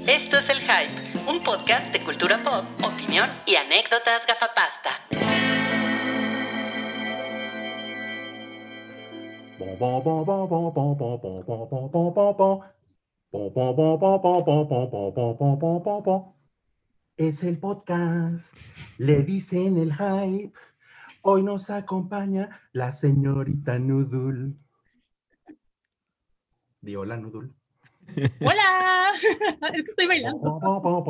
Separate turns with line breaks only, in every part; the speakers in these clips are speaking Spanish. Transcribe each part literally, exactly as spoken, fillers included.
Esto es El Hype, un podcast de cultura pop, opinión y anécdotas gafapasta.
Es el podcast, le dicen El Hype. Hoy nos acompaña la señorita Nudul. Di hola, Nudul.
¡Hola! Es que estoy bailando.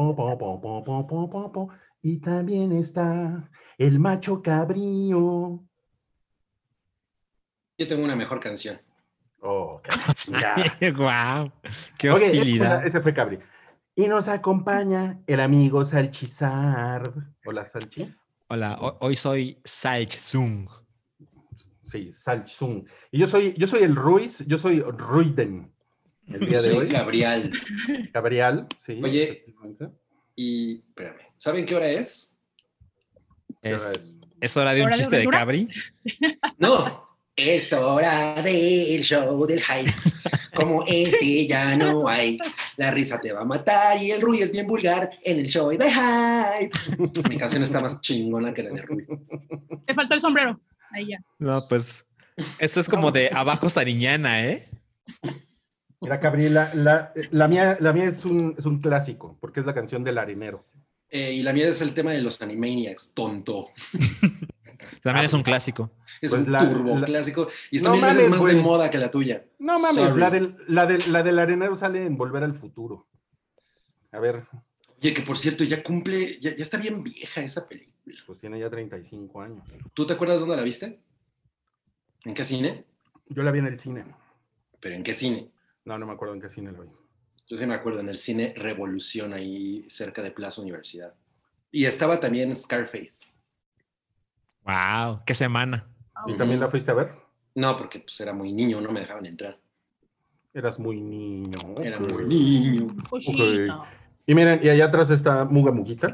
Y también está el macho cabrío.
Yo tengo una mejor canción.
Oh, qué chingada.
¡Guau! ¡Qué
Ok,
hostilidad!
ese, ese fue Cabri. Y nos acompaña el amigo Salchizard. Hola, Salchi.
Hola, ho- hoy soy Salchzung.
Sí, Salchzung. Y yo soy, yo soy el Ruiz, yo soy Ruiden. El día de
Soy
hoy.
Gabriel.
Gabriel, sí.
Oye.
efectivamente.
Y, espérame, ¿saben qué hora es?
¿Qué
Es,
hora es?
¿Es hora de un
¿Hora de
chiste de
aventura?
Cabri?
No, es hora del show del hype. Como este ya no hay. La risa te va a matar y el Rui es bien vulgar en el show de hype. Mi canción está más chingona que la de Rui.
Te faltó el sombrero. Ahí ya.
No, pues esto es como de abajo Sariñana, ¿eh?
Mira, Gabriel, la, la, la mía, la mía es, un, es un clásico, porque es la canción del harinero.
Eh, y la mía es el tema de los Animaniacs, tonto.
También es un clásico.
Es
Pues
un
la-
turbo
la-
clásico y está
No
mil veces
mames,
más
güey.
de moda que la tuya.
No mames,
Sorry.
la del, la, del, la del arenero sale en Volver al Futuro. A ver,
Oye, que por cierto, ya cumple, ya, ya está bien vieja esa película.
pues tiene ya treinta y cinco años.
¿Tú te acuerdas dónde la viste? ¿En qué cine?
Yo la vi en el cine.
¿Pero en qué cine?
No, no me acuerdo en qué cine la vi.
Yo sí me acuerdo, en el cine Revolución, ahí cerca de Plaza Universidad. Y estaba también Scarface.
¡Wow! ¡Qué semana!
¿Y también la fuiste a ver?
No, porque pues era muy niño, no me dejaban entrar.
Eras muy niño.
Era
Ok.
muy niño.
Cosito.
Y miren, y allá atrás está Muga Muguita.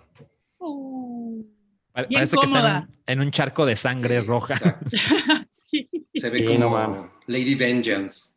Uh.
Pa-
Bien
Parece que está en
cómoda.
un, en un charco de sangre
Sí,
roja.
exacto.
Sí,
Se ve
Sí,
como
no mames.
Lady Vengeance.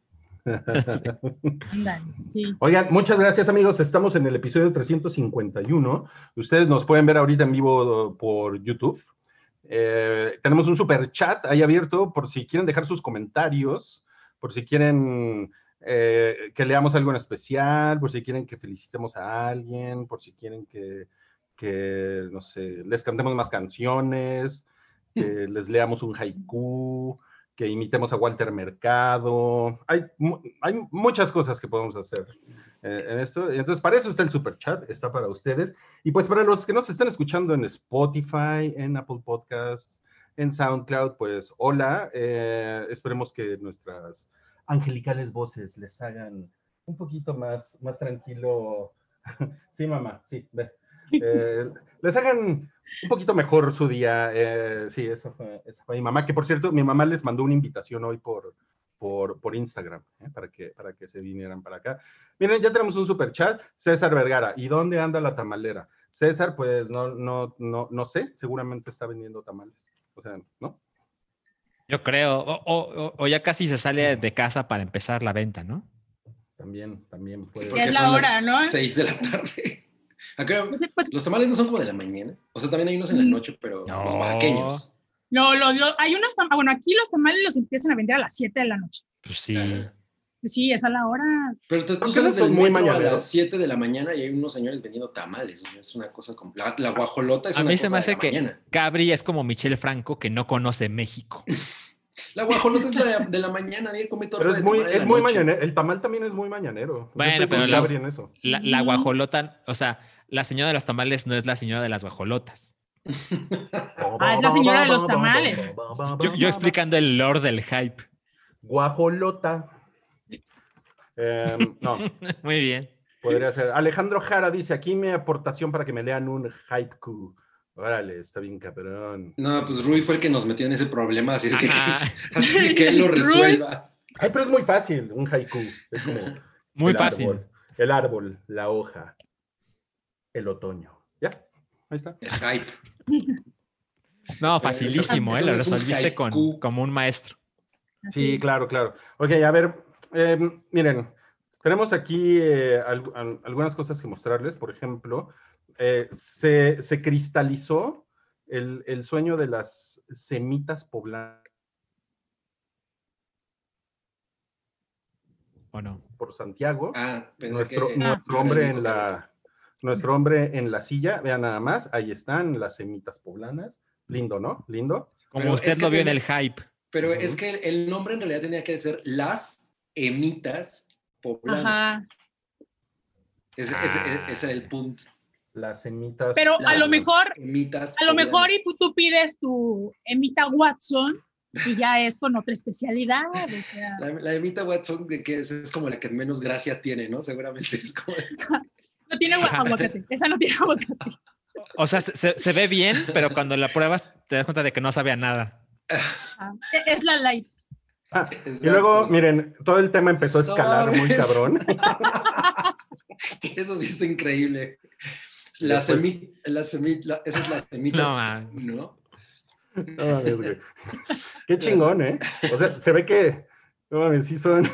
ándale, sí.
Oigan, muchas gracias, amigos. Estamos en el episodio trescientos cincuenta y uno. Ustedes nos pueden ver ahorita en vivo por YouTube. Eh, tenemos un super chat ahí abierto por si quieren dejar sus comentarios, por si quieren eh, que leamos algo en especial, por si quieren que felicitemos a alguien, por si quieren que, que no sé, les cantemos más canciones, que les leamos un haiku, que imitemos a Walter Mercado. Hay, mu- hay muchas cosas que podemos hacer eh, en esto. Entonces, para eso está el super chat, está para ustedes. Y pues para los que nos están escuchando en Spotify, en Apple Podcasts, en SoundCloud, pues hola. Eh, esperemos que nuestras angelicales voces les hagan un poquito más, más tranquilo. Sí, mamá, sí, ve. Eh, les hagan un poquito mejor su día. Eh, sí, eso fue, esa fue mi mamá, que por cierto, mi mamá les mandó una invitación hoy por, por, por Instagram, ¿eh? para, que, para que se vinieran para acá. Miren, ya tenemos un super chat. César Vergara, ¿y dónde anda la tamalera? César, pues no, no, no, no sé, seguramente está vendiendo tamales. O sea, ¿no?
Yo creo. O, o- o ya casi se sale de casa para empezar la venta, ¿no?
También, también puede.
Ya es la
son las
hora, ¿no?
seis de la tarde. Acá,
No sé, pues,
los tamales no son como de la mañana. O sea, también hay unos en la noche, pero
No.
los oaxaqueños.
no, lo- lo- hay unos, tam- ah, bueno, aquí los tamales los empiezan a vender a las siete de la noche.
Pues sí.
Ah.
Sí, es a la hora.
Pero te- tú
qué
sales
no son
del
muy
metro a
mañaneros?
las siete de la mañana y hay unos señores vendiendo tamales. O sea, es una cosa completa. La guajolota es
A
una
mí
cosa
se me
de
hace
la
que
mañana.
Cabri es como Michelle Franco que no conoce México.
La guajolota es la de, de la mañana. Nadie come torta
Pero es
de
muy,
tamal en
es
la
muy
noche.
mañanero. El tamal también es muy mañanero. Yo
Bueno,
estoy
pero
con
la-
Gabri en eso.
La, la
Mm.
guajolota, o sea, la señora de los tamales no es la señora de las guajolotas.
Ah, es la señora de los tamales.
Yo, yo explicando el lore del hype.
Guajolota. Em, no,
Muy bien.
podría ser. Alejandro Jara dice, aquí mi aportación para que me lean un haiku. Órale, está bien cabrón.
No, pues Rui fue el que nos metió en ese problema, así es que,
Ajá.
así que él lo
Rui.
resuelva.
Ay, pero es muy fácil, un haiku. Es como
Muy
el
fácil.
árbol, el árbol, la hoja, el otoño. ¿Ya? Ahí está.
El hype.
No, facilísimo,
Eso
¿eh? Lo
no es un
resolviste con,
haiku.
como un maestro.
Sí, claro, claro. Ok, a ver, eh, miren, Tenemos aquí eh, al- al- algunas cosas que mostrarles. Por ejemplo, eh, se, se cristalizó el, el sueño de las semitas poblanas
¿O no?
por Santiago.
Ah, pensé
Nuestro,
que
nuestro
yo era el
hombre
único
en
que había
la, nuestro hombre en la silla, vean nada más, ahí están las semitas poblanas. Lindo, ¿no? Lindo.
Como
Pero
usted
es que
lo vio en
tenía-
el hype.
Pero
Ujú.
es que el, el nombre en realidad tenía que ser Las Emitas Poblanas.
Ajá.
Ese,
Ah.
ese- ese- ese era el punto.
Las semitas.
Pero a
Las
lo mejor,
Emitas
a lo
poblanas.
mejor y tú pides tu Emita Watson y ya es con otra especialidad. O sea,
La, la Emita Watson, de que es, es como la que menos gracia tiene, ¿no? Seguramente es como...
no tiene agua- aguacate. Esa no tiene aguacate.
O sea, se, se- se ve bien, pero cuando la pruebas te das cuenta de que no sabe a nada.
Ah, es la light.
Ah,
Exacto.
y luego, miren, todo el tema empezó a escalar
No,
muy
es-
cabrón.
Eso sí es increíble. La
Después-
semi, la semi, la- esa es la semita,
No, man.
¿no?
No mames, güey. Qué chingón, ¿eh? O sea, se ve que, no mames, sí son,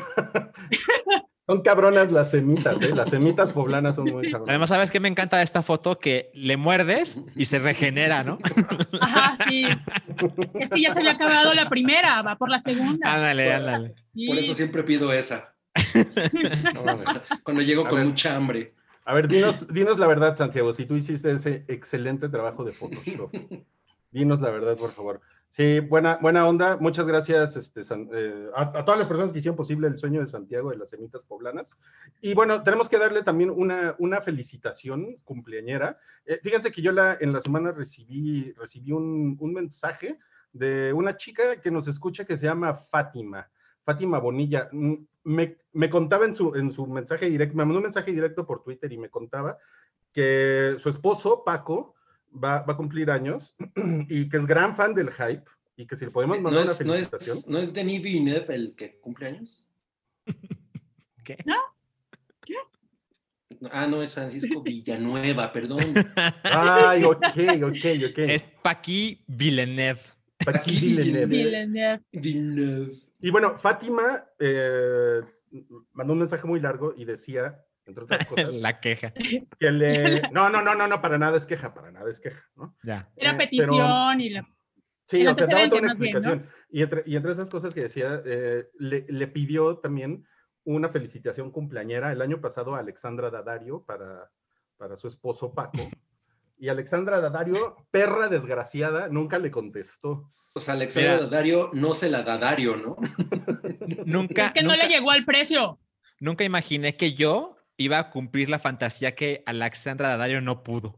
son cabronas las semitas, ¿eh? Las semitas poblanas son muy cabronas.
Además, ¿sabes qué me encanta de esta foto? Que le muerdes y se regenera, ¿no?
Ajá, sí. Es que ya se había acabado la primera, va por la segunda.
Ándale, ándale.
Sí.
Por eso siempre pido esa.
No mames.
Cuando llego
A
con
ver.
mucha hambre.
A ver, dinos, dinos la verdad, Santiago, si tú hiciste ese excelente trabajo de Photoshop. Dinos la verdad, por favor. Sí, buena, buena onda. Muchas gracias este, San- eh, a, a todas las personas que hicieron posible el sueño de Santiago de las semitas poblanas. Y bueno, tenemos que darle también una, una felicitación cumpleañera. Eh, fíjense que yo la, en la semana recibí, recibí un, un mensaje de una chica que nos escucha que se llama Fátima. Fátima Bonilla. Mm, Me, me contaba en su, en su mensaje directo, me mandó un mensaje directo por Twitter y me contaba que su esposo, Paco, va, va a cumplir años y que es gran fan del hype y que si le podemos mandar
¿No
una
es, no,
felicitación.
es, ¿No es Denis Villeneuve el que cumple años?
¿Qué?
Ah, no, es Francisco Villanueva, perdón.
Ay, ok, ok, ok.
Es Paqui Villeneuve.
Paqui
Paqui
Villeneuve.
Villeneuve.
Villeneuve.
Y bueno, Fátima eh, mandó un mensaje muy largo y decía, entre otras cosas,
La queja.
que le... No, no, no, no, no, para nada es queja, para nada es queja, ¿no?
Ya.
Era
Eh,
petición y la...
Sí,
El
o sea, daba
antecedente,
toda una
más bien,
explicación. Y, entre, y entre esas cosas que decía, eh, le, le pidió también una felicitación cumpleañera el año pasado a Alexandra Daddario para, para su esposo Paco. Y Alexandra Daddario, perra desgraciada, nunca le contestó.
O sea, Alexandra
Mira.
Daddario no se la da Dario, ¿no?
Nunca,
Es que
nunca,
no le llegó al precio.
nunca imaginé que yo iba a cumplir la fantasía que Alexandra Daddario no pudo.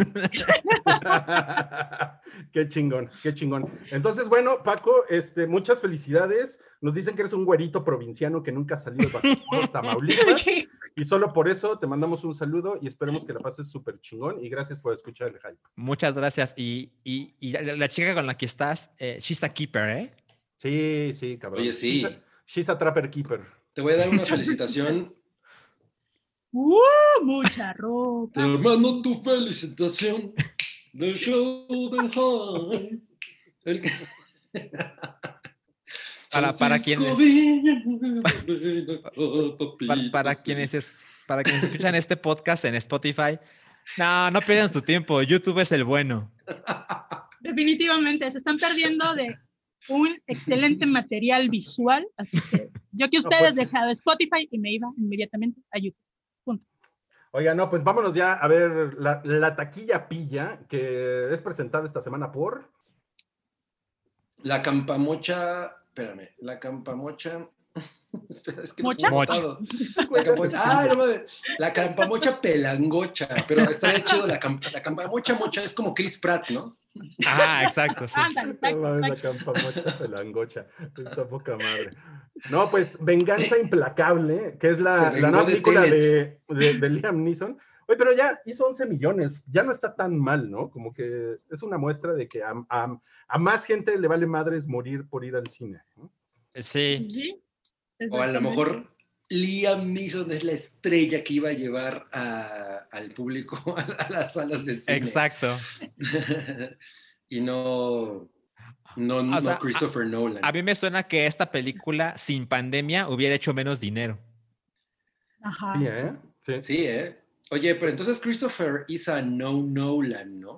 Qué chingón, qué chingón. Entonces, bueno, Paco, este, muchas felicidades. Nos dicen que eres un güerito provinciano que nunca ha salido de Matamoros, Tamaulipas. Y solo por eso te mandamos un saludo y esperemos que la pases súper chingón. Y gracias por escuchar el hype.
Muchas gracias. Y, y, y la, la chica con la que estás, eh, she's a keeper, ¿eh?
Sí, sí, cabrón.
Oye, sí.
She's a, she's a trapper keeper.
Te voy a dar una felicitación.
¡Uh! Mucha ropa.
Te mando tu felicitación del show del hype. El que-
Para, para quienes, para, para quienes es, para quienes escuchan este podcast en Spotify, no, no pierdan su tiempo. YouTube es el bueno.
Definitivamente, se están perdiendo de un excelente material visual. Así que yo que ustedes
pues.
dejaba Spotify y me iba inmediatamente a YouTube. Punto.
Oiga, no, pues vámonos ya a ver la, la taquilla pilla que es presentada esta semana por...
La campamocha, espérame, la campamocha. Espera, es que no
¿Mocha?
puedo anotado. La campamocha, ah, no mames. La campamocha pelangocha, pero estaría chido la, camp, la campamocha mocha, es como Chris Pratt, ¿no?
Ah, exacto, sí.
Ándale,
No
exacto,
mames, la
exacto.
campamocha pelangocha. Esta poca madre. No, pues Venganza Implacable, que es
Se
la,
vengó
la nueva
de
película
Tenet.
de, de, de Liam Neeson. Oye, pero ya hizo once millones, ya no está tan mal, ¿no? Como que es una muestra de que a, a, a más gente le vale madres morir por ir al cine, ¿no?
Sí.
Sí,
O a lo
exactamente.
mejor Liam Neeson es la estrella que iba a llevar a, al público a, a las salas de cine.
Exacto.
Y no, no,
O
no
sea,
Christopher Nolan.
A mí me suena que esta película sin pandemia hubiera hecho menos dinero.
Ajá.
Sí, ¿eh? Sí.
Sí, ¿eh? Oye, pero entonces Christopher is a no Nolan, ¿no?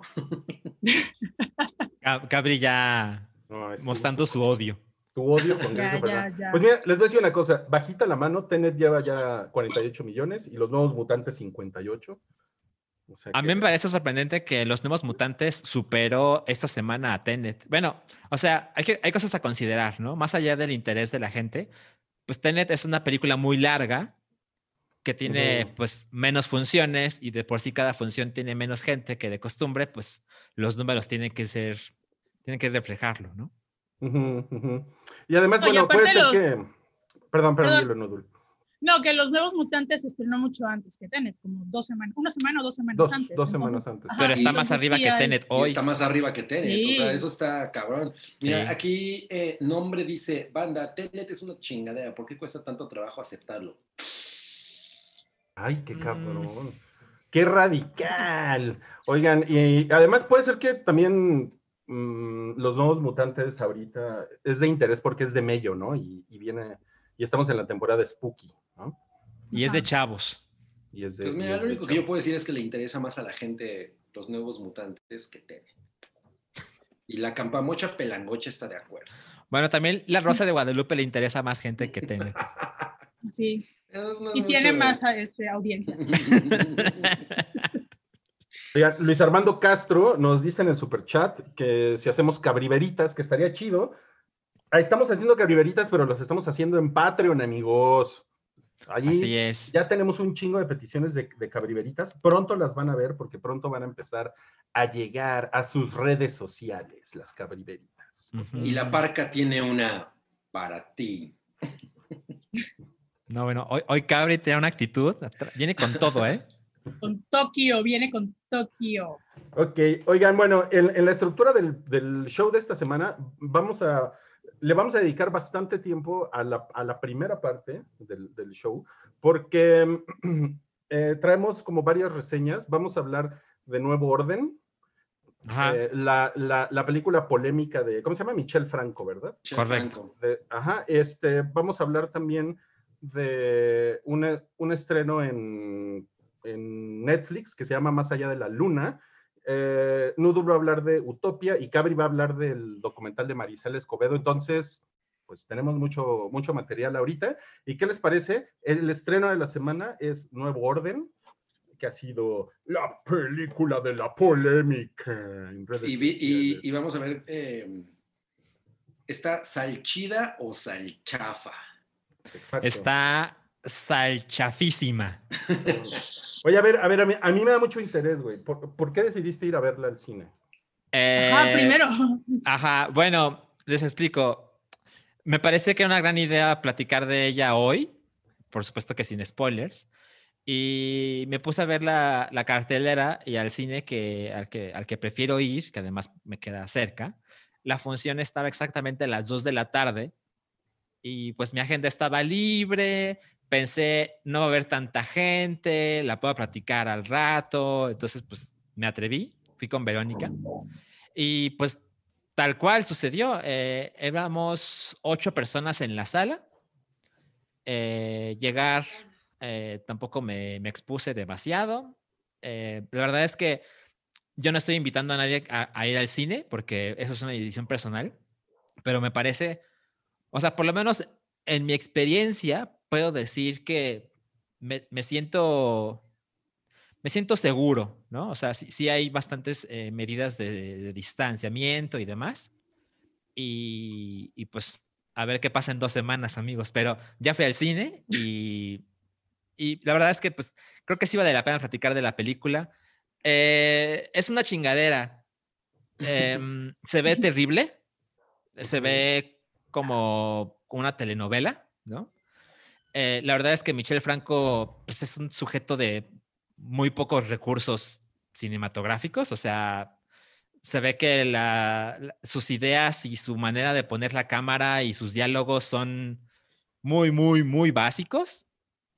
Gab- Gabri ya
No, es-
mostrando su odio.
Tu odio con
Ya,
Christopher
ya,
Nolan.
ya.
Pues mira, les voy a decir una cosa. Bajita la mano, Tenet lleva ya cuarenta y ocho millones y los nuevos mutantes cincuenta y ocho. O sea
A
que...
mí me parece sorprendente que Los Nuevos Mutantes superó esta semana a Tenet. Bueno, o sea, hay, que, hay cosas a considerar, ¿no? Más allá del interés de la gente, pues Tenet es una película muy larga que tiene
Ujú.
pues menos funciones y de por sí cada función tiene menos gente que de costumbre, pues los números tienen que ser, tienen que reflejarlo, ¿no?
Ujú, ujú. Y además,
No, y
bueno, puede
aparte
ser
los-
que... Perdón, perdón,
Perdón.
dilo, Nodul.
No, que Los Nuevos Mutantes se estrenó mucho antes que Tenet, como dos semanas, una semana o dos semanas
Dos,
antes.
dos semanas
Entonces,
antes.
ajá,
Pero está
Y-
más
entonces
arriba
sí
que
hay-
Tenet
Y
hoy.
está más arriba que Tenet, o sea,
Sí.
eso está cabrón. Mira,
Sí.
aquí eh, Nombre dice, banda, Tenet es una chingadera, ¿por qué cuesta tanto trabajo aceptarlo?
Ay, qué
Mm.
cabrón. Qué radical. Oigan, y además puede ser que también mm, los nuevos mutantes ahorita es de interés porque es de Mello, ¿no? Y, y viene, y estamos en la temporada Spooky, ¿no?
Y es de
Ajá.
chavos.
Y es de,
Pues
y
mira,
es
lo
de
único que yo
chavos.
puedo decir es que le interesa más a la gente los nuevos mutantes que Tenet. Y la campamocha pelangocha está de acuerdo.
Bueno, también La Rosa de Guadalupe le interesa a más gente que Tenet.
Sí.
Es más
Y tiene
mucho-
más este, audiencia.
Oigan, Luis Armando Castro nos dice en el superchat que si hacemos cabriveritas, que estaría chido. Ahí estamos haciendo cabriveritas, pero los estamos haciendo en Patreon, amigos. Allí
Así es.
ya tenemos un chingo de peticiones de, de cabriveritas. Pronto las van a ver porque pronto van a empezar a llegar a sus redes sociales, las cabriveritas.
Ujú.
Y la parca tiene una para ti.
No, bueno, hoy, hoy Cabri tiene una actitud, atra- viene con todo, ¿eh?
Con Tokio, viene con Tokio.
Ok, oigan, bueno, en, en la estructura del, del show de esta semana vamos a, le vamos a dedicar bastante tiempo a la, a la primera parte del, del show, porque eh, traemos como varias reseñas. Vamos a hablar de Nuevo Orden,
Ajá,
eh, la, la, la película polémica de, ¿cómo se llama? Michel Franco, ¿verdad?
Che,
correcto.
Franco.
De- ajá, este, vamos a hablar también de una- un estreno en, en Netflix que se llama Más allá de la luna. Eh, Nudu va a hablar de Utopia y Cabri va a hablar del documental de Marisela Escobedo. Entonces, pues tenemos mucho, mucho material ahorita. ¿Y qué les parece? El estreno de la semana es Nuevo Orden, que ha sido la película de la polémica en redes
Y, vi-
sociales.
y- y vamos a ver, eh, ¿está salchida o salchafa?
Exacto.
Está salchafísima.
Oye, a ver, a ver, a mí, a mí me da mucho interés, güey. ¿Por, por qué decidiste ir a verla al cine?
Ajá,
Eh,
primero.
Ajá, bueno, les explico. Me parece que era una gran idea platicar de ella hoy, por supuesto que sin spoilers. Y me puse a ver la, la cartelera y al cine que, al, que, al que prefiero ir, que además me queda cerca. La función estaba exactamente a las dos de la tarde y pues mi agenda estaba libre. Pensé, no va a haber tanta gente, la puedo platicar al rato. Entonces, pues me atreví, fui con Verónica y pues tal cual sucedió. Eh, éramos ocho personas en la sala. Eh, llegar, eh, tampoco me, me expuse demasiado. Eh, la verdad es que yo no estoy invitando a nadie a, a ir al cine porque eso es una decisión personal, pero me parece, o sea, por lo menos en mi experiencia puedo decir que me, me siento, me siento seguro, ¿no? O sea, sí, sí hay bastantes eh, medidas de, de distanciamiento y demás. Y, y pues a ver qué pasa en dos semanas, amigos. Pero ya fui al cine y, y la verdad es que pues creo que sí vale la pena platicar de la película. Eh, es una chingadera. Em, se ve terrible. Se
Ujú.
ve como una telenovela, ¿no? Eh, la verdad es que Michel Franco pues, es un sujeto de muy pocos recursos cinematográficos. O sea, se ve que la, la- sus ideas y su manera de poner la cámara y sus diálogos son muy, muy, muy básicos.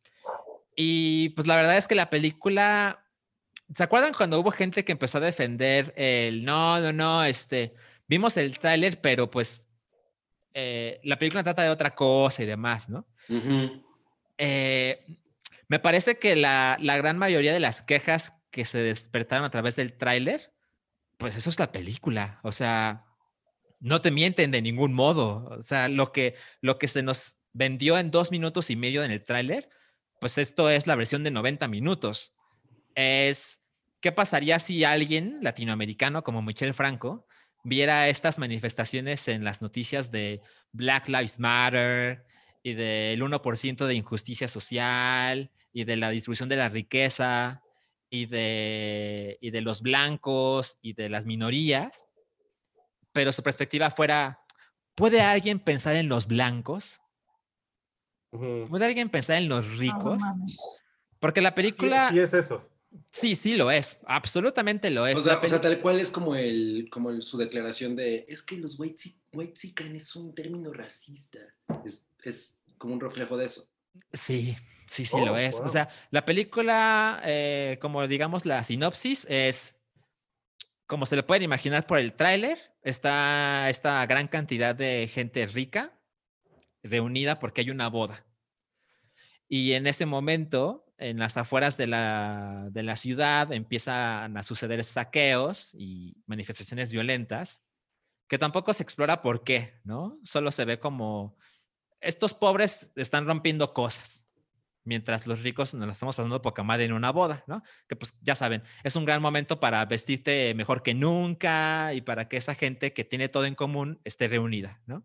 Y pues la verdad es que la película, ¿se acuerdan cuando hubo gente que empezó a defender el no, no, no, este, vimos el tráiler, pero pues eh, la película trata de otra cosa y demás, ¿no?
Ujú.
Eh, Me parece que la, la gran mayoría de las quejas que se despertaron a través del tráiler, pues eso es la película. O sea, no te mienten de ningún modo. O sea, lo que, lo que se nos vendió en dos minutos y medio en el tráiler, pues esto es la versión de noventa minutos. Es, ¿qué pasaría si alguien latinoamericano como Michel Franco viera estas manifestaciones en las noticias de Black Lives Matter y del uno por ciento de injusticia social y de la distribución de la riqueza y de, y de los blancos y de las minorías? Pero su perspectiva fuera, ¿puede alguien pensar en los blancos?
Ujú.
¿Puede alguien pensar en los
No, no
ricos?
mames.
Porque la
Sí,
película,
sí es eso.
sí, sí lo es, absolutamente lo es.
O sea,
La
o sea,
peli-
tal cual es como, el, como el- su declaración de, es que los white whitezican es un término racista. Es, es como un reflejo de eso.
Sí, sí, sí lo
Oh,
es. O
wow.
sea, la película, eh, como digamos la sinopsis, es, como se le pueden imaginar por el tráiler, está esta gran cantidad de gente rica reunida porque hay una boda. Y en ese momento, en las afueras de la, de la ciudad, empiezan a suceder saqueos y manifestaciones violentas, que tampoco se explora por qué, ¿no? Solo se ve como estos pobres están rompiendo cosas, mientras los ricos nos la estamos pasando poca madre en una boda, ¿no? Que pues ya saben, es un gran momento para vestirte mejor que nunca y para que esa gente que tiene todo en común esté reunida, ¿no?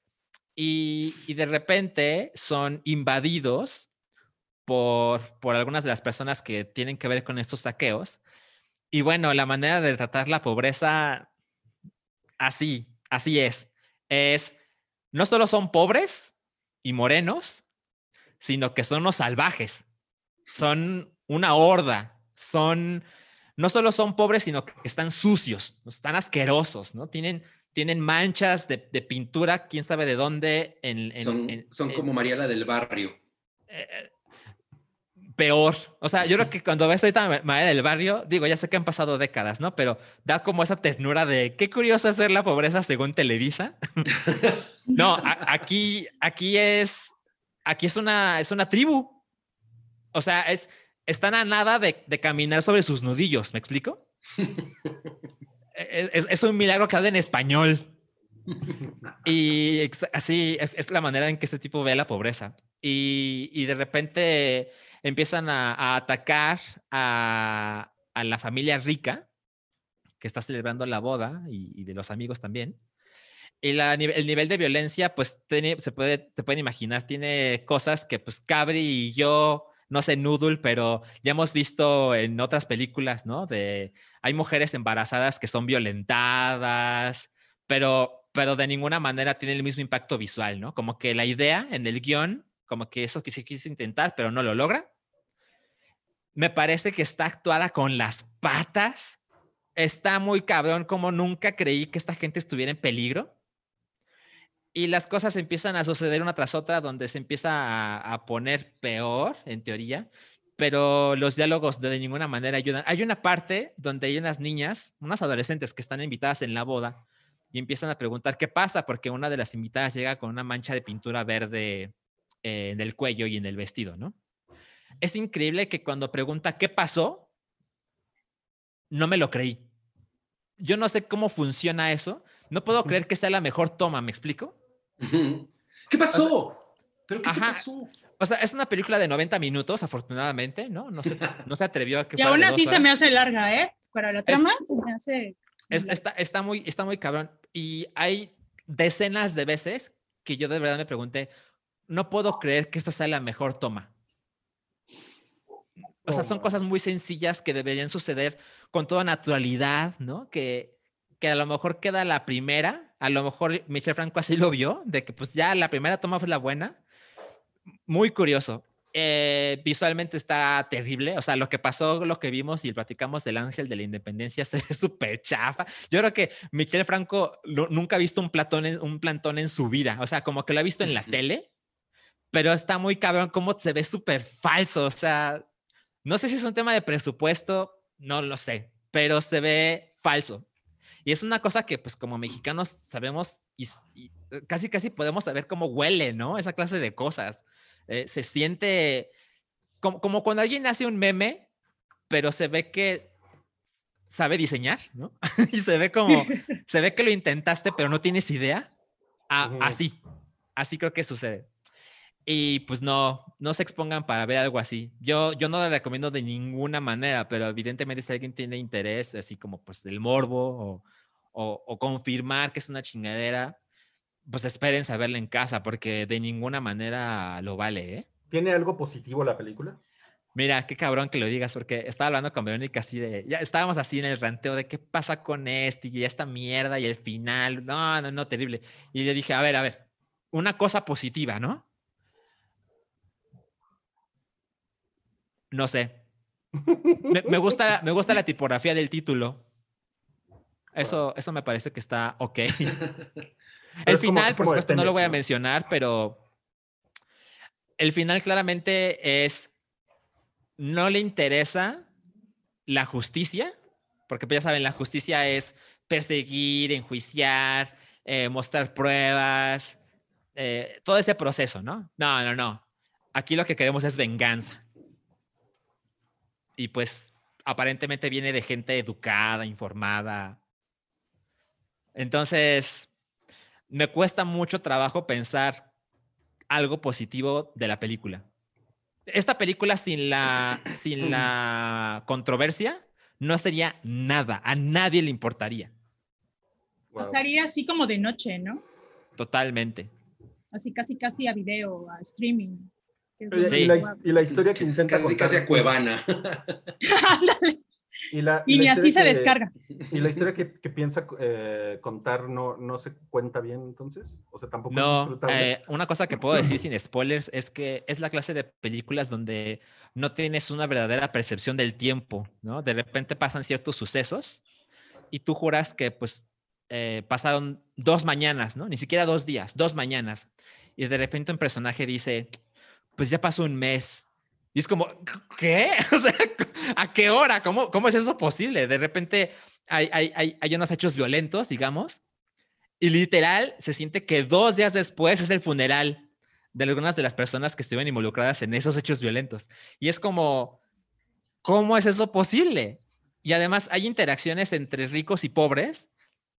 Y, y de repente son invadidos por, por algunas de las personas que tienen que ver con estos saqueos. Y bueno, la manera de tratar la pobreza, así, así es. Es, no solo son pobres y morenos, sino que son unos salvajes. Son una horda. Son, no solo son pobres, sino que están sucios, están asquerosos, ¿no? Tienen, tienen manchas de, de pintura, quién sabe de dónde. En, en,
Son,
en,
son
en
como Mariela del Barrio.
eh, peor. O sea, yo creo que cuando ves ahorita María del Barrio, digo, ya sé que han pasado décadas, ¿no? Pero da como esa ternura de qué curioso es ver la pobreza según Televisa. No, a, aquí, aquí es, aquí es una, es una tribu. O sea, es, están a nada de, de caminar sobre sus nudillos, ¿me explico? Es, es, es un milagro que hablen español. Y así es, es la manera en que este tipo ve la pobreza. Y, y de repente empiezan a, a atacar a, a, la familia rica que está celebrando la boda y, y de los amigos también. Y la, el nivel de violencia, pues tiene, se puede, te pueden imaginar, tiene cosas que pues Cabri y yo, no sé, Noodle, pero ya hemos visto en otras películas, ¿no? De, hay mujeres embarazadas que son violentadas, pero, pero de ninguna manera tiene el mismo impacto visual, ¿no? Como que la idea en el guión, como que eso que se quiso intentar, pero no lo logra. Me parece que está actuada con las patas. Está muy cabrón, como nunca creí que esta gente estuviera en peligro. Y las cosas empiezan a suceder una tras otra, donde se empieza a, a poner peor, en teoría, pero los diálogos de ninguna manera ayudan. Hay una parte donde hay unas niñas, unas adolescentes que están invitadas en la boda y empiezan a preguntar qué pasa, porque una de las invitadas llega con una mancha de pintura verde eh, en el cuello y en el vestido, ¿no? Es increíble que cuando pregunta qué pasó, no me lo creí. Yo no sé cómo funciona eso. No puedo creer que sea la mejor toma, ¿me explico?
¿Qué pasó?
O sea,
¿Pero qué
ajá,
te pasó?
O sea, es una película de noventa minutos, afortunadamente, ¿no? No se, no se atrevió a que
Y
fuera
aún
de
así
dos
se me
horas.
hace larga, ¿eh? Para la trama se me hace...
Es, está, está, muy, está muy cabrón. Y hay decenas de veces que yo de verdad me pregunté, no puedo creer que esta sea la mejor toma. O sea, son cosas muy sencillas que deberían suceder con toda naturalidad, ¿no? Que, que a lo mejor queda la primera, a lo mejor Michel Franco así lo vio, de que pues ya la primera toma fue la buena. Muy curioso. Eh, visualmente está terrible. O sea, lo que pasó, lo que vimos y platicamos del Ángel de la Independencia se ve súper chafa. Yo creo que Michel Franco lo, nunca ha visto un, platón en, un plantón en su vida. O sea, como que lo ha visto en la tele, pero está muy cabrón cómo se ve súper falso. O sea, no sé si es un tema de presupuesto, no lo sé, pero se ve falso. Y es una cosa que, pues, como mexicanos sabemos y, y casi, casi podemos saber cómo huele, ¿no? Esa clase de cosas. Eh, se siente, como, como cuando alguien hace un meme, pero se ve que sabe diseñar, ¿no? Y se ve como, se ve que lo intentaste, pero no tienes idea. A,
Ujú.
Así, así creo que sucede. Y pues no, no se expongan para ver algo así. Yo, yo no lo recomiendo de ninguna manera, pero evidentemente si alguien tiene interés, así como pues el morbo o, o, o confirmar que es una chingadera, pues esperen saberla en casa, porque de ninguna manera lo vale, ¿eh?
¿Tiene algo positivo la película?
Mira, qué cabrón que lo digas, porque estaba hablando con Verónica así de, ya estábamos así en el ranteo de qué pasa con esto y esta mierda y el final, no, no, no, terrible. Y le dije, a ver, a ver, una cosa positiva, ¿no? No sé. Me, me gusta, me gusta la tipografía del título. Eso, eso me parece que está ok.
Pero
El
es como,
final,
es
por
como de
supuesto, no lo
Tenet,
voy a
¿no?
mencionar, pero el final claramente es, no le interesa la justicia, porque pues ya saben, la justicia es perseguir, enjuiciar, eh, mostrar pruebas, eh, todo ese proceso, ¿no? No, no, no. Aquí lo que queremos es venganza. Y pues aparentemente viene de gente educada, informada. Entonces, me cuesta mucho trabajo pensar algo positivo de la película. Esta película sin la, sin la controversia no sería nada. A nadie le importaría.
Wow.
Pasaría así como de noche, ¿no?
Totalmente.
Así casi casi a video, a streaming. Que es lo
Oye,
más
y,
Sí.
la,
probable.
his- y la historia que intenta
Casi, casi
contar.
a Cuevana.
Ándale.
Y la, y
Y
la
ni así
historia
se
que,
descarga.
y la historia que, que piensa eh, contar no, no se cuenta bien, entonces. O sea, tampoco es
No,
disfrutable.
eh, una cosa que puedo decir sin spoilers es que es la clase de películas donde no tienes una verdadera percepción del tiempo, ¿no? De repente pasan ciertos sucesos y tú juras que pues eh, pasaron dos mañanas, ¿no? Ni siquiera dos días, dos mañanas. Y de repente un personaje dice, pues ya pasó un mes. Y es como, ¿qué? O sea, ¿a qué hora? ¿Cómo, cómo es eso posible? De repente hay, hay, hay, hay unos hechos violentos, digamos, y literal se siente que dos días después es el funeral de algunas de las personas que estuvieron involucradas en esos hechos violentos. Y es como, ¿cómo es eso posible? Y además hay interacciones entre ricos y pobres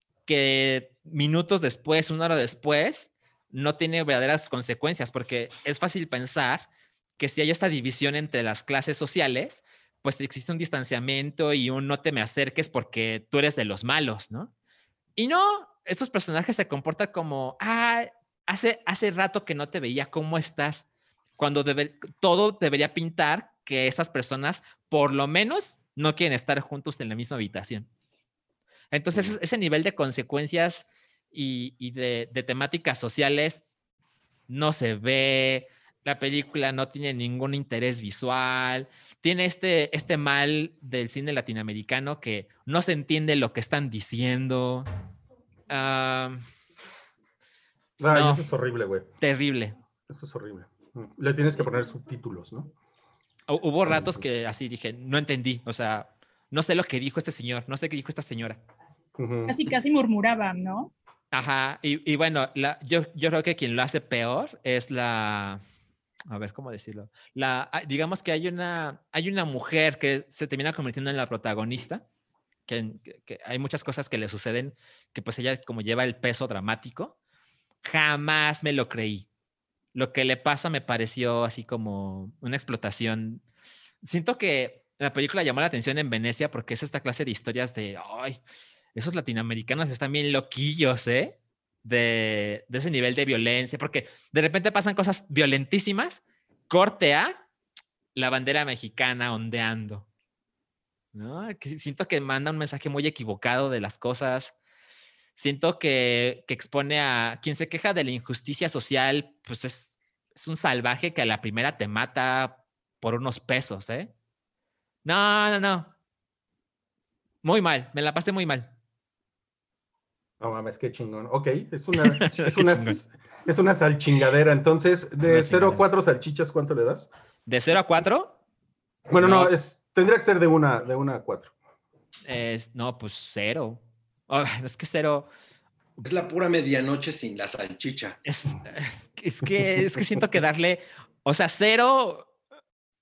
que minutos después, una hora después, no tiene verdaderas consecuencias, porque es fácil pensar que si hay esta división entre las clases sociales, pues existe un distanciamiento y un no te me acerques porque tú eres de los malos, ¿no? Y no, estos personajes se comportan como, ah, hace, hace rato que no te veía, ¿cómo estás? Cuando debe, todo debería pintar que esas personas, por lo menos, no quieren estar juntos en la misma habitación. Entonces,
Mm.
ese nivel de consecuencias y, y de, de temáticas sociales no se ve. La película no tiene ningún interés visual. Tiene este, este mal del cine latinoamericano que no se entiende lo que están diciendo. Uh,
Ay,
no,
eso es horrible, güey.
terrible.
Eso es horrible. Mm. Le tienes que poner subtítulos, ¿no?
Hu- Hubo ratos que así dije, no entendí. O sea, no sé lo que dijo este señor, no sé qué dijo esta señora.
Ujú.
Casi casi murmuraban, ¿no?
Ajá, y, y bueno, la, yo, yo creo que quien lo hace peor es la, a ver, ¿cómo decirlo? La, ah, digamos que hay una, hay una mujer que se termina convirtiendo en la protagonista, que, que, que hay muchas cosas que le suceden, que pues ella como lleva el peso dramático, jamás me lo creí. Lo que le pasa me pareció así como una explotación. Siento que la película llamó la atención en Venecia porque es esta clase de historias de, ay, esos latinoamericanos están bien loquillos, ¿eh? De, de ese nivel de violencia, porque de repente pasan cosas violentísimas, corte a la bandera mexicana ondeando, ¿no? Que siento que manda un mensaje muy equivocado de las cosas. Siento que, que expone a quien se queja de la injusticia social, pues es, es un salvaje que a la primera te mata por unos pesos, ¿eh? No, no, no. Muy mal, me la pasé muy mal.
No mames, qué chingón. Ok, es una, es
Qué
una,
chingón.
es una salchingadera. Entonces, de
Una
cero a
chingadera.
cuatro salchichas, ¿cuánto le das?
¿De cero a cuatro?
Bueno, no,
No.
es, tendría que ser de una, de una a cuatro.
Es, no, pues cero. Oh, es que cero.
Es la pura medianoche sin la salchicha.
Es, es, que, es que siento que darle. O sea, cero.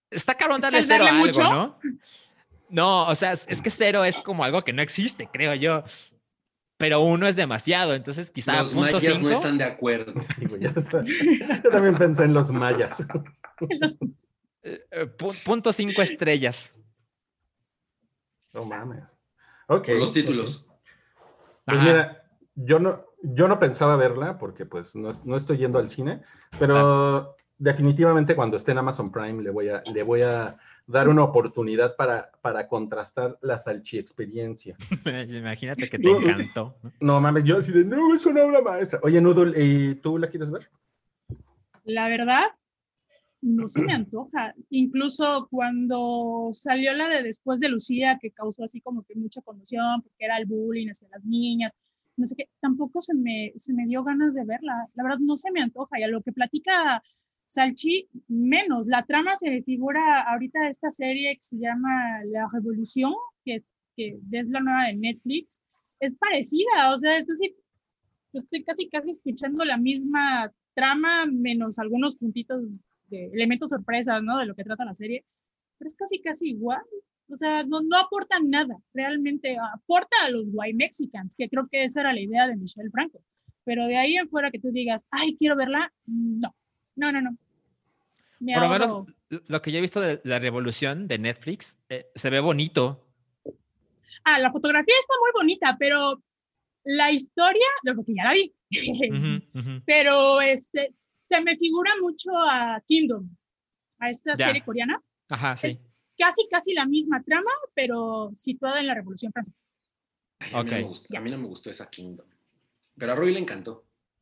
Está cabrón
¿Está
darle
el
cero a
darle
algo,
mucho?
¿no? No, o sea, es es que cero es como algo que no existe, creo yo. Pero uno es demasiado, entonces quizá
Los
punto
mayas no
cinco.
están de acuerdo.
Sí, güey, ya está. Yo también pensé en los mayas.
Los-
eh, eh, pu- punto cinco estrellas.
No mames. Ok,
Por los
ok.
títulos.
Pues
Ajá,
mira, yo no, yo no pensaba verla porque pues no, es- no estoy yendo al cine, pero
claro.
definitivamente cuando esté en Amazon Prime le voy a, le voy a dar una oportunidad para, para contrastar la salchi experiencia.
Imagínate que te encantó, ¿no?
No mames, yo así de, no, es una obra maestra. Oye, Noodle, ¿y tú la quieres ver?
La verdad, no se me antoja. Incluso cuando salió la de Después de Lucía, que causó así como que mucha conmoción, porque era el bullying hacia las niñas, no sé qué, tampoco se me, se me dio ganas de verla. La verdad, no se me antoja. Y a lo que platica Salchi, menos. La trama se le figura ahorita esta serie que se llama La Revolución, que es, que es la nueva de Netflix. Es parecida, o sea, es decir, estoy casi, casi escuchando la misma trama, menos algunos puntitos de elementos sorpresas, ¿no? De lo que trata la serie, pero es casi, casi igual. O sea, no, no aporta nada, realmente aporta a los white Mexicans, que creo que esa era la idea de Michelle Franco. Pero de ahí en fuera que tú digas, ay, quiero verla, no, no, no, no. Me
Por lo menos
ahorro.
lo que yo he visto de la Revolución de Netflix, eh, se ve bonito.
Ah, la fotografía está muy bonita, pero la historia, lo que ya la vi,
Ujú, ujú.
pero este, se me figura mucho a Kingdom, a esta serie
Ya,
coreana.
ajá, sí.
Es casi, casi la misma trama, pero situada en la Revolución Francesa.
Ay, a, mí no me
Ok.
gustó,
Ya.
a mí no me gustó esa Kingdom. Pero a Rui le encantó.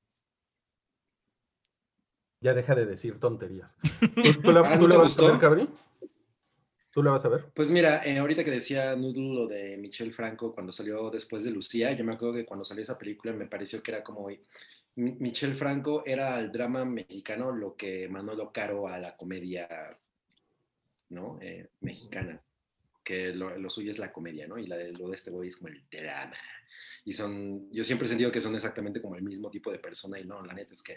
Ya deja de decir tonterías. ¿Tú, tú la,
Ah,
tú
¿no
la
te
vas a ver,
gustó?
Cabri? ¿Tú la vas a ver?
Pues mira, eh, ahorita que decía Noodle lo de Michelle Franco cuando salió Después de Lucía, yo me acuerdo que cuando salió esa película me pareció que era como Mi- Michelle Franco era al drama mexicano lo que Manolo Caro a la comedia, ¿no? Eh, mexicana, que lo, lo suyo es la comedia, ¿no? Y la de, lo de este güey es como el drama. Y son, yo siempre he sentido que son exactamente como el mismo tipo de persona y no, la neta es que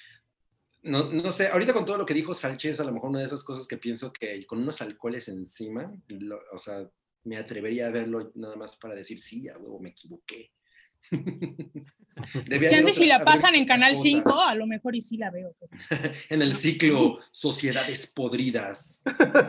no, no sé, ahorita con todo lo que dijo Sánchez, a lo mejor una de esas cosas que pienso que con unos alcoholes encima, lo, o sea, me atrevería a verlo nada más para decir, sí, a huevo, me equivoqué. Debía haber
Chance si
otra,
la
haber
pasan en
otra
Canal
cosa.
cinco, a lo mejor y sí la veo.
En el ciclo Sociedades Podridas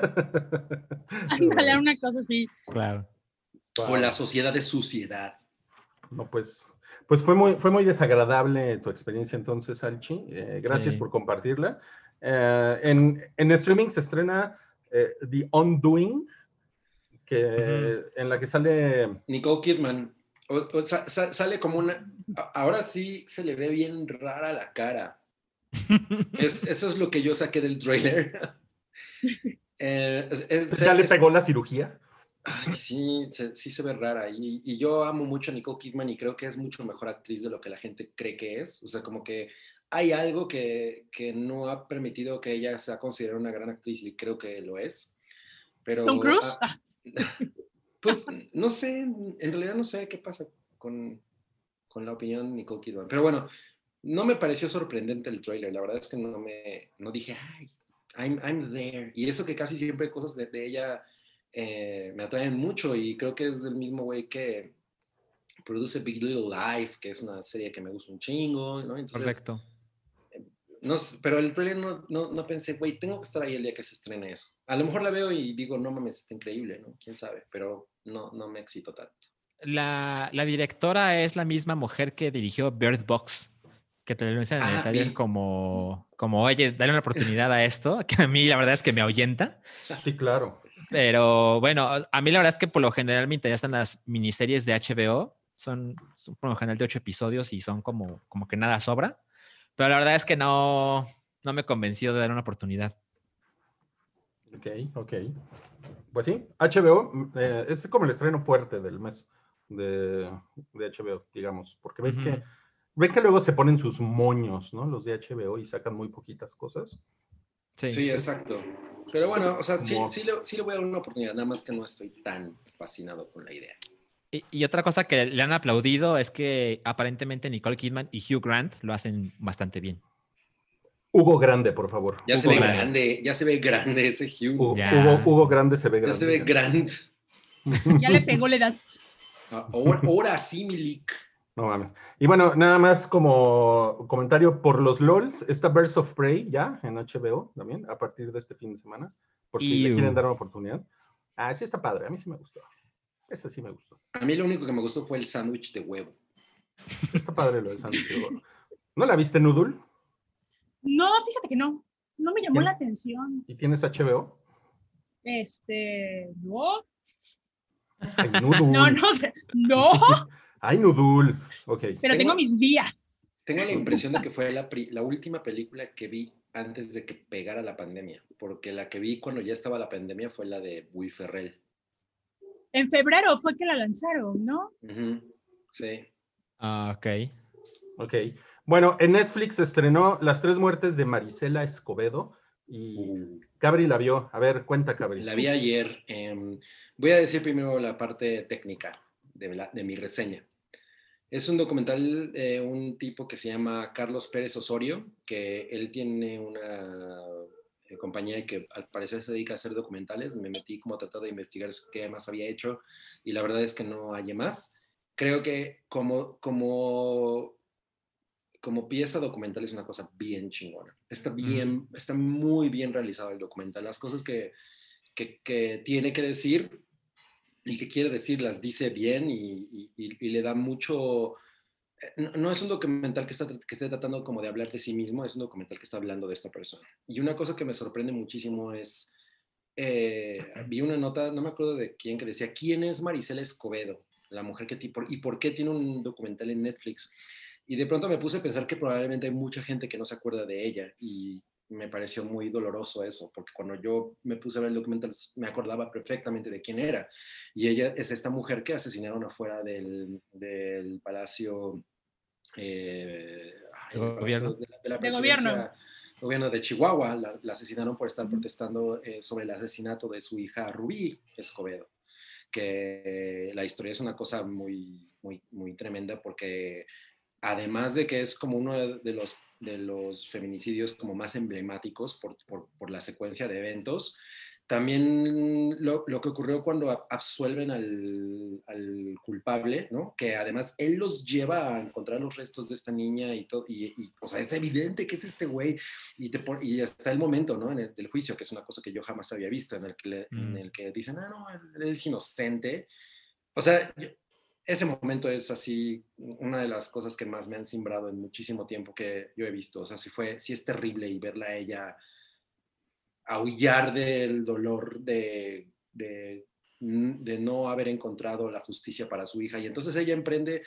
Ándale, una cosa así.
Claro.
o la
Wow.
Sociedad de Suciedad.
No, pues, pues fue muy, fue muy desagradable tu experiencia entonces, Alchi. Eh, gracias
Sí.
por compartirla. Eh, en, en streaming se estrena eh, The Undoing, que,
Ujú.
en la que sale...
Nicole Kidman. O, o, sa, sa, sale como una... Ahora sí se le ve bien rara la cara. Es, eso es lo que yo saqué del trailer. eh, es, es,
¿Ya le
es,
pegó la cirugía?
ay, sí, se, sí se ve rara. Y, y yo amo mucho a Nicole Kidman y creo que es mucho mejor actriz de lo que la gente cree que es. O sea, como que hay algo que, que no ha permitido que ella sea considerada una gran actriz y creo que lo es.
Tom
Pero,
Cruise.
ah, pues, no sé, en realidad no sé qué pasa con, con la opinión de Nicole Kidman. Pero bueno, no me pareció sorprendente el trailer. La verdad es que no me, no dije, ay, I'm, I'm there. Y eso que casi siempre cosas de, de ella eh, me atraen mucho y creo que es del mismo güey que produce Big Little Lies, que es una serie que me gusta un chingo, ¿no? Entonces,
Correcto.
no, pero el trailer no, no, no pensé, güey, tengo que estar ahí el día que se estrene eso. A lo mejor la veo y digo, no mames, está increíble, ¿no? Quién sabe, pero no, no me excito tanto.
La, la directora es la misma mujer que dirigió Bird Box, que te lo anuncian en el
Ah,
trailer
vi.
como, como, oye, dale una oportunidad a esto, que a mí la verdad es que me ahuyenta.
Sí, claro.
Pero bueno, a mí la verdad es que por lo general me interesan las miniseries de H B O. Son, son por lo general de ocho episodios y son como, como que nada sobra. Pero la verdad es que no, no me convenció de dar una oportunidad.
Ok, ok. Pues sí, H B O eh, es como el estreno fuerte del mes de, de H B O, digamos, porque ven
Ujú.
que, ven que luego se ponen sus moños, ¿no? Los de H B O y sacan muy poquitas cosas.
Sí.
Sí,
Es
exacto. Pero bueno, o sea, sí,
como,
sí, le, sí le voy a dar una oportunidad, nada más que no estoy tan fascinado con la idea.
Y, y otra cosa que le han aplaudido es que aparentemente Nicole Kidman y Hugh Grant lo hacen bastante bien.
Hugo Grande, por favor.
Ya
Hugo
se ve
Grande.
grande, ya se ve grande ese Hugo.
Hugo,
Ya.
Hugo, Hugo Grande se ve
Ya
grande.
se ve grande.
Ya le pegó la edad.
Ah, Ahora, ahora sí, Milik.
No mames. Y bueno, nada más como comentario por los LOLs, está Birds of Prey ya en H B O también, a partir de este fin de semana, por si le
Ew.
quieren dar una oportunidad. Ah, sí está padre, a mí sí me gustó. Ese sí me gustó.
A mí lo único que me gustó fue el sándwich de huevo.
Está padre lo de sándwich de huevo. ¿No la viste, Noodle?
No, fíjate que no. No me llamó
¿Quién?
la atención.
¿Y tienes H B O?
Este, no.
Ay, Noodle.
No, no, no.
Ay, Noodle. Ok.
Pero
Tengo-
tengo mis vías.
Tengo la impresión de que fue la, pri- la última película que vi antes de que pegara la pandemia, porque la que vi cuando ya estaba la pandemia fue la de Will Ferrell.
En febrero fue que la lanzaron, ¿no?
Ujú, sí.
Ah, ok.
Ok. Bueno, en Netflix se estrenó Las tres muertes de Marisela Escobedo y
Uh,
Cabri la vio. A ver, cuenta, Cabri.
la vi ayer. em, voy a decir primero la parte técnica de, la- de mi reseña. Es un documental de un tipo que se llama Carlos Pérez Osorio, que él tiene una eh, compañía que al parecer se dedica a hacer documentales. Me metí como a tratar de investigar qué más había hecho y la verdad es que no hay más. Creo que como, como, como pieza documental es una cosa bien chingona. Está bien, está muy bien realizado el documental. Las cosas que, que, que tiene que decir y que quiere decir las dice bien y, y, y le da mucho... No, no es un documental que, está, que esté tratando como de hablar de sí mismo, es un documental que está hablando de esta persona. Y una cosa que me sorprende muchísimo es, eh, vi una nota, no me acuerdo de quién, que decía, ¿quién es Marisela Escobedo? La mujer que tipo, y por qué tiene un documental en Netflix. Y de pronto me puse a pensar que probablemente hay mucha gente que no se acuerda de ella y me pareció muy doloroso eso, porque cuando yo me puse a ver el documental me acordaba perfectamente de quién era. Y ella es esta mujer que asesinaron afuera del, del Palacio, eh, ay,
¿De
el Palacio
gobierno?
de la, de la
De gobierno.
Presidencia, gobierno de Chihuahua. La, la asesinaron por estar protestando eh, sobre el asesinato de su hija Rubí Escobedo, que la historia es una cosa muy, muy, muy tremenda porque además de que es como uno de los, de los feminicidios como más emblemáticos por, por, por la secuencia de eventos, también lo, lo que ocurrió cuando absuelven al, al culpable, ¿no? Que además él los lleva a encontrar los restos de esta niña y todo, y, y o sea, es evidente que es este güey, y, te pon, y hasta el momento, ¿no? En el del juicio, que es una cosa que yo jamás había visto, en el que, le, mm. en el que dicen, ah, no, él es inocente. O sea, yo, ese momento es así una de las cosas que más me han simbrado en muchísimo tiempo que yo he visto. O sea, sí, fue, sí es terrible y verla a ella aullar del dolor de, de, de no haber encontrado la justicia para su hija. Y entonces ella emprende,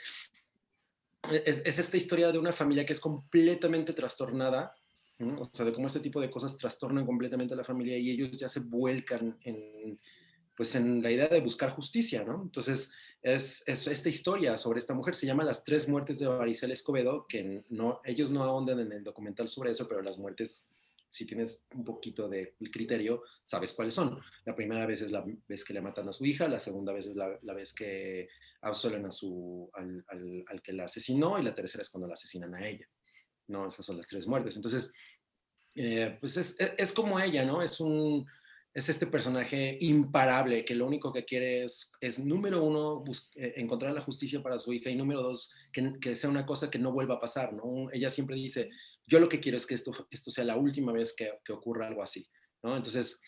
es, es esta historia de una familia que es completamente trastornada, ¿no? O sea, de cómo este tipo de cosas trastornan completamente a la familia y ellos ya se vuelcan en, pues en la idea de buscar justicia, ¿no? Entonces, es, es esta historia sobre esta mujer, se llama Las tres muertes de Marisela Escobedo, que no, ellos no ahondan en el documental sobre eso, pero las muertes, si tienes un poquito de criterio, sabes cuáles son. La primera vez es la vez que le matan a su hija, la segunda vez es la, la vez que absuelven a su, al, al, al que la asesinó, y la tercera es cuando la asesinan a ella, ¿no? Esas son las tres muertes. Entonces, eh, pues es, es como ella, ¿no? Es un... es este personaje imparable que lo único que quiere es, es número uno, eh, encontrar la justicia para su hija y número dos, que, que sea una cosa que no vuelva a pasar, ¿no? Ella siempre dice, yo lo que quiero es que esto, esto sea la última vez que, que ocurra algo así, ¿no? Entonces,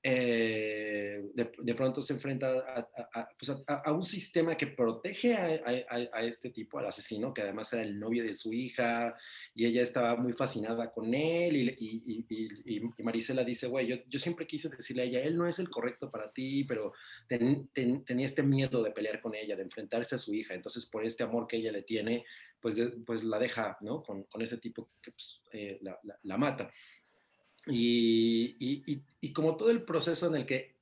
eh, de, de pronto se enfrenta a, a, a, pues a, a un sistema que protege a, a, a este tipo, al asesino, que además era el novio de su hija, y ella estaba muy fascinada con él, y, y, y, y Marisela dice, güey, yo, yo siempre quise decirle a ella, él no es el correcto para ti, pero ten, ten, tenía este miedo de pelear con ella, de enfrentarse a su hija, entonces por este amor que ella le tiene, pues, de, pues la deja, ¿no? Con, con ese tipo que pues, eh, la, la, la mata. Y, y, y, y como todo el proceso en el que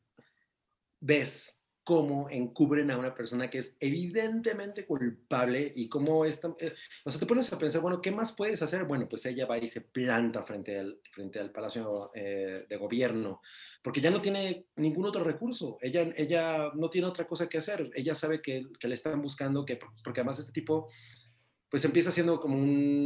ves cómo encubren a una persona que es evidentemente culpable y cómo esta, eh, o sea, te pones a pensar, bueno, ¿qué más puedes hacer? Bueno, pues ella va y se planta frente al, frente al Palacio eh, de Gobierno, porque ya no tiene ningún otro recurso, ella, ella no tiene otra cosa que hacer, ella sabe que, que le están buscando, que, porque además este tipo pues empieza siendo como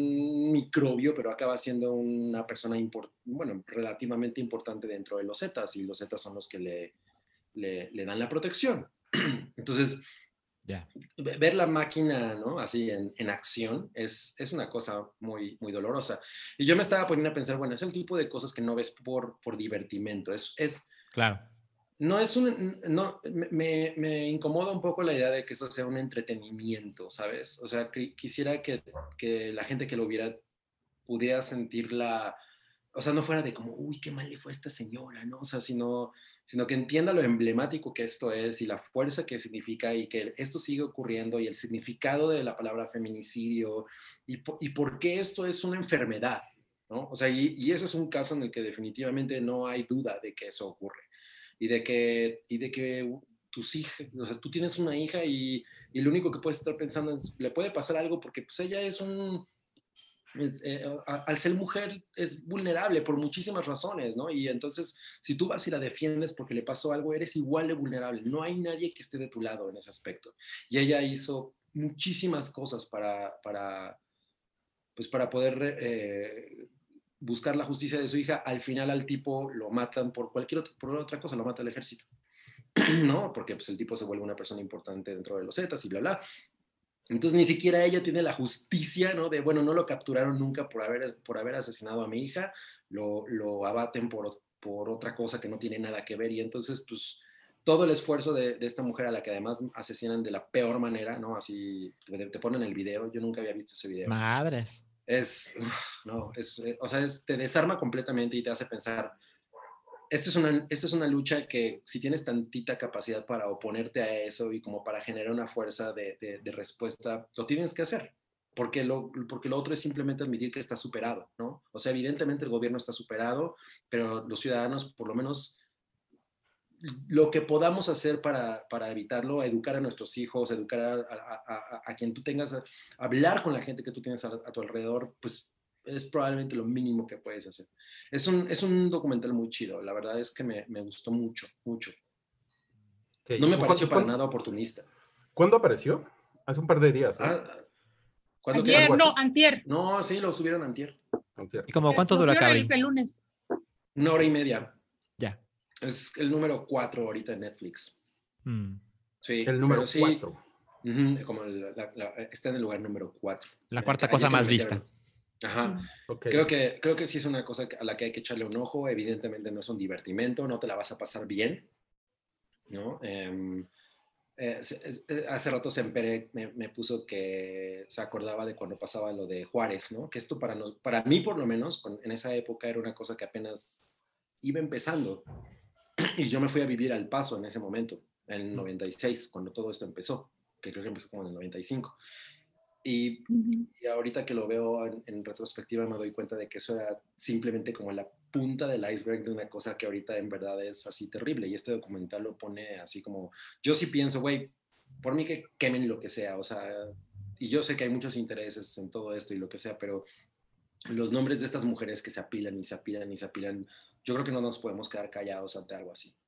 un microbio, pero acaba siendo una persona, import, bueno, relativamente importante dentro de los Zetas, y los Zetas son los que le, le, le dan la protección. Entonces,
Yeah.
ver la máquina, ¿no? Así en, en acción es, es una cosa muy, muy dolorosa. Y yo me estaba poniendo a pensar, bueno, es el tipo de cosas que no ves por, por divertimento. Es, es,
Claro.
no es un, no, me, me incomoda un poco la idea de que eso sea un entretenimiento, ¿sabes? O sea, quisiera que, que la gente que lo viera pudiera sentir la, o sea, no fuera de como, uy, qué mal le fue a esta señora, ¿no? O sea, sino, sino que entienda lo emblemático que esto es y la fuerza que significa y que esto sigue ocurriendo y el significado de la palabra feminicidio y, y por qué esto es una enfermedad, ¿no? O sea, y, y ese es un caso en el que definitivamente no hay duda de que eso ocurre y de que, y de que tus hijas, o sea, tú tienes una hija y, y lo único que puedes estar pensando es, le puede pasar algo porque pues ella es un... Es, eh, al ser mujer es vulnerable por muchísimas razones, ¿no? Y entonces, si tú vas y la defiendes porque le pasó algo, eres igual de vulnerable. No hay nadie que esté de tu lado en ese aspecto. Y ella hizo muchísimas cosas para, para, pues para poder eh, buscar la justicia de su hija. Al final al tipo lo matan por cualquier otra, por otra cosa, lo mata el ejército, ¿no? Porque pues, el tipo se vuelve una persona importante dentro de los Zetas y bla, bla. Entonces ni siquiera ella tiene la justicia, ¿no? De, bueno, no lo capturaron nunca por haber, por haber asesinado a mi hija, lo, lo abaten por, por otra cosa que no tiene nada que ver. Y entonces, pues, todo el esfuerzo de, de esta mujer a la que además asesinan de la peor manera, ¿no? Así, te, te ponen el video, yo nunca había visto ese video.
Madres.
Es, no, es, o sea, es, te desarma completamente y te hace pensar, Esto es, una, esto es una lucha que si tienes tantita capacidad para oponerte a eso y como para generar una fuerza de, de, de respuesta, lo tienes que hacer. Porque lo, porque lo otro es simplemente admitir que está superado, ¿no? O sea, evidentemente el gobierno está superado, pero los ciudadanos, por lo menos, lo que podamos hacer para, para evitarlo, educar a nuestros hijos, educar a, a, a, a quien tú tengas, a, hablar con la gente que tú tienes a, a tu alrededor, pues es probablemente lo mínimo que puedes hacer. Es un, es un documental muy chido, la verdad es que me, me gustó mucho, mucho. Okay. No me pareció para nada oportunista.
¿Cuándo apareció? Hace un par de días. ¿eh?
Ah,
¿cuándo ayer, no, antier.
No, sí, lo subieron antier.
antier.
¿Y como cuánto dura, Cabri?
El, el lunes.
Una hora y media.
Ya.
Es el número cuatro ahorita en Netflix.
Mm.
Sí,
el número sí, cuatro.
Uh-huh, como la, la, la, está en el lugar número cuatro.
La cuarta cosa más vista.
Ajá. Sí. Okay. Creo, que, creo que sí es una cosa a la que hay que echarle un ojo. Evidentemente no es un divertimento, no te la vas a pasar bien, ¿no? Eh, eh, eh, hace rato Sempere me, me puso que se acordaba de cuando pasaba lo de Juárez, ¿no? Que esto para, nos, para mí, por lo menos, con, en esa época era una cosa que apenas iba empezando. Y yo me fui a vivir al Paso en ese momento, en el noventa y seis, cuando todo esto empezó, que creo que empezó como en el noventa y cinco. Y, uh-huh. y ahorita que lo veo en, en retrospectiva me doy cuenta de que eso era simplemente como la punta del iceberg de una cosa que ahorita en verdad es así terrible. Y este documental lo pone así como, yo sí pienso, güey, por mí que quemen lo que sea, o sea, y yo sé que hay muchos intereses en todo esto y lo que sea, pero los nombres de estas mujeres que se apilan y se apilan y se apilan, yo creo que no nos podemos quedar callados ante algo así.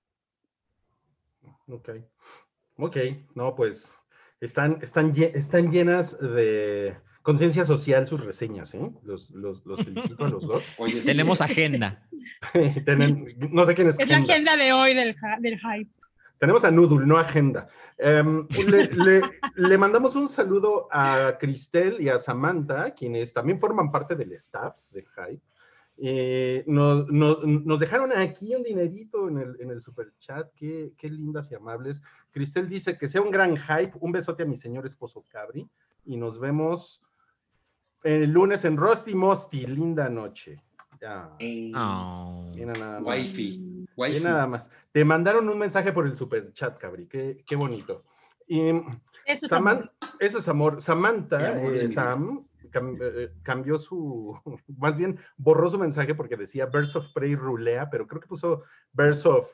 Ok, ok, no, pues están, están, están llenas de conciencia social sus reseñas, ¿eh? Los, los, los felicito a los dos.
Oye, tenemos sí. agenda.
Tienen, no sé quién es.
Es agenda. La agenda de hoy del, del hype.
Tenemos a Noodle, no agenda. Um, le, le, le mandamos un saludo a Cristel y a Samantha, quienes también forman parte del staff del hype. Eh, nos, nos, nos dejaron aquí un dinerito en el, en el super chat, qué, qué lindas y amables. Cristel dice que sea un gran hype, un besote a mi señor esposo Cabri, y nos vemos el lunes en Rosti Mosti, linda noche. Ya.
Oh.
Nada más.
Wifi.
Y nada más. Te mandaron un mensaje por el super chat, Cabri, qué, qué bonito. Y,
eso, es
Saman,
amor.
eso es amor. Samantha,
amor
eh, Sam, cam, eh, cambió su, más bien borró su mensaje porque decía Birds of Prey rulea, pero creo que puso Birds of...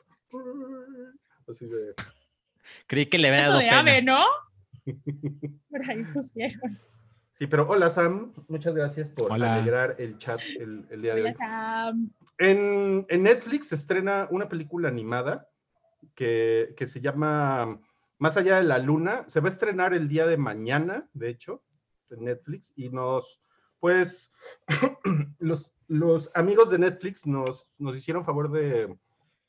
Así de...
Creí que le había
eso
dado
de
pena.
ave, ¿no? Por ahí pusieron.
Sí, pero hola Sam, muchas gracias por
hola.
alegrar el chat el, el día
hola,
de hoy.
Sam.
En, en Netflix se estrena una película animada que, que se llama Más allá de la luna. Se va a estrenar el día de mañana, de hecho. en Netflix y nos, pues, los, los amigos de Netflix nos, nos hicieron favor de,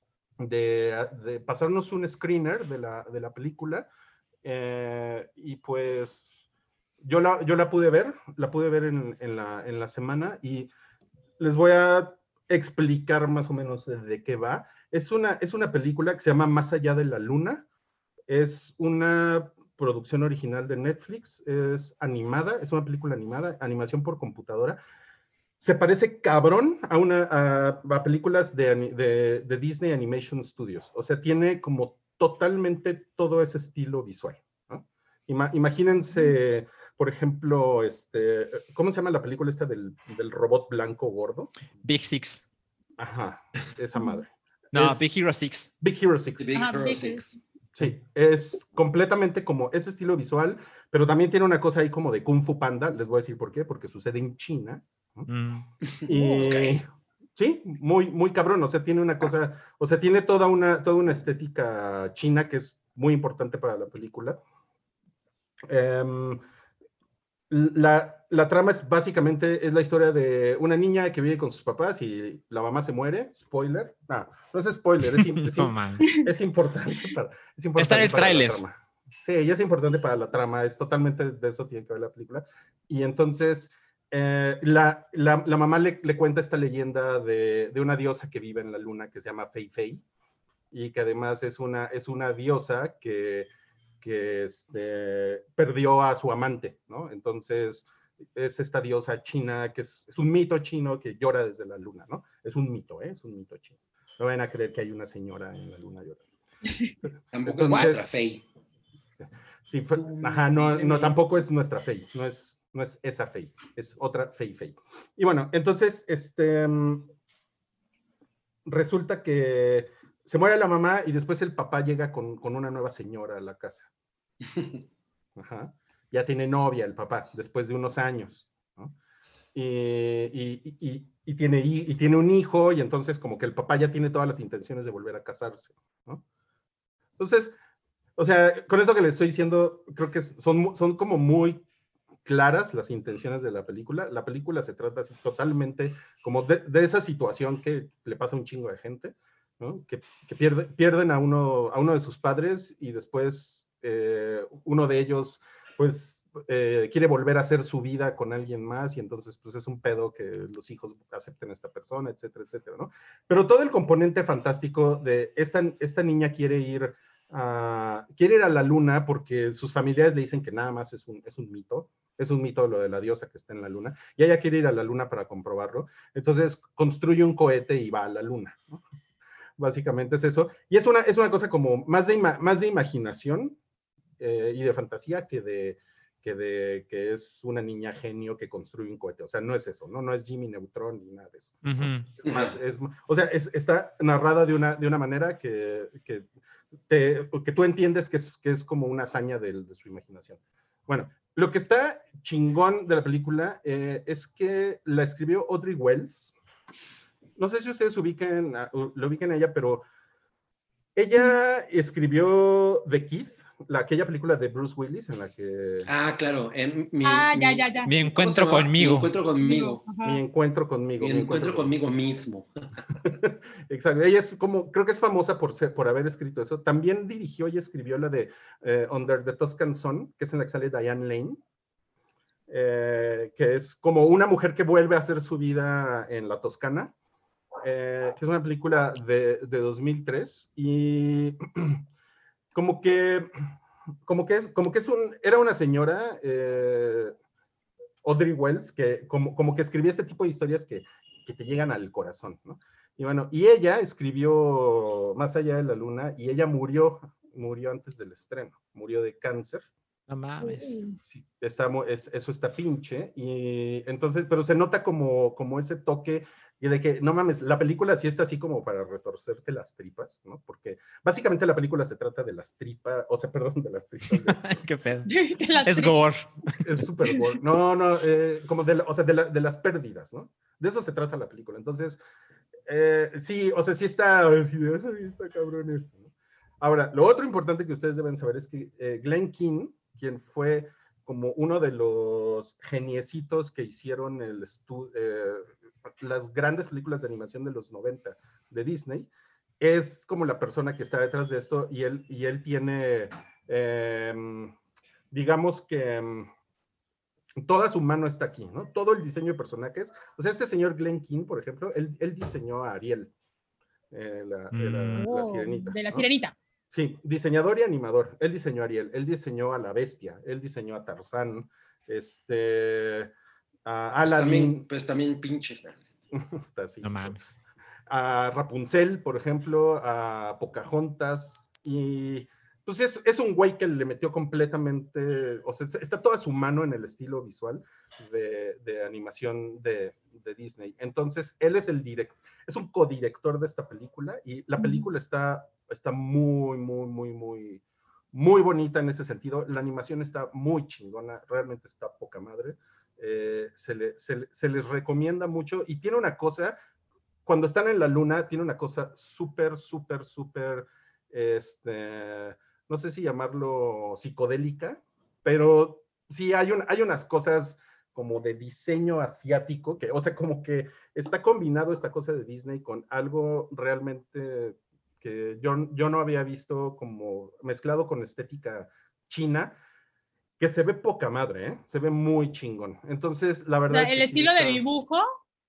de, de pasarnos un screener de la, de la película eh, y pues yo la, yo la pude ver, la pude ver en, en, la, en la semana y les voy a explicar más o menos de, de qué va. Es una, es una película que se llama Más allá de la luna. Es una producción original de Netflix. Es animada, es una película animada, animación por computadora. Se parece cabrón a, una, a, a películas de, de, de Disney Animation Studios. O sea, tiene como totalmente todo ese estilo visual, ¿no? Ima, imagínense... Por ejemplo, este, ¿cómo se llama la película esta del, del robot blanco gordo?
Big Six.
Ajá, esa madre.
No,
es
Big Hero Six.
Big Hero Six.
Big
Ajá,
Hero
Big
Six.
Sí, es completamente como ese estilo visual, pero también tiene una cosa ahí como de Kung Fu Panda. Les voy a decir por qué, porque sucede en China, ¿no?
Mm.
Y
Okay.
sí, muy, muy cabrón. O sea, tiene una cosa, o sea, tiene toda una, toda una estética china que es muy importante para la película. Um, La, la trama es básicamente es la historia de una niña que vive con sus papás y la mamá se muere. Spoiler. No, no es spoiler, es, es,
No, man.
es importante para, es importante
Está en el
para
tráiler.
la trama. Sí, y es importante para la trama, es totalmente de eso tiene que ver la película. Y entonces eh, la, la, la mamá le, le cuenta esta leyenda de, de una diosa que vive en la luna que se llama Fei Fei y que además es una, es una diosa que que este, perdió a su amante, ¿no? Entonces, es esta diosa china, que es, es un mito chino que llora desde la luna, ¿no? Es un mito, ¿eh? Es un mito chino. No van a creer que hay una señora en la luna llorando.
Tampoco
Entonces,
es nuestra Fey.
Sí, fue, ajá, no, no, tampoco es nuestra Fey, no es, no es esa Fey, es otra Fey Fey. Y bueno, entonces, este, resulta que se muere la mamá y después el papá llega con, con una nueva señora a la casa. Ajá. Ya tiene novia el papá, después de unos años, ¿no? Y, y, y, y, tiene, y tiene un hijo, y entonces como que el papá ya tiene todas las intenciones de volver a casarse, ¿no? Entonces, o sea, con esto que les estoy diciendo, creo que son, son como muy claras las intenciones de la película. La película se trata así totalmente como de, de esa situación que le pasa a un chingo de gente, ¿no? Que, que pierde, pierden a uno, a uno de sus padres y después eh, uno de ellos pues eh, quiere volver a hacer su vida con alguien más y entonces pues es un pedo que los hijos acepten a esta persona, etcétera, etcétera, ¿no? Pero todo el componente fantástico de esta, esta niña quiere ir, a, quiere ir a la luna porque sus familiares le dicen que nada más es un, es un mito, es un mito lo de la diosa que está en la luna, y ella quiere ir a la luna para comprobarlo, entonces construye un cohete y va a la luna, ¿no? Básicamente es eso, y es una, es una cosa como más de, más de imaginación eh, y de fantasía que de, que de que es una niña genio que construye un cohete, o sea, no es eso, no, no es Jimmy Neutron ni nada de eso, ¿no?
Uh-huh.
Es más, es, o sea, es, está narrada de una, de una manera que, que, te, que tú entiendes que es, que es como una hazaña de, de su imaginación. Bueno, lo que está chingón de la película eh, es que la escribió Audrey Wells. No sé si ustedes ubiquen, lo ubiquen a ella, pero ella escribió The Kid, la, aquella película de Bruce Willis en la que...
Ah, claro. En mi,
ah,
mi,
ya, ya, ya.
Mi encuentro conmigo.
Mi encuentro conmigo.
Ajá.
Mi encuentro conmigo.
Mi,
mi
encuentro,
encuentro
conmigo
conmigo.
mismo.
Exacto. Ella es como, creo que es famosa por, ser, por haber escrito eso. También dirigió y escribió la de eh, Under the Tuscan Sun, que es en la que sale Diane Lane. Eh, que es como una mujer que vuelve a hacer su vida en la Toscana, eh, que es una película de, de dos mil tres, y como que, como que, es, como que es un, era una señora, eh, Audrey Wells, que como, como que escribía ese tipo de historias que, que te llegan al corazón, ¿no? Y bueno, y ella escribió Más allá de la luna, y ella murió, murió antes del estreno, murió de cáncer.
No mames.
Sí, está, es, eso está pinche, y entonces, pero se nota como, como ese toque y de que, no mames, la película sí está así como para retorcerte las tripas, ¿no? Porque básicamente la película se trata de las tripas, o sea, perdón, de las tripas. De,
Qué pedo.
Es
Es gore.
Es súper gore. No, no, eh, como de, la, o sea, de, la, de las pérdidas, ¿no? De eso se trata la película. Entonces, eh, sí, o sea, sí está, sí, está cabrón esto, ¿no? Ahora, lo otro importante que ustedes deben saber es que eh, Glenn Keane, quien fue como uno de los geniecitos que hicieron el estu- eh, las grandes películas de animación de los noventa de Disney. Es como la persona que está detrás de esto y él, y él tiene, eh, digamos que um, toda su mano está aquí, ¿no? Todo el diseño de personajes. O sea, este señor Glenn King, por ejemplo, él, él diseñó a Ariel, eh, la,
Mm.
la,
Oh,
la sirenita.
de la
¿no?
sirenita.
Sí, diseñador y animador. Él diseñó a Ariel, él diseñó a la bestia, él diseñó a Tarzán, este, a
Pues también,
Aladdin.
pues también pinches. ¿no?
Así,
No mames.
a Rapunzel, por ejemplo, a Pocahontas, y pues es, es un güey que le metió completamente, o sea, está toda su mano en el estilo visual de, de animación de, de Disney. Entonces, él es el director, es un codirector de esta película, y la película está, está muy, muy, muy, muy, muy bonita en ese sentido. La animación está muy chingona, realmente está poca madre. Eh, se, le, se, se les recomienda mucho, y tiene una cosa, cuando están en la luna, tiene una cosa súper, súper, súper, este, no sé si llamarlo psicodélica, pero sí hay, un, hay unas cosas como de diseño asiático, que, o sea, como que está combinado esta cosa de Disney con algo realmente que yo, yo no había visto, como mezclado con estética china, que se ve poca madre, ¿eh? Se ve muy chingón. Entonces, la
O
verdad
sea,
es
el
que
estilo
sí
de
está...
dibujo.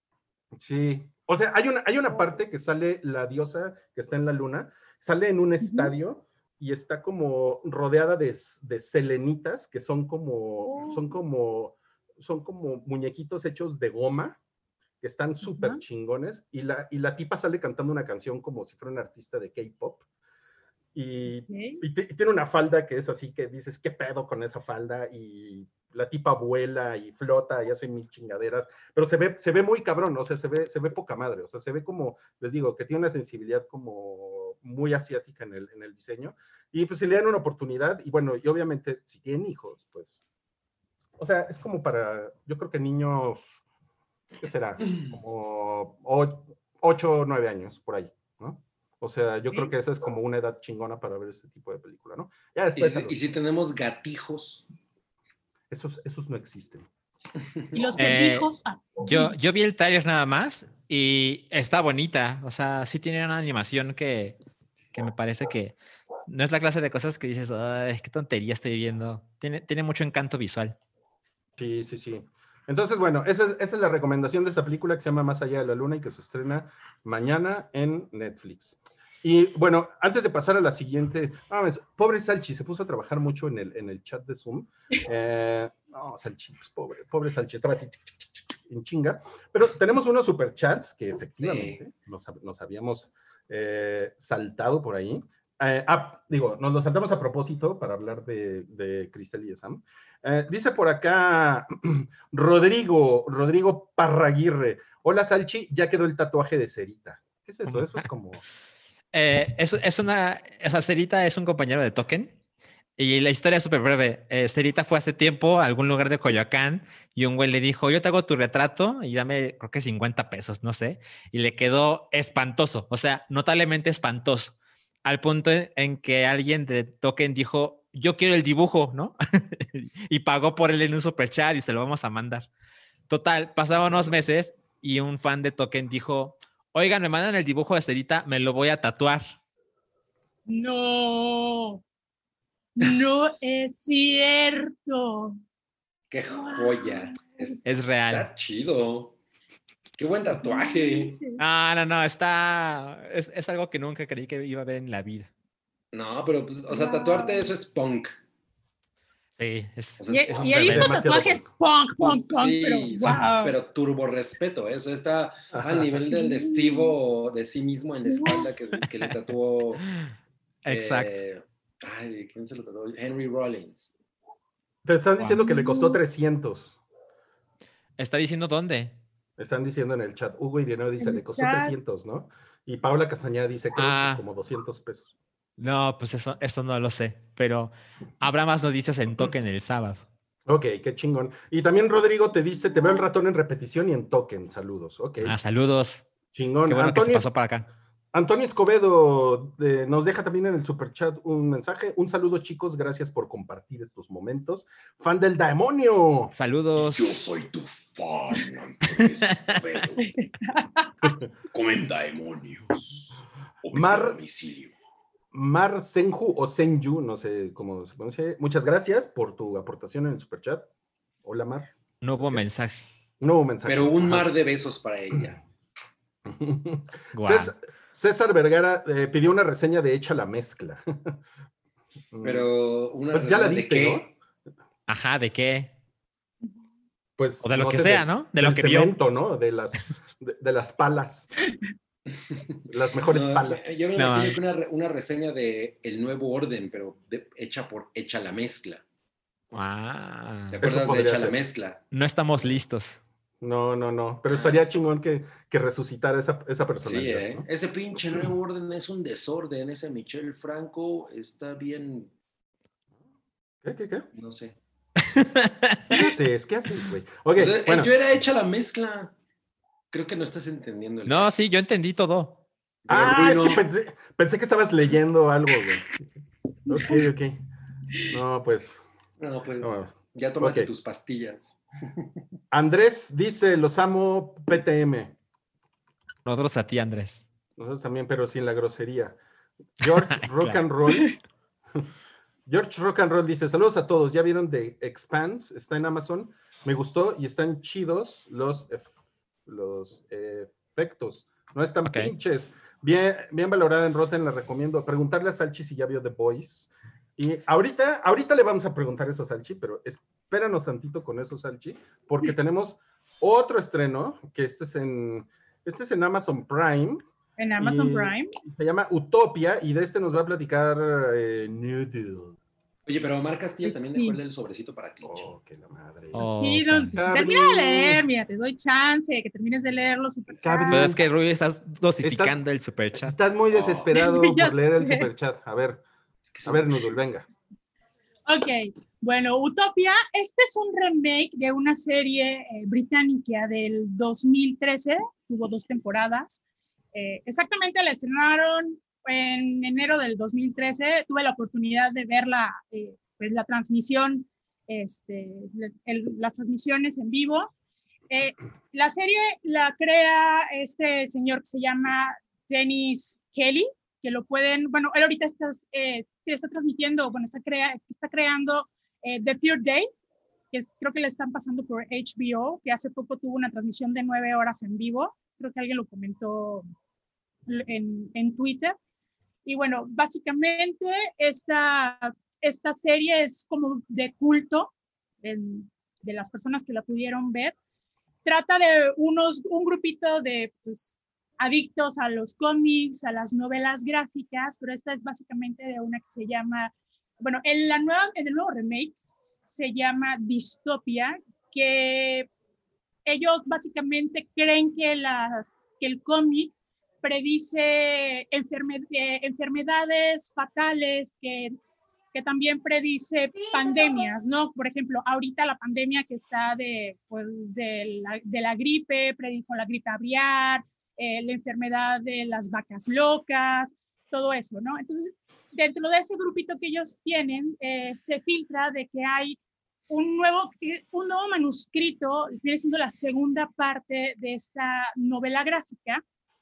Sí, o sea, hay una, hay una parte que sale la diosa que está en la luna, sale en un estadio y está como rodeada de, de selenitas, que son como,
Oh.
son como, son como muñequitos hechos de goma, que están súper
Ajá.
chingones, y la, y la tipa sale cantando una canción como si fuera una artista de K-pop. Y,
Okay.
y, te, y tiene una falda que es así, que dices, ¿qué pedo con esa falda? Y la tipa vuela y flota y hace mil chingaderas, pero se ve, se ve muy cabrón, o sea, se ve, se ve poca madre, o sea, se ve como, les digo, que tiene una sensibilidad como muy asiática en el, en el diseño, y pues si le dan una oportunidad, y bueno, y obviamente si tienen hijos, pues, o sea, es como para, yo creo que niños, ¿qué será? Como ocho o nueve años, por ahí, ¿no? O sea, yo
¿Sí?
creo que esa es como una edad chingona para ver este tipo de película, ¿no? Ya
¿Y
después...
si,
los...
y si tenemos gatijos?
Esos, esos no existen.
Y los
Eh,
pendijos. Ah.
yo, yo vi el trailer nada más y está bonita. O sea, sí tiene una animación que, que me parece que no es la clase de cosas que dices, ay, qué tontería estoy viendo. Tiene, tiene mucho encanto visual.
Sí, sí, sí. Entonces, bueno, esa es, esa es la recomendación de esta película que se llama Más allá de la luna y que se estrena mañana en Netflix. Y bueno, antes de pasar a la siguiente, ah, ves, pobre Salchi, se puso a trabajar mucho en el, en el chat de Zoom. Eh, no, Salchi, pues pobre, pobre Salchi, estaba así en chinga. Pero tenemos unos superchats que efectivamente sí. nos, nos habíamos eh, saltado por ahí. Eh, ah, digo, nos lo saltamos a propósito para hablar de, de Cristel y de Sam. Eh, dice por acá Rodrigo, Rodrigo Parraguirre. Hola Salchi, ya quedó el tatuaje de Cerita. ¿Qué es eso? Eso es como...
Eh, es, es una, esa Cerita es un compañero de Token y la historia es súper breve. Eh, Cerita fue hace tiempo a algún lugar de Coyoacán y un güey le dijo, yo te hago tu retrato y dame, creo que cincuenta pesos, no sé. Y le quedó espantoso, o sea, notablemente espantoso, al punto en que alguien de Token dijo, yo quiero el dibujo, ¿no? Y pagó por él en un superchat y se lo vamos a mandar. Total, pasaron unos meses y un fan de Token dijo, oigan, me mandan el dibujo de Cerita, me lo voy a tatuar.
No, no es cierto.
¡Qué joya!
Es, es real.
Está chido. ¡Qué buen tatuaje!
No, no, no, está... Es, es algo que nunca creí que iba a ver en la vida.
No, pero, pues, o sea, tatuarte eso es punk.
Sí, es,
o sea,
y,
es
y he visto tatuajes punk, punk, punk,
sí,
pero
sí,
wow.
pero turbo respeto, eso está al nivel sí. del Estivo de sí mismo en la espalda que, que le tatuó.
Exacto.
Eh, ay, ¿quién se lo tatuó? Henry Rollins.
Te están wow. diciendo que le costó trescientos.
¿Está diciendo dónde?
Están diciendo en el chat. Hugo Ireneo dice, le costó chat. trescientos, ¿no? Y Paula Castañeda dice, creo ah. que como doscientos pesos.
No, pues eso, eso no lo sé, pero habrá más noticias en Token el sábado.
Ok, qué chingón. Y también Rodrigo te dice, te veo el ratón en repetición y en Token. Saludos. Ok.
Ah, saludos.
Chingón.
Qué bueno
Antonio,
que se pasó para acá.
Antonio Escobedo eh, nos deja también en el superchat un mensaje. Un saludo, chicos, gracias por compartir estos momentos. Fan del demonio.
Saludos.
Yo soy tu fan, Antonio Escobedo. Comen demonios. O pide
Mar-
a domicilio.
Mar Senju o Senju, no sé cómo se pronuncia. Muchas gracias por tu aportación en el superchat. Hola, Mar.
No hubo
Gracias.
mensaje.
No hubo mensaje.
Pero un
Ajá.
mar de besos para ella.
Guau.
César, César Vergara eh, pidió una reseña de Hecha la Mezcla.
Pero una
Pues ya la
reseña
diste,
de qué?
Ajá, ¿de qué?
Pues,
O de lo
no
que
sé,
sea, ¿no? De lo
del
que vio.
cemento, ¿no? De las, de, de las palas. Las mejores
No,
palas.
yo me
No.
imagino que una, re- una reseña de El Nuevo Orden, pero de- hecha por Hecha la Mezcla.
Ah,
¿Te
Eso
acuerdas de
podría
Hecha la
ser.
Mezcla?
no estamos listos.
No, no, no. Pero
Ah,
estaría
pues,
chingón que, que resucitara esa, esa
Sí,
personalidad,
¿eh?
¿no?
Ese pinche Nuevo Orden es un desorden. Ese Michel Franco está bien,
¿Qué, qué, qué?
no sé.
¿Qué haces? ¿Qué haces, güey? Ok,
Pues, eh,
bueno.
Yo era Hecha la Mezcla. Creo que no estás entendiendo el...
No, sí, yo entendí todo.
Pero
Ah,
Rui
es
no.
que pensé, pensé que estabas leyendo algo, güey. Ok, ok. No, pues.
No, pues
No,
ya tómate
ok.
tus pastillas.
Andrés dice, los amo P T M.
Nosotros a ti, Andrés.
Nosotros también, pero sin la grosería. George Rock
Claro.
and Roll. George Rock and Roll dice, saludos a todos. ¿Ya vieron The Expanse? Está en Amazon. Me gustó y están chidos los, ef- los efectos. No están
Ok.
pinches. Bien, bien valorada en Rotten, la recomiendo. Preguntarle a Salchi si ya vio The Boys. Y ahorita, ahorita le vamos a preguntar eso a Salchi, pero espéranos tantito con eso, Salchi, porque tenemos otro estreno, que este es en, este es en Amazon Prime.
En Amazon
y
Prime.
Se llama Utopia, y de este nos va a platicar eh, Noodle.
Oye, pero Omar Castilla
Pues
también
sí.
dejó el sobrecito para Cliché.
Oh, que la madre.
Oh,
Sí, no,
cabrón.
Cabrón.
termina de leer, mira, te doy chance de que termines de leerlo. Super
Cabrón.
Pero es que Rui estás dosificando el superchat.
Estás muy desesperado
Sí, ya
por leer el
sé.
superchat. A ver,
Es que
a
sí.
ver, Noodle, venga.
Ok, bueno, Utopia, este es un remake de una serie eh, británica del dos mil trece, tuvo dos temporadas. Eh, exactamente la estrenaron en enero del dos mil trece, tuve la oportunidad de ver la, eh, pues, la transmisión, este, el, las transmisiones en vivo. Eh, la serie la crea este señor que se llama Dennis Kelly, que lo pueden, bueno, él ahorita está, eh, está transmitiendo, bueno, está, crea, está creando eh, The Third Day, que es, creo que le están pasando por H B O, que hace poco tuvo una transmisión de nueve horas en vivo, creo que alguien lo comentó en, en Twitter. Y bueno, básicamente esta, esta serie es como de culto de, de las personas que la pudieron ver. Trata de unos, un grupito de pues, adictos a los cómics, a las novelas gráficas, pero esta es básicamente de una que se llama, bueno, en, la nueva, en el nuevo remake se llama Distopia, que ellos básicamente creen que, las, que el cómic predice enferme, eh, enfermedades fatales, que, que también predice pandemias, ¿no? Por ejemplo, ahorita la pandemia que está de, pues, de, la, de la gripe, predijo la gripe aviar, eh, la enfermedad de las vacas locas, todo eso, ¿no? Entonces, dentro de ese grupito que ellos tienen, eh, se filtra de que hay un nuevo, un nuevo manuscrito, viene siendo la segunda parte de esta novela gráfica,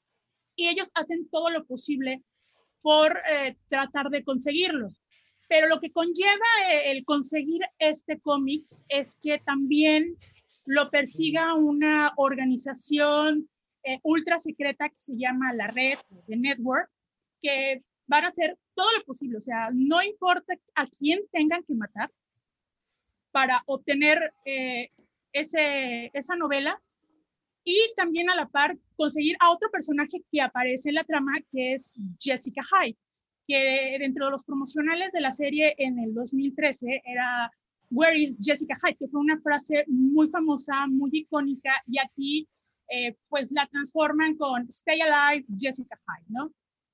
y ellos hacen todo lo posible por eh, tratar de conseguirlo. Pero lo que conlleva el conseguir este cómic es que también lo persiga una organización eh, ultra secreta que se llama la Red, The Network, que van a hacer todo lo posible, o sea, no importa a quién tengan que matar para obtener eh, ese, esa novela, y también a la par conseguir a otro personaje que aparece en la trama, que es Jessica Hyde, que dentro de los promocionales de la serie en el dos mil trece era "Where is Jessica Hyde?", que fue una frase muy famosa, muy icónica, y aquí eh, pues la transforman con "Stay Alive, Jessica Hyde", ¿no?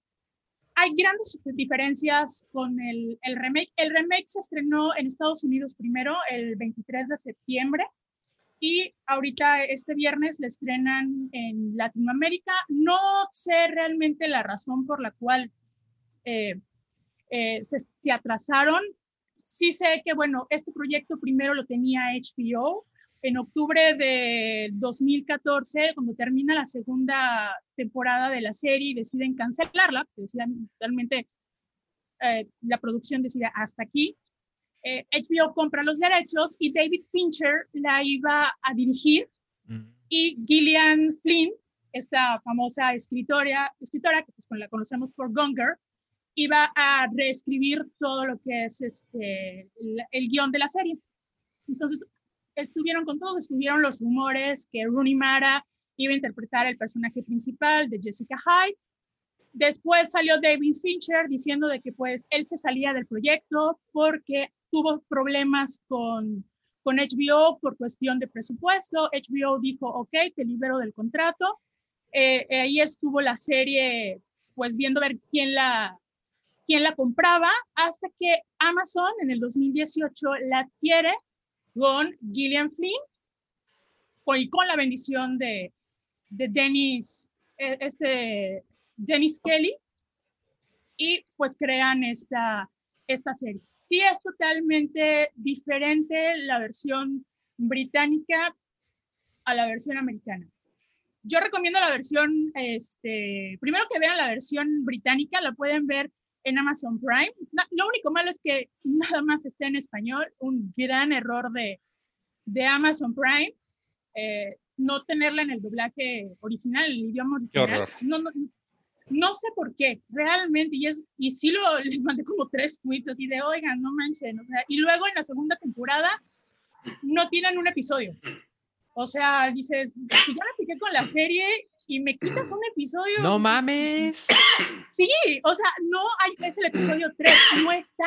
Hay grandes diferencias con el, el remake. El remake se estrenó en Estados Unidos primero, el veintitrés de septiembre, y ahorita este viernes la estrenan en Latinoamérica. No sé realmente la razón por la cual eh, eh, se, se atrasaron. Sí sé que, bueno, este proyecto primero lo tenía H B O. En octubre de dos mil catorce, cuando termina la segunda temporada de la serie y deciden cancelarla, porque deciden realmente eh, la producción decide hasta aquí, eh, H B O compra los derechos y David Fincher la iba a dirigir mm. y Gillian Flynn, esta famosa escritora, escritora que pues, la conocemos por Gone Girl, iba a reescribir todo lo que es este, el, el guión de la serie. Entonces, estuvieron con todo, estuvieron los rumores que Rooney Mara iba a interpretar el personaje principal de Jessica Hyde. Después salió David Fincher diciendo de que pues él se salía del proyecto porque tuvo problemas con, con H B O por cuestión de presupuesto. H B O dijo, ok, te libero del contrato. Eh, eh, ahí estuvo la serie pues viendo ver quién la, quién la compraba, hasta que Amazon en el dos mil dieciocho la adquiere con Gillian Flynn y con la bendición de, de Dennis, este, Dennis Kelly, y pues crean esta, esta serie. Sí es totalmente diferente la versión británica a la versión americana. Yo recomiendo la versión, este, primero que vean la versión británica, la pueden ver en Amazon Prime. No, lo único malo es que nada más está en español, un gran error de, de Amazon Prime, eh, no tenerla en el doblaje original, el idioma original.
Qué horror.
No, no, no sé por qué, realmente, y, es, y sí lo, les mandé como tres tweets así de, oigan, no manchen, o sea, y luego en la segunda temporada no tienen un episodio. O sea, dices, si ya me piqué con la serie y me quitas un episodio.
¡No mames!
Sí, o sea, no hay, es el episodio tres, no está.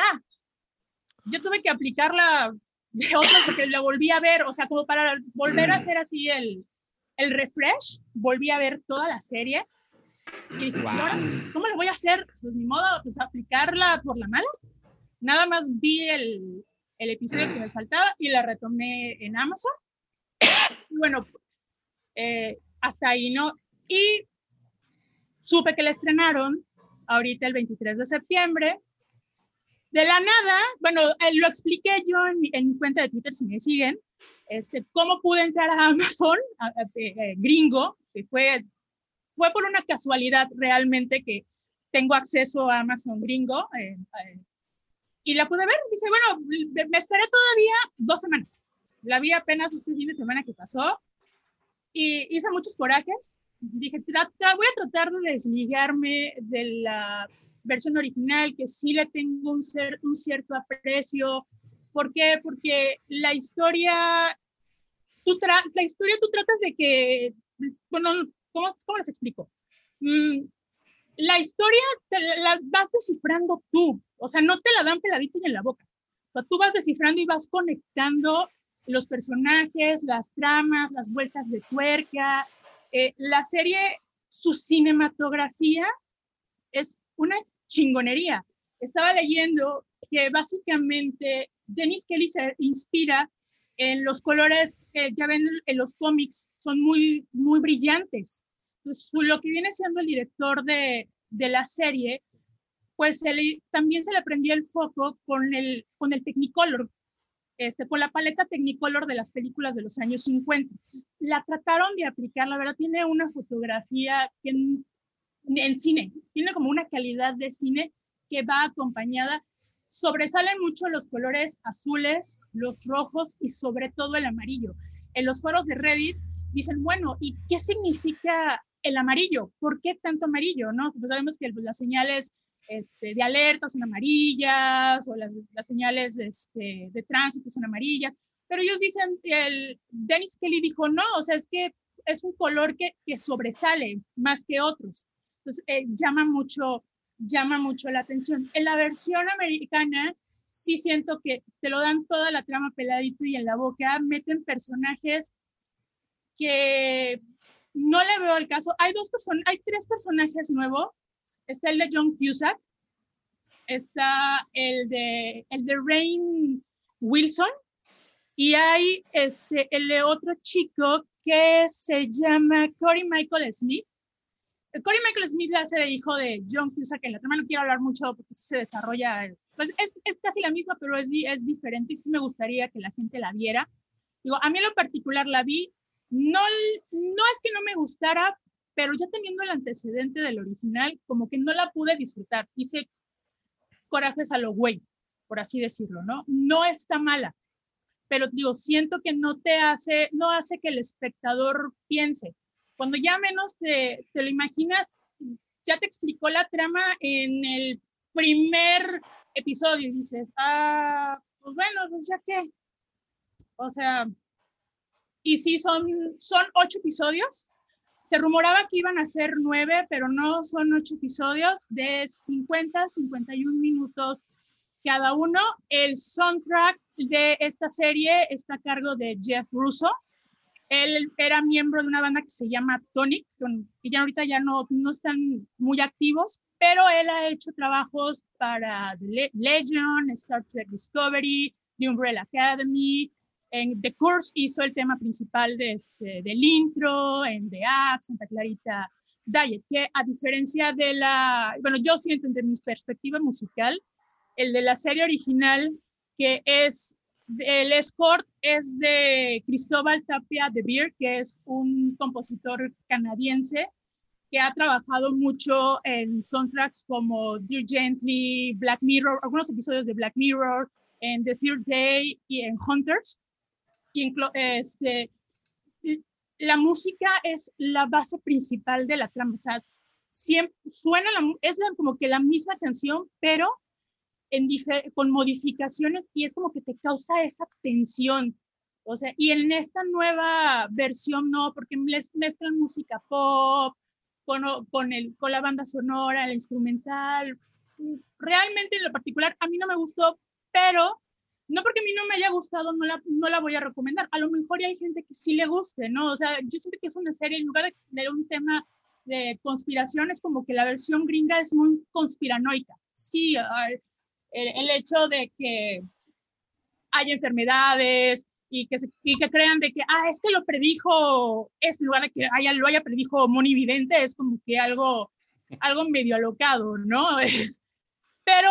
Yo tuve que aplicarla de otro porque la volví a ver, o sea, como para volver a hacer así el, el refresh, volví a ver toda la serie. Y dije, wow. ¿Ahora cómo le voy a hacer? Pues ni modo, pues aplicarla por la mala. Nada más vi el, el episodio que me faltaba y la retomé en Amazon. Y bueno, eh, hasta ahí, ¿no? Y supe que la estrenaron ahorita el veintitrés de septiembre. De la nada, bueno, eh, lo expliqué yo en mi, en mi cuenta de Twitter, si me siguen, este, cómo pude entrar a Amazon, a, a, eh, gringo, que fue, fue por una casualidad realmente que tengo acceso a Amazon gringo, eh, eh, y la pude ver. Dije, bueno, me esperé todavía dos semanas. La vi apenas este fin de semana que pasó y hice muchos corajes. Dije, tra tra voy a tratar de desligarme de la versión original, que sí le tengo un, ser, un cierto aprecio. ¿Por qué? Porque la historia, tú tra la historia tú tratas de que, bueno, ¿cómo, cómo les explico? Mm, la historia te la vas descifrando tú, o sea, no te la dan peladito en la boca. O sea, tú vas descifrando y vas conectando los personajes, las tramas, las vueltas de tuerca. Eh, la serie, su cinematografía es una chingonería. Estaba leyendo que básicamente Dennis Kelly se inspira en los colores que ya ven en los cómics, son muy, muy brillantes. Entonces, lo que viene siendo el director de, de la serie, pues él, también se le prendió el foco con el, con el Technicolor, Este, con la paleta Technicolor de las películas de los años cincuenta. La trataron de aplicar, la verdad tiene una fotografía que en, en cine, tiene como una calidad de cine que va acompañada, sobresalen mucho los colores azules, los rojos y sobre todo el amarillo. En los foros de Reddit dicen, bueno, ¿y qué significa el amarillo? ¿Por qué tanto amarillo? ¿No? Pues sabemos que las señales Este, de alerta son amarillas, o las, las señales de, este, de tránsito son amarillas, pero ellos dicen, el Dennis Kelly dijo, no, o sea, es que es un color que, que sobresale más que otros. Entonces, eh, llama mucho, llama mucho la atención. En la versión americana, sí siento que te lo dan toda la trama peladito y en la boca, meten personajes que no le veo el caso. Hay dos personas, hay tres personajes nuevos. Está el de John Cusack, está el de, el de Rainn Wilson, Y hay este, el otro chico que se llama Corey Michael Smith. Corey Michael Smith la hace de hijo de John Cusack en la trama. No quiero hablar mucho porque se desarrolla, pues es, es casi la misma, pero es, es diferente y sí me gustaría que la gente la viera. Digo, a mí en lo particular la vi, no, no es que no me gustara, pero ya teniendo el antecedente del original, como que no la pude disfrutar. Hice corajes a lo güey, por así decirlo, ¿no? No está mala, pero digo, siento que no te hace, no hace que el espectador piense. Cuando ya menos te, te lo imaginas, ya te explicó la trama en el primer episodio y dices, ah, pues bueno, pues ya qué. O sea, y sí, son, son ocho episodios. Se rumoraba que iban a ser nueve, pero no, son ocho episodios de cincuenta, cincuenta y un minutos cada uno. El soundtrack de esta serie está a cargo de Jeff Russo. Él era miembro de una banda que se llama Tonic, que ya ahorita ya no, no están muy activos, pero él ha hecho trabajos para The Legion, Star Trek Discovery, The Umbrella Academy. En The Curse hizo el tema principal de este, del intro, en The Act, Santa Clarita Diet, que a diferencia de la, bueno, yo siento desde mi perspectiva musical, el de la serie original, que es, el score es de Cristóbal Tapia de Beer, que es un compositor canadiense que ha trabajado mucho en soundtracks como Dear Gently, Black Mirror, algunos episodios de Black Mirror, en The Third Day y en Hunters. Y este, la música es la base principal de la trama. O sea, siempre suena, la, es la, como que la misma canción, pero en con modificaciones y es como que te causa esa tensión. O sea, y en esta nueva versión no, porque les mezclan música pop con, con, el, con la banda sonora, el instrumental. Realmente en lo particular a mí no me gustó, pero no porque a mí no me haya gustado, no la, no la voy a recomendar. A lo mejor hay gente que sí le guste, ¿no? O sea, yo siento que es una serie, en lugar de, de un tema de conspiración, es como que la versión gringa es muy conspiranoica. Sí, uh, el, el hecho de que hay enfermedades y que, se, y que crean de que, ah, es que lo predijo, es en lugar de que haya, lo haya predijo Moni Vidente, es como que algo, algo medio alocado, ¿no? Es, pero...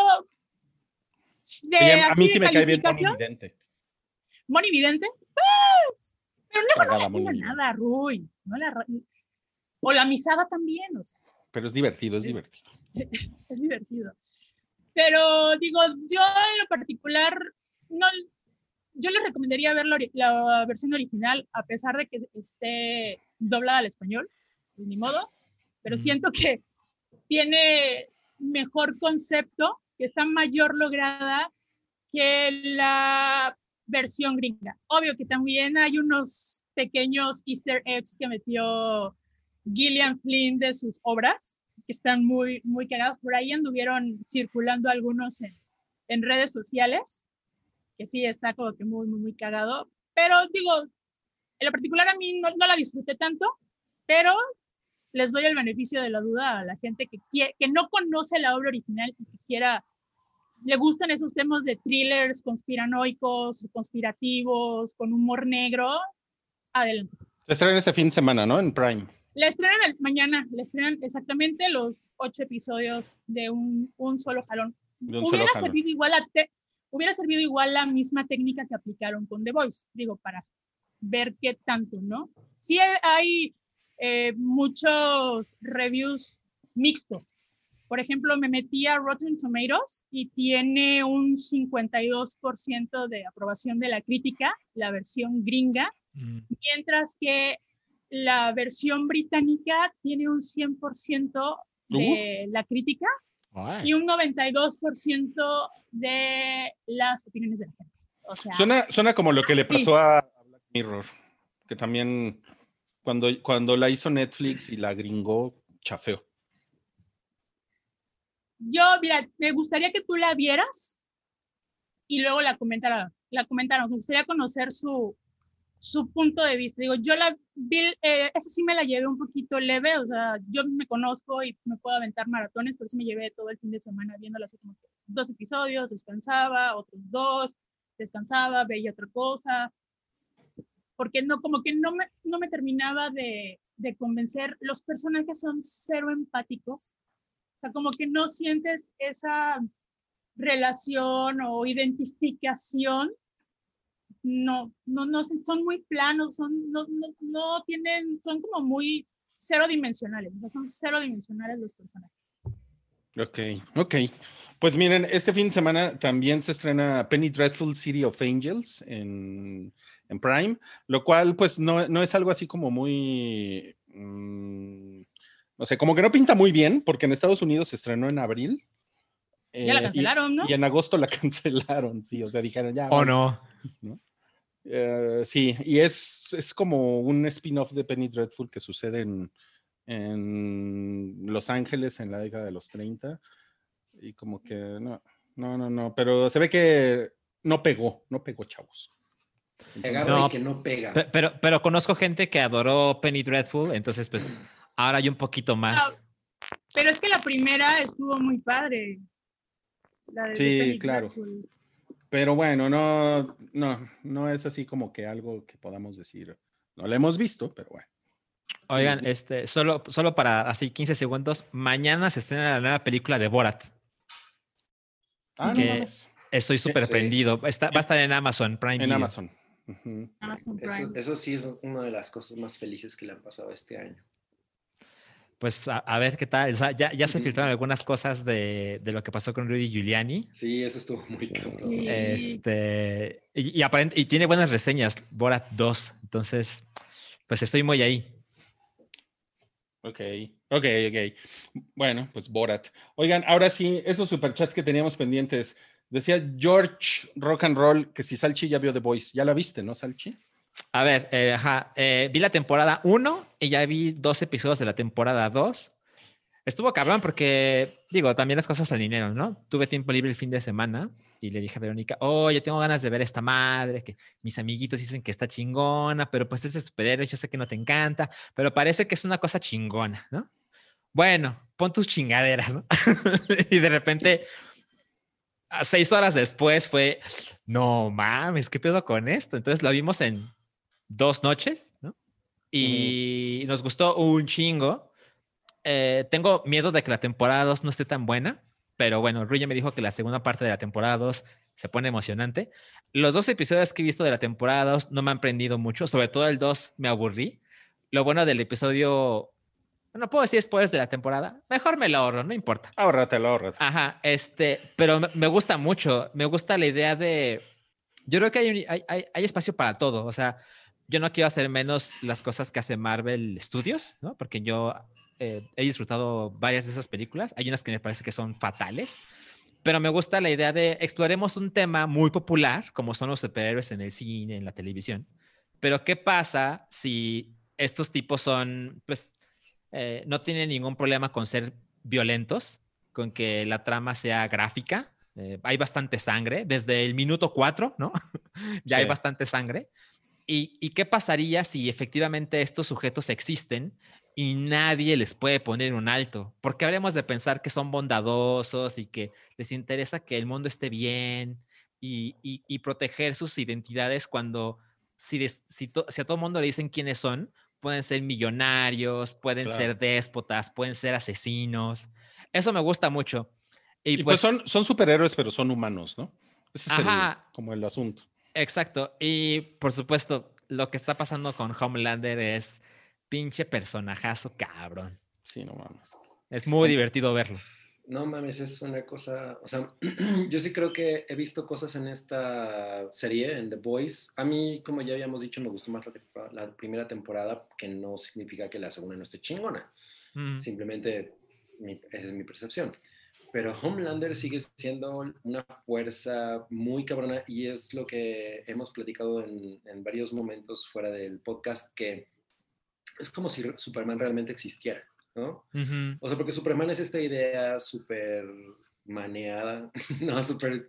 De,
Oye, a mí sí
de
me cae bien Moni Vidente.
¿Moni Vidente? Pues, pero
es
no
cagada,
no nada, Rui. No la, o la misada también, o sea.
Pero es divertido, es, es divertido.
Es, es divertido. Pero digo, yo en lo particular, no, yo les recomendaría ver la, la versión original, a pesar de que esté doblada al español, pues ni modo, pero mm. siento que tiene mejor concepto, que está mayor lograda que la versión gringa. Obvio que también hay unos pequeños easter eggs que metió Gillian Flynn de sus obras, que están muy, muy cagados. Por ahí anduvieron circulando algunos en, en redes sociales, que sí está como que muy, muy, muy cagado. Pero digo, en lo particular a mí no, no la disfruté tanto, pero les doy el beneficio de la duda a la gente que, quiere, que no conoce la obra original y que quiera, le gustan esos temas de thrillers conspiranoicos, conspirativos, con humor negro. Adelante.
Se estrena este fin de semana, ¿no? En Prime.
La estrenan el, mañana, le estrenan exactamente los ocho episodios de un, un solo jalón.
De un
hubiera,
solo jalón.
Servido igual a te, hubiera servido igual la misma técnica que aplicaron con The Voice, digo, para ver qué tanto, ¿no? Sí hay eh, muchos reviews mixtos. Por ejemplo, me metí a Rotten Tomatoes y tiene un cincuenta y dos por ciento de aprobación de la crítica, la versión gringa, mm. mientras que la versión británica tiene un cien por ciento de uh. la crítica Ay. y un noventa y dos por ciento de las opiniones de la gente. O sea,
suena, suena como lo que le pasó sí. a Black Mirror, que también cuando, cuando la hizo Netflix y la gringó, chafeó.
Yo, mira, me gustaría que tú la vieras y luego la comentara, la comentaron. Me gustaría conocer su, su punto de vista. Digo, yo la vi, eh, esa sí me la llevé un poquito leve, o sea, yo me conozco y me puedo aventar maratones, pero sí me llevé todo el fin de semana viéndola así como que dos episodios, descansaba, otros dos, descansaba, veía otra cosa, porque no, como que no me, no me terminaba de, de convencer. Los personajes son cero empáticos, o sea, como que no sientes esa relación o identificación. No, no, no, son muy planos, son, no, no, no tienen, son como muy cero dimensionales, o sea, son cero dimensionales los personajes.
Ok, ok. Pues miren, este fin de semana también se estrena Penny Dreadful City of Angels en, en Prime, lo cual pues no, no es algo así como muy, mmm, no sé, como que no pinta muy bien, porque en Estados Unidos se estrenó en abril.
Ya la
eh,
cancelaron,
y,
¿no?
y en agosto la cancelaron, sí, o sea, dijeron ya.
¿O
vale,
no?
¿no? Uh, sí, y es, es como un spin-off de Penny Dreadful que sucede en, en Los Ángeles en la década de los treinta. Y como que no, no, no, no, pero se ve que no pegó, no pegó, chavos.
Pegado
No,
y que no pega.
pe- pero, pero conozco gente que adoró Penny Dreadful, entonces pues ahora hay un poquito más.
Ah, pero es que la primera estuvo muy padre. La de,
Sí,
de Penny
claro.
Dreadful.
Pero bueno, no, no, no es así como que algo que podamos decir. No lo hemos visto, pero bueno.
Oigan, este, solo, solo para así quince segundos, mañana se estrena la nueva película de Borat.
Ah, no
que
mames.
estoy súper
Sí.
prendido. Está, va a estar en Amazon Prime
En
Video.
Amazon. Ujú.
Amazon Prime.
Eso, eso sí es una de las cosas más felices que le han pasado este año.
Pues a, a ver qué tal. O sea, ya, ya se filtraron algunas cosas de, de lo que pasó con Rudy Giuliani.
Sí, eso estuvo muy cabrón.
Sí.
Este, y, y, aparent, y tiene buenas reseñas, Borat dos. Entonces, pues estoy muy ahí.
Ok, ok, ok. Bueno, pues Borat. Oigan, ahora sí, esos superchats que teníamos pendientes. Decía George Rock and Roll que si Salchi ya vio The Voice. Ya la viste, ¿no, Salchi?
A ver, eh, ajá, eh, vi la temporada uno y ya vi dos episodios de la temporada dos. Estuvo cabrón porque, digo, también las cosas al dinero, ¿no? Tuve tiempo libre el fin de semana y le dije a Verónica, oye, tengo ganas de ver esta madre, que mis amiguitos dicen que está chingona, pero pues es de superhéroes, yo sé que no te encanta, pero parece que es una cosa chingona, ¿no? Bueno, pon tus chingaderas, ¿no? Y de repente, a seis horas después fue, no mames, ¿qué pedo con esto? Entonces lo vimos en dos noches, ¿no? Y uh-huh. nos gustó un chingo. Eh, tengo miedo de que la temporada dos no esté tan buena, pero bueno, Ruya me dijo que la segunda parte de la temporada dos se pone emocionante. Los dos episodios que he visto de la temporada dos no me han prendido mucho, sobre todo el dos me aburrí. Lo bueno del episodio, no puedo decir spoilers de la temporada, mejor me lo ahorro, no importa.
Ahórratelo, ahórratelo.
Ajá, este, pero me, me gusta mucho, me gusta la idea de, yo creo que hay, un, hay, hay, hay espacio para todo, o sea, yo no quiero hacer menos las cosas que hace Marvel Studios, ¿no? Porque yo eh, he disfrutado varias de esas películas. Hay unas que me parece que son fatales, pero me gusta la idea de exploremos un tema muy popular, como son los superhéroes en el cine, en la televisión. Pero ¿qué pasa si estos tipos son, pues, eh, no tienen ningún problema con ser violentos, con que la trama sea gráfica? Eh, hay bastante sangre, desde el minuto cuatro, ¿no? ya sí. hay bastante sangre. ¿Y, ¿Y qué pasaría si efectivamente estos sujetos existen y nadie les puede poner un alto? Porque habríamos de pensar que son bondadosos y que les interesa que el mundo esté bien y, y, y proteger sus identidades cuando si, des, si, to, si a todo el mundo le dicen quiénes son, pueden ser millonarios, pueden claro. ser déspotas, pueden ser asesinos. Eso me gusta mucho.
Y, y pues, pues son, son superhéroes, pero son humanos, ¿no? Ese es el, como el asunto.
Exacto. Y por supuesto, lo que está pasando con Homelander es pinche personajazo cabrón.
Sí, no mames.
Es muy no, divertido verlo.
No mames, es una cosa, o sea, yo sí creo que he visto cosas en esta serie, en The Boys. A mí, como ya habíamos dicho, me gustó más la, la primera temporada, que no significa que la segunda no esté chingona. Mm. Simplemente mi, esa es mi percepción. Pero Homelander sigue siendo una fuerza muy cabrona y es lo que hemos platicado en, en varios momentos fuera del podcast, que es como si Superman realmente existiera, ¿no? Uh-huh. O sea, porque Superman es esta idea súper maneada, ¿no? Súper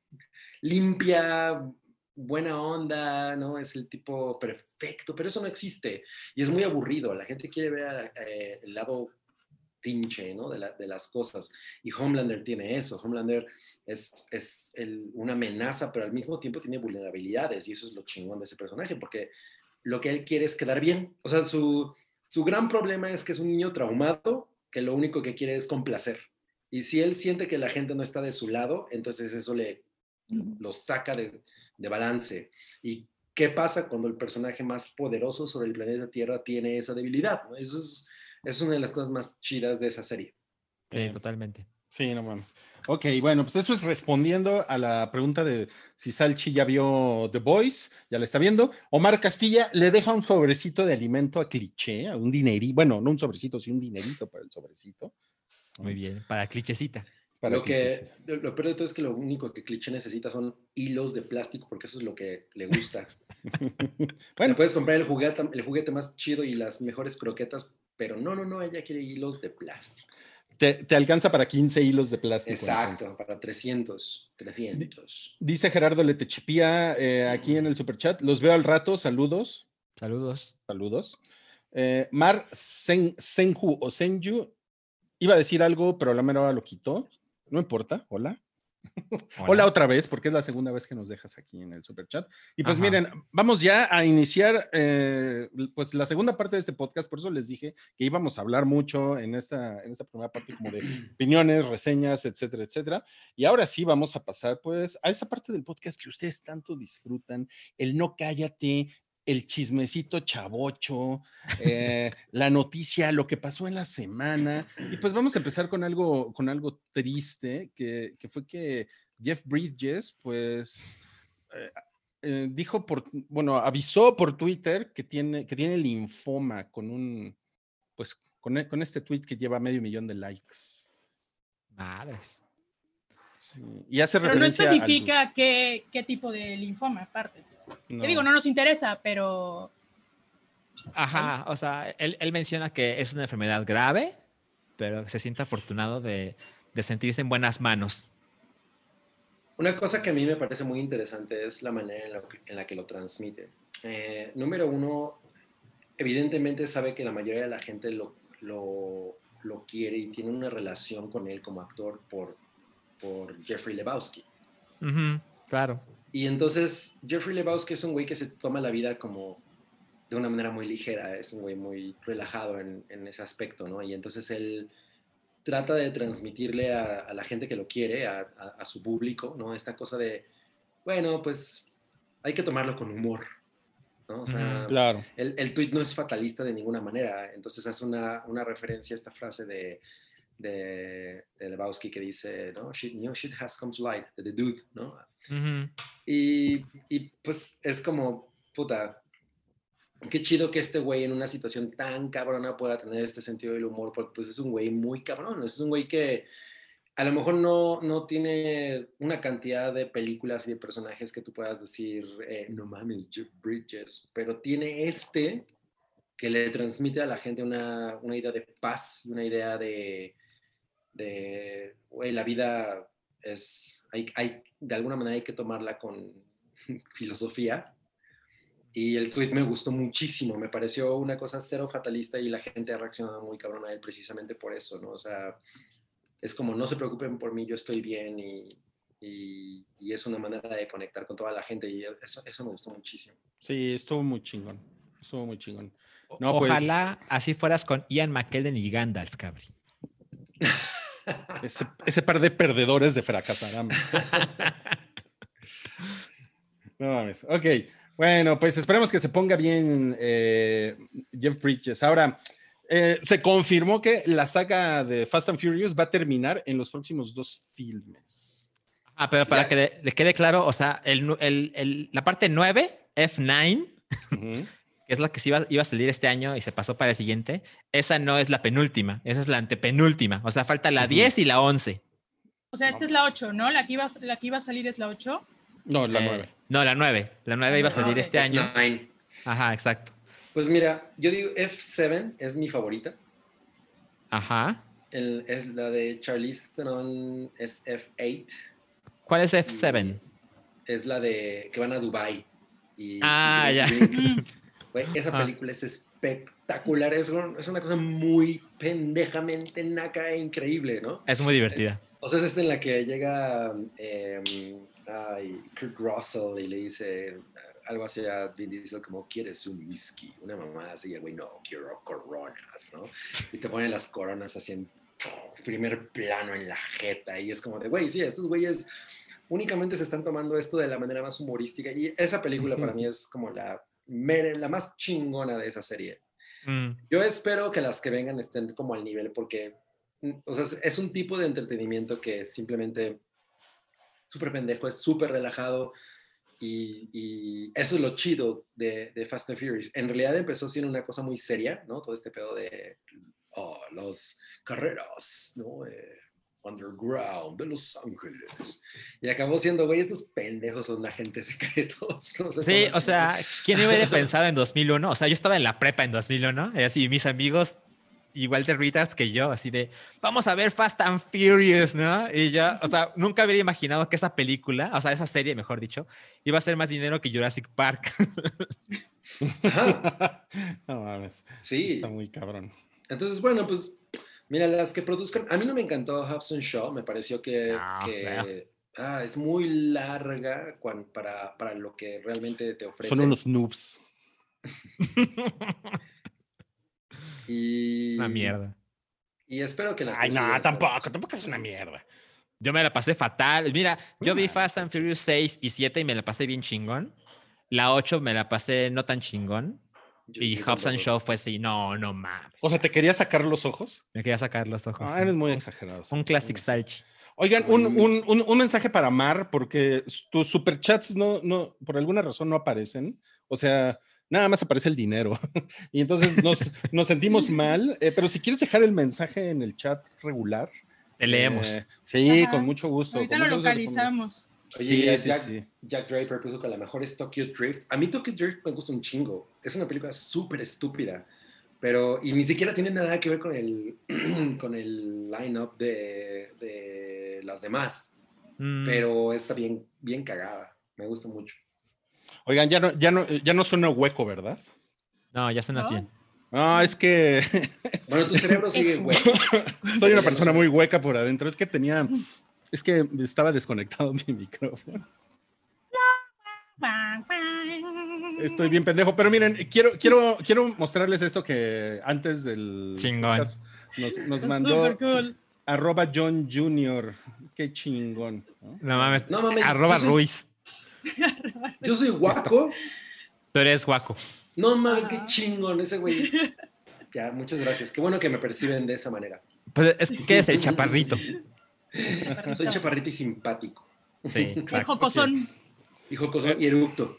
limpia, buena onda, ¿no? Es el tipo perfecto, pero eso no existe y es muy aburrido. La gente quiere ver eh, el lado pinche, ¿no? De, la, de las cosas. Y Homelander tiene eso. Homelander es, es el, una amenaza, pero al mismo tiempo tiene vulnerabilidades, y eso es lo chingón de ese personaje, porque lo que él quiere es quedar bien. O sea, su, su gran problema es que es un niño traumado que lo único que quiere es complacer. Y si él siente que la gente no está de su lado, entonces eso le lo saca de, de balance. ¿Y qué pasa cuando el personaje más poderoso sobre el planeta Tierra tiene esa debilidad, ¿no? Eso es, es una de las cosas más chidas de esa serie.
Sí,
Eh,
totalmente.
Sí, no mames. Ok, bueno, pues eso es respondiendo a la pregunta de si Salchi ya vio The Boys, ya la está viendo. Omar Castilla le deja un sobrecito de alimento a Cliché, a un dinerito, bueno, no un sobrecito, sino un dinerito para el sobrecito.
Muy bien, para clichecita.
Para
Lo,
Cliché.
que, lo, lo peor de todo es que lo único que Cliché necesita son hilos de plástico, porque eso es lo que le gusta.
Bueno,
Le puedes comprar el juguete, el juguete más chido y las mejores croquetas, pero no, no, no, ella quiere hilos de plástico.
te, te alcanza para quince hilos de plástico.
Exacto,
Entonces.
para trescientos, trescientos.
Dice Gerardo Letechipía eh, aquí en el superchat. Los veo al rato, saludos.
Saludos.
Saludos. Eh, Mar Sen, Senju o Senju iba a decir algo, pero la mera hora lo quitó. No importa, hola. Hola. Hola otra vez, porque es la segunda vez que nos dejas aquí en el superchat. Y pues Ajá. miren, vamos ya a iniciar eh, pues la segunda parte de este podcast. Por eso les dije que íbamos a hablar mucho en esta, en esta primera parte como de opiniones, reseñas, etcétera, etcétera. Y ahora sí vamos a pasar pues a esa parte del podcast que ustedes tanto disfrutan, el no cállate, el chismecito chavocho, eh, la noticia, lo que pasó en la semana. Y pues vamos a empezar con algo, con algo triste, que, que fue que Jeff Bridges, pues, eh, eh, dijo por, bueno, avisó por Twitter que tiene, que tiene linfoma con un, pues, con, con este tweet que lleva medio millón de likes.
Madres.
Sí. Y hace
pero no
referencia
especifica
al...
qué, qué tipo de linfoma, aparte.
No.
Te digo, no nos interesa, pero...
Ajá, o sea, él, él menciona que es una enfermedad grave, pero se siente afortunado de, de sentirse en buenas manos.
Una cosa que a mí me parece muy interesante es la manera en la que, en la, que lo transmite. Eh, número uno, evidentemente sabe que la mayoría de la gente lo, lo, lo quiere y tiene una relación con él como actor por, por Jeffrey Lebowski.
Uh-huh, claro.
Y entonces Jeffrey Lebowski es un güey que se toma la vida como de una manera muy ligera, es un güey muy relajado en, en ese aspecto, ¿no? Y entonces él trata de transmitirle a, a la gente que lo quiere, a, a, a su público, ¿no? Esta cosa de, bueno, pues hay que tomarlo con humor, ¿no? O sea,
uh-huh, claro.
el, el tuit no es fatalista de ninguna manera, entonces hace una, una referencia a esta frase de, de, de Lebowski que dice, ¿no? Shit, you know, shit has come to light, de The Dude, ¿no?
Uh-huh.
Y, y pues es como, puta, qué chido que este güey en una situación tan cabrona pueda tener este sentido del humor, porque pues es un güey muy cabrón, es un güey que a lo mejor no, no tiene una cantidad de películas y de personajes que tú puedas decir, eh, no mames, Jeff Bridges, pero tiene este que le transmite a la gente una, una idea de paz, una idea de, de güey, la vida es, hay, hay, de alguna manera hay que tomarla con filosofía. Y el tweet me gustó muchísimo, me pareció una cosa cero fatalista y la gente ha reaccionado muy cabrón a él precisamente por eso, ¿no? O sea, es como, no se preocupen por mí, yo estoy bien y, y, y es una manera de conectar con toda la gente y eso, eso me gustó muchísimo.
Sí, estuvo muy chingón, estuvo muy chingón.
No, Ojalá pues, así fueras con Ian McKellen y Gandalf, cabri.
Ese, ese par de perdedores de fracasarán. No mames, ok. Bueno, pues esperemos que se ponga bien eh, Jeff Bridges. Ahora, eh, se confirmó que la saga de Fast and Furious va a terminar en los próximos dos filmes.
Ah, pero para ya. que le, le quede claro, o sea, el, el, el, la parte nueve, F nueve, uh-huh. que es la que se iba, iba a salir este año y se pasó para el siguiente, esa no es la penúltima, esa es la antepenúltima. O sea, falta la uh-huh. diez y la once.
O sea, esta no. es la ocho, ¿no? La que, iba, la que iba a salir es la ocho.
No, la
eh,
nueve.
No, la nueve. La nueve iba a salir este año.
F nueve.
Ajá, exacto.
Pues mira, yo digo F siete es mi favorita.
Ajá.
El, es la de Charlize Theron, es F ocho.
¿Cuál es F siete?
Es la de que van a Dubai. Y,
ah,
y
ya.
Wey, esa película ah. es espectacular, es, un- es una cosa muy pendejamente naca e increíble, ¿no?
Es muy divertida.
Es- o sea, es esta en la que llega eh, ay, Kurt Russell y le dice algo así a Vin Diesel como, ¿quieres un whisky? Una mamada así, y el güey, no, quiero coronas, ¿no? Y te ponen las coronas así en primer plano en la jeta y es como de, güey, sí, estos güeyes únicamente se están tomando esto de la manera más humorística y esa película para mí es como la, la más chingona de esa serie.
Mm.
Yo espero que las que vengan estén como al nivel porque, o sea, es un tipo de entretenimiento que simplemente súper pendejo, es súper relajado y, y eso es lo chido de, de Fast and Furious. En realidad empezó siendo una cosa muy seria, ¿no? Todo este pedo de oh, las carreras, ¿no? Eh, underground de Los Ángeles. Y acabó siendo, güey, estos pendejos son agentes secretos. O sea,
Sí,
son
o sea, ¿quién hubiera pensado en dos mil uno? O sea, yo estaba en la prepa en dos mil uno, y así mis amigos igual de retards que yo, así de, vamos a ver Fast and Furious, ¿no? Y ya, o sea, nunca habría imaginado que esa película, o sea, esa serie, mejor dicho, iba a ser más dinero que Jurassic Park.
Ajá.
No mames.
Sí.
Está muy cabrón.
Entonces, bueno, pues, mira, las que produzcan, a mí no me encantó Hobbs and Shaw, me pareció que,
No,
que ah, es muy larga cuan, para, para lo que realmente te ofrece.
Son unos noobs.
Y,
Una mierda.
Y espero que las
Ay, no,
consigas,
tampoco,
¿sabes?
tampoco es una mierda.
Yo me la pasé fatal. Mira, yo vi
Ah,
Fast and Furious seis y siete y me la pasé bien chingón. La ocho me la pasé no tan chingón.
Yo-
Y
yo
Hobbs and
tampoco.
Shaw fue así, no, no mames.
O sea, ¿te quería sacar los ojos?
Me quería sacar los ojos.
Ah,
sí.
eres muy exagerado.
Un classic salch.
Oigan, un, un, un, un mensaje para Mar, porque tus superchats no, no, por alguna razón no aparecen. O sea, nada más aparece el dinero. Y entonces nos, nos sentimos mal. Eh, pero si quieres dejar el mensaje en el chat regular.
Te leemos.
Eh, sí,
Ajá.
con mucho gusto.
Ahorita
con
lo
mucho gusto.
localizamos.
Oye,
Sí,
mira,
sí,
Jack,
sí.
Jack Draper puso que la mejor es Tokyo Drift. A mí Tokyo Drift me gusta un chingo. Es una película súper estúpida. Pero, y ni siquiera tiene nada que ver con el, con el line-up de, de las demás.
Mm,
Pero está bien, bien cagada. Me gusta mucho.
Oigan, ya no, ya no, ya no suena hueco, ¿verdad?
No, ya suenas
¿No?
bien.
No, es que
Bueno, tu cerebro sigue, güey.
soy una persona muy hueca por adentro. Es que tenía, es que estaba desconectado mi micrófono. Estoy bien pendejo, pero miren, quiero, quiero, quiero mostrarles esto que antes del
Chingón.
podcast nos, nos mandó
Súper cool.
arroba John Junior Qué chingón, ¿no?
No mames.
No mames,
Arroba
yo soy-
Ruiz.
Yo soy guaco.
Tú eres guaco.
No mames,
Ajá.
qué chingón ese güey. Ya, muchas gracias. Qué bueno que me perciben de esa manera.
Pues es que eres el chaparrito.
Soy chaparrito y simpático.
Sí,
El
exacto.
jocosón.
Y jocoso y eructo.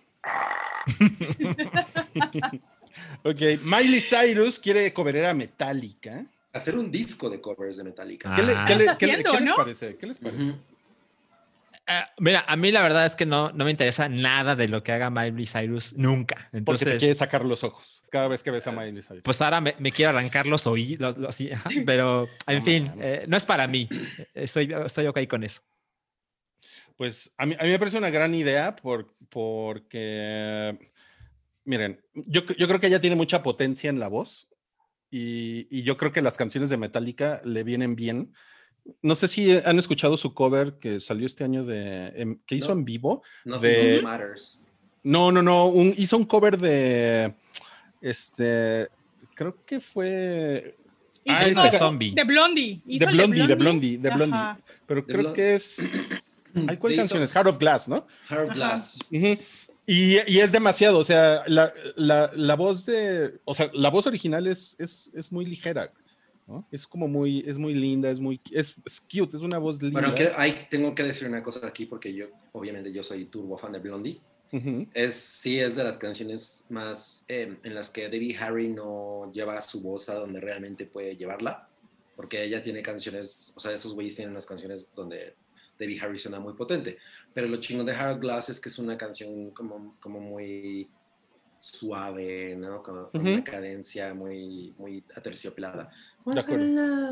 Ok, Miley Cyrus quiere coverar a Metallica.
Hacer un disco de covers de Metallica.
Ah.
¿Qué, le- qué le-
Está
qué le-
haciendo,
qué les
¿no?
parece? ¿Qué les parece?
Ujú.
Eh, mira, a mí la verdad es que no, no me interesa nada de lo que haga Miley Cyrus nunca.
Porque te
Entonces,
quiere sacar los ojos cada vez que ves a Miley Cyrus.
pues ahora me, me quiero arrancar los oídos, los- sí, ajá, pero en
No
fin,
mames.
eh, no es para mí. Estoy, estoy ok con eso.
Pues a mí, a mí me parece una gran idea por, porque, miren, yo, yo creo que ella tiene mucha potencia en la voz y, y yo creo que las canciones de Metallica le vienen bien. No sé si han escuchado su cover que salió este año de, em, que hizo
No.
en vivo.
Nothing
De-
Else Matters.
No, no, no, un- hizo un cover de, este, creo que fue...
Hizo
Ah,
el
ese-
cover
Zombie.
De Blondie. Hizo
De
el
Blondie, de Blondie, de Blondie.
Ajá.
Pero
De
creo
Blon-
que es... Ay, ¿cuál
Le hizo
canción es? Heart of Glass, ¿no?
Hard
Ajá.
Glass.
Ujú. Y, y es demasiado, o sea, la, la, la voz de, o sea, la voz original es, es, es muy ligera, ¿no? Es como muy, es muy linda, es muy, es, es cute, es una voz linda.
Bueno, que, ahí tengo que decir una cosa aquí porque yo, obviamente, yo soy turbo fan de Blondie.
Ujú.
Es, sí, es de las canciones más eh, en las que Debbie Harry no lleva su voz a donde realmente puede llevarla, porque ella tiene canciones, o sea, esos güeyes tienen unas canciones donde Debbie Harry suena muy potente, pero lo chingón de Hard Glass es que es una canción como, como muy suave, ¿no? Con, con
Ujú.
una cadencia muy, muy aterciopelada.
De acuerdo.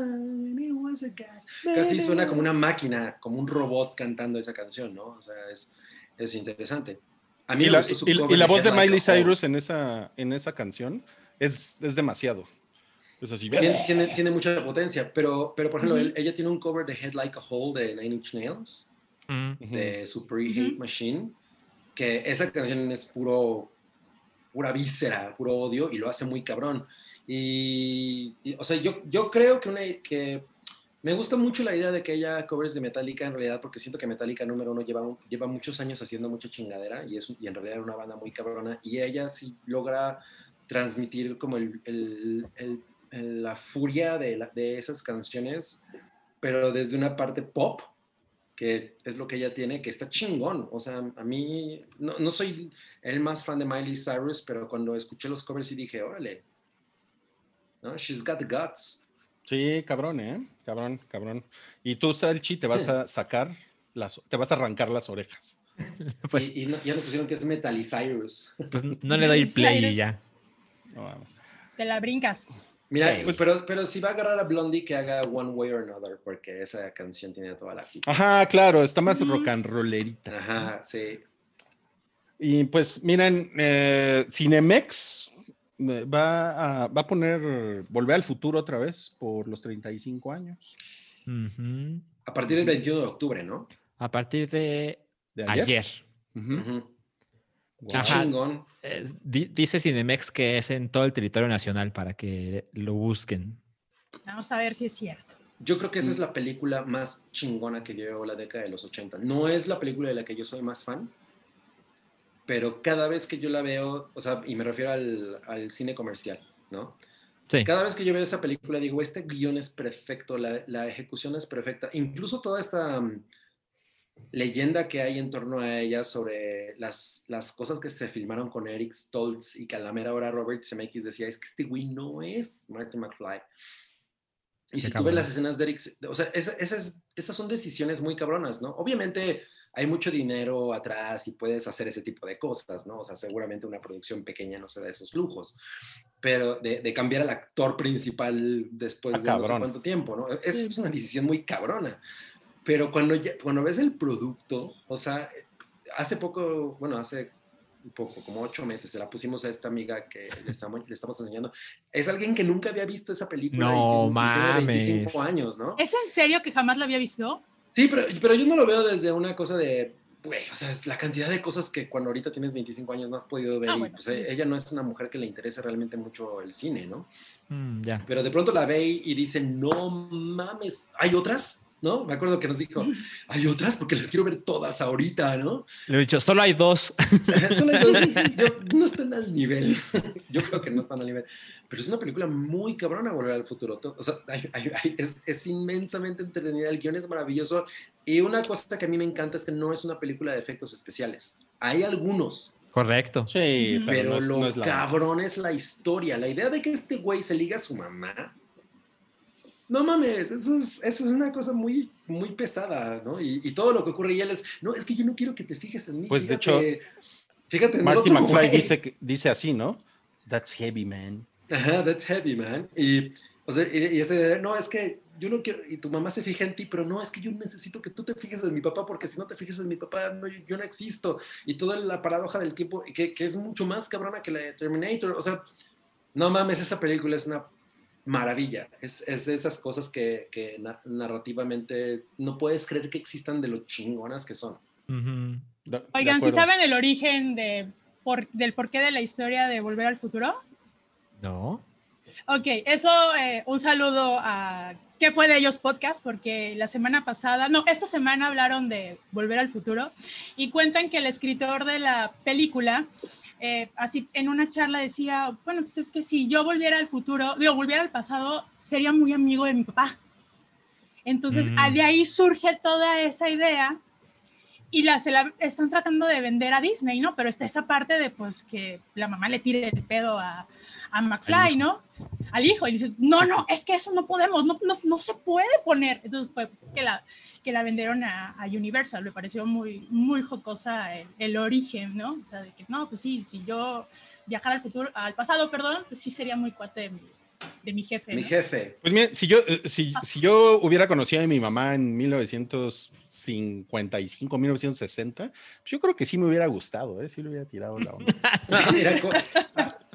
Casi suena como una máquina, como un robot cantando esa canción, ¿no? O sea, es, es interesante. A mí
Y
me
la,
gustó su
y-
cover
y la voz de
Head Like
Miley
a Hole.
Cyrus en esa, en esa canción es, es demasiado. Es así.
Tiene, tiene, tiene mucha potencia, pero, pero por ejemplo, uh-huh. él, ella tiene un cover de Head Like a Hole de Nine Inch Nails, uh-huh. de Super uh-huh. Hate Machine, que esa canción es puro, pura víscera, puro odio, y lo hace muy cabrón. Y, y o sea, yo, yo creo que, una, que me gusta mucho la idea de que haya covers de Metallica en realidad, porque siento que Metallica número uno lleva, lleva muchos años haciendo mucha chingadera, y, es, y en realidad era una banda muy cabrona, y ella sí logra transmitir como el, el, el la furia de, la, de esas canciones, pero desde una parte pop, que es lo que ella tiene, que está chingón. O sea, a mí, no, no soy el más fan de Miley Cyrus, pero cuando escuché los covers y dije, órale, ¿no? She's got the guts.
Sí, cabrón, ¿eh? Cabrón, cabrón. Y tú, Salchi, te vas a sacar, las, te vas a arrancar las orejas.
Pues, y y no, ya le pusieron que es Metal Cyrus.
Pues no le doy play y ya.
No,
te la brincas.
Mira, pues, pero, pero si va a agarrar a Blondie, que haga One Way or Another, porque esa canción tiene toda la pica.
Ajá, claro, está más rock and rollerita.
Ajá, sí.
Y pues, miren, eh, Cinemex va a, va a poner Volver al Futuro otra vez por los treinta y cinco años.
Uh-huh.
A partir del veintiuno de octubre, ¿no?
A partir de,
¿De
ayer.
ayer?
Uh-huh. Uh-huh.
Qué chingón. Eh, dice Cinemex que es en todo el territorio nacional para que lo busquen.
Vamos a ver si es cierto.
Yo creo que esa es la película más chingona que dio la década de los ochenta. No es la película de la que yo soy más fan, pero cada vez que yo la veo, o sea, y me refiero al, al cine comercial, ¿no?
Sí.
Cada vez que yo veo esa película digo, este guión es perfecto, la, la ejecución es perfecta. Incluso toda esta um, leyenda que hay en torno a ella sobre las, las cosas que se filmaron con Eric Stoltz y que a la mera hora Robert Zemeckis decía, es que este güey no es Marty McFly. Y si tú ves las escenas de Eric, o sea, esa, esas, esas son decisiones muy cabronas, ¿no? Obviamente hay mucho dinero atrás y puedes hacer ese tipo de cosas, ¿no? O sea, seguramente una producción pequeña no se da esos lujos, pero de, de cambiar al actor principal después
ah,
de
cabrón.
no sé cuánto tiempo, ¿no? Eso es una decisión muy cabrona. Pero cuando, ya, cuando ves el producto, o sea, hace poco, bueno, hace un poco, como ocho meses, se la pusimos a esta amiga que le estamos, le estamos enseñando. Es alguien que nunca había visto esa película.
No
y, y
mames.
Tiene veinticinco años, ¿no?
¿Es en serio que jamás la había visto?
Sí, pero, pero yo no lo veo desde una cosa de, güey, o sea, es la cantidad de cosas que cuando ahorita tienes veinticinco años no has podido ver. Ah, bueno, y pues sí. Ella no es una mujer que le interese realmente mucho el cine, ¿no?
Mm, ya.
Pero de pronto la ve y dice, no mames, ¿hay otras? ¿No? Me acuerdo que nos dijo, ¿hay otras? Porque las quiero ver todas ahorita, ¿no?
Le he dicho, solo hay dos.
Solo hay dos. Yo, no están al nivel. Yo creo que no están al nivel. Pero es una película muy cabrona, Volver al Futuro. O sea, hay, hay, hay, es, es inmensamente entretenida. El guión es maravilloso. Y una cosa que a mí me encanta es que no es una película de efectos especiales. Hay algunos.
Correcto.
Sí, pero,
pero
no es,
lo
no es la...
cabrón es la historia. La idea de que este güey se liga a su mamá. No mames, eso es, eso es una cosa muy, muy pesada, ¿no? Y, y todo lo que ocurre y él es, no, es que yo no quiero que te fijes en mí.
Pues
fíjate,
de hecho,
fíjate en
Marty
otro,
McFly
güey.
dice, dice así, ¿no? That's heavy, man.
Ajá, that's heavy, man. Y, o sea, y, y ese, no, es que yo no quiero, y tu mamá se fija en ti, pero no, es que yo necesito que tú te fijes en mi papá, porque si no te fijas en mi papá, no, yo, yo no existo. Y toda la paradoja del tiempo, que, que es mucho más cabrona que la de Terminator. O sea, no mames, esa película es una maravilla, es, es de esas cosas que, que na- narrativamente no puedes creer que existan de lo chingonas que son.
Uh-huh.
De,
Oigan,
de
¿sí saben el origen de, por, del porqué de la historia de Volver al Futuro?
No.
Ok, eso, eh, un saludo a ¿Qué fue de ellos podcast? Porque la semana pasada, no, esta semana hablaron de Volver al Futuro y cuentan que el escritor de la película Eh, así en una charla decía, bueno, pues es que si yo volviera al futuro, digo, volviera al pasado, sería muy amigo de mi papá. Entonces, mm. de ahí surge toda esa idea y la, se la están tratando de vender a Disney, ¿no? Pero está esa parte de, pues, que la mamá le tire el pedo a, a McFly, ¿no? Al hijo. Y dices, no, no, es que eso no podemos, no, no, no se puede poner. Entonces fue que la, que la vendieron a, a Universal. Me pareció muy, muy jocosa el, el origen, ¿no? O sea, de que, no, pues sí, si yo viajara al futuro, al pasado, perdón, pues sí sería muy cuate de mi, de mi jefe.
Mi
¿no?
jefe.
Pues mira, si yo, si, si yo hubiera conocido a mi mamá en mil novecientos cincuenta y cinco, mil novecientos sesenta, pues yo creo que sí me hubiera gustado, ¿eh? Sí le hubiera tirado la onda.
Mira, co-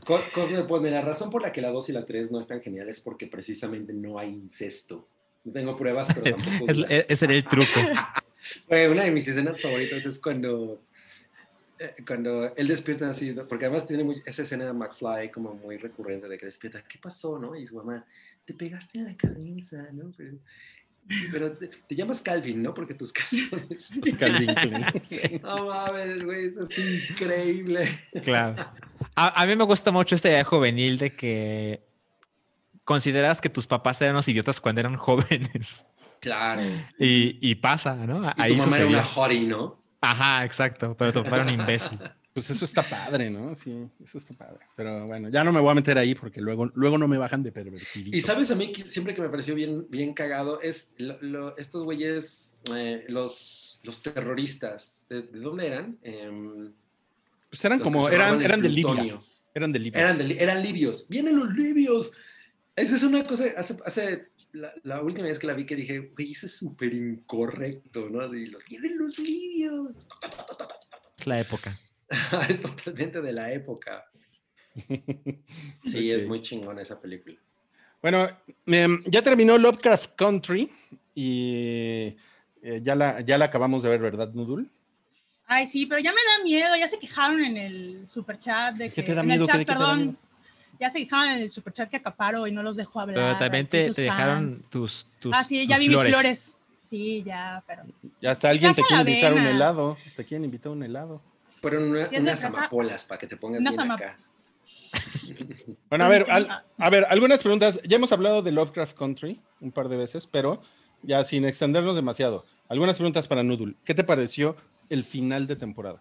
Co- Cosme pone, la razón por la que la dos y la tres no están geniales es porque precisamente no hay incesto. No tengo pruebas, pero tampoco
Es-
dudas.
e- ese era el truco.
Güey, una de mis escenas favoritas es cuando, eh, cuando él despierta así, ¿no? Porque además tiene muy- esa escena de McFly como muy recurrente de que despierta, ¿qué pasó, no? Y su mamá, te pegaste en la cabeza, ¿no? Pero, pero te, te llamas Calvin, ¿no? Porque tus calzones...
Pues Calvin Klein.
No mames, güey, eso es increíble.
Claro. A, a mí me gusta mucho esta idea juvenil de que consideras que tus papás eran unos idiotas cuando eran jóvenes.
Claro.
Y, y pasa, ¿no?
Y
Ahí
tu mamá era
sucedió.
una hottie, ¿no?
Ajá, exacto. Pero tu papá era un imbécil.
Pues eso está padre, ¿no? Sí, eso está padre. Pero bueno, ya no me voy a meter ahí porque luego, luego no me bajan de pervertido.
Y sabes a mí que siempre que me pareció bien, bien cagado es lo, lo, estos güeyes, eh, los, los terroristas, ¿de, de dónde eran? Eh,
Pues eran como, eran, eran de Libia. Eran de Libia.
Eran, de, eran libios. ¡Vienen los libios! Esa es una cosa, hace, hace la, la última vez que la vi que dije, güey, eso es súper incorrecto, ¿no? Así, los, ¡vienen los libios!
Es la época.
Es totalmente de la época. Sí,
Okay.
es muy chingona esa película.
Bueno, eh, ya terminó Lovecraft Country y eh, ya, la, ya la acabamos de ver, ¿verdad, Nudul?
Ay, sí, pero ya me da miedo, ya se quejaron en el superchat de que...
¿Qué te da
en
miedo?
el chat,
¿Qué- qué te da
perdón.
miedo?
Ya se quejaron en el superchat que acaparo y no los dejó hablar.
Pero también
aquí
te,
sus
te dejaron
fans.
tus, tus
Ah, sí, ya
tus
vi mis flores. Sí, ya, pero...
Ya hasta alguien te
Baja
quiere
la
invitar a un
vena.
helado. Te quieren invitar a un helado.
Fueron una,
Sí, es de
unas
fresa.
amapolas para que te pongas
Unas
bien
ama-
acá.
Bueno, a ver, al- a ver, algunas preguntas. Ya hemos hablado de Lovecraft Country un par de veces, pero ya sin extendernos demasiado. Algunas preguntas para Nudul. ¿Qué te pareció el final de temporada?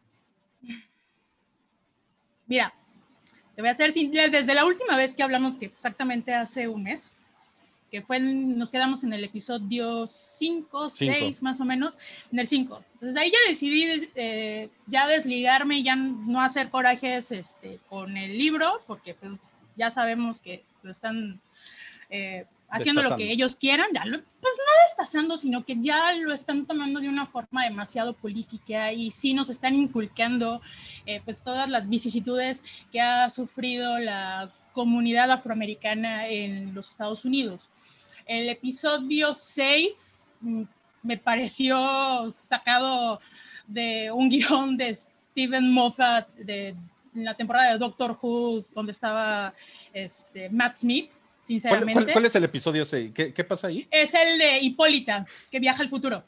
Mira, te voy a hacer sincera, desde la última vez que hablamos, que exactamente hace un mes, que fue, en- nos quedamos en el episodio cinco, seis más o menos, en el cinco. Entonces ahí ya decidí eh, ya desligarme y ya no hacer corajes este, con el libro, porque pues ya sabemos que lo están eh, haciendo
Destazando.
lo que ellos quieran, ya lo, pues no destazando, sino que ya lo están tomando de una forma demasiado política y sí nos están inculcando eh, pues todas las vicisitudes que ha sufrido la comunidad afroamericana en los Estados Unidos. El episodio seis mm, me pareció sacado de un guión de Steven Moffat de la temporada de Doctor Who, donde estaba este, Matt Smith,
¿Cuál,
sinceramente.
cuál, cuál es el episodio seis? ¿Qué, ¿Qué pasa ahí?
Es el de Hipólita, que viaja al futuro.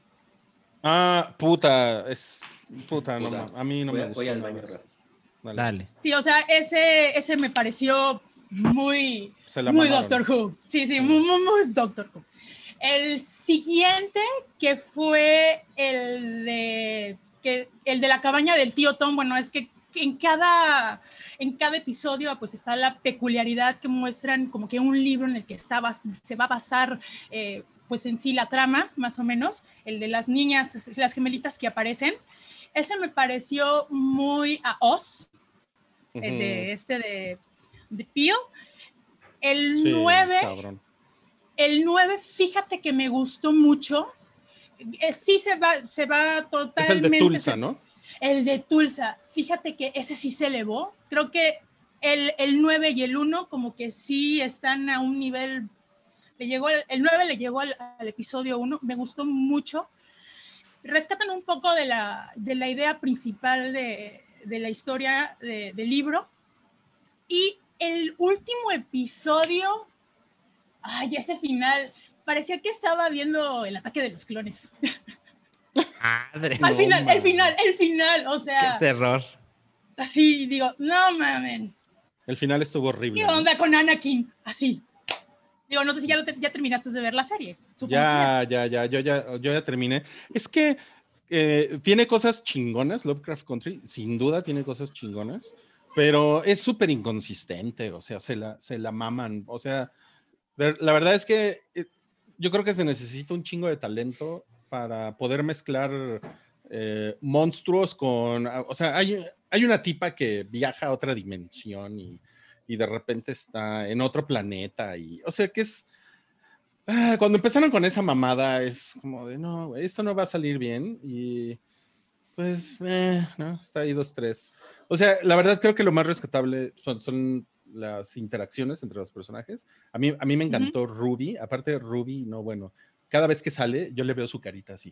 Ah, puta, es puta, no,
Puta.
ma- a mí no
voy,
me
a-
gustó.
voy al
nada.
baño rápido.
Dale.
Dale.
Sí, o sea, ese, ese me pareció muy,
Se la
muy
mamaron.
Doctor Who. Sí, sí,
Sí.
muy, muy, muy Doctor Who. El siguiente, que fue el de, que, el de la cabaña del tío Tom, bueno, es que en cada, en cada episodio pues está la peculiaridad que muestran como que un libro en el que está, se va a basar eh, pues en sí la trama, más o menos, el de las niñas, las gemelitas que aparecen. Ese me pareció muy a Oz,
Ujú.
el de este de, de Peel. El
Sí,
nueve,
cabrón.
el nueve, fíjate que me gustó mucho. Eh, Sí se va, se va totalmente.
Es el de Tulsa,
se-
¿no?
El de Tulsa, fíjate que ese sí se elevó. Creo que el, el nueve y el uno como que sí están a un nivel. Le llegó el, el nueve le llegó al, al episodio uno, me gustó mucho. Rescatan un poco de la, de la idea principal de, de la historia de- del libro. Y el último episodio, ay, ese final, parecía que estaba viendo el ataque de los clones.
Madre.
Al
No,
final, el
mames.
final, el final, o
Qué
sea,
terror.
así digo, no mamen,
El final estuvo horrible.
¿qué
¿no?
onda con Anakin? Así. Digo, no sé si ya, lo te- ya terminaste de ver la serie. Supongo que
Ya, ya, ya, yo ya, yo ya terminé. Es que eh, tiene cosas chingonas, Lovecraft Country, sin duda tiene cosas chingonas, pero es súper inconsistente, o sea, se la, se la maman. O sea, de- la verdad es que eh, yo creo que se necesita un chingo de talento para poder mezclar eh, monstruos con, o sea, hay, hay una tipa que viaja a otra dimensión y, y de repente está en otro planeta y, o sea, que es... Ah, cuando empezaron con esa mamada es como de, no, güey, esto no va a salir bien y pues, eh, no, está ahí dos, tres. O sea, la verdad creo que lo más rescatable son, son las interacciones entre los personajes. A mí, a mí me encantó uh-huh. Ruby. Aparte de Ruby, no, bueno, cada vez que sale, yo le veo su carita así.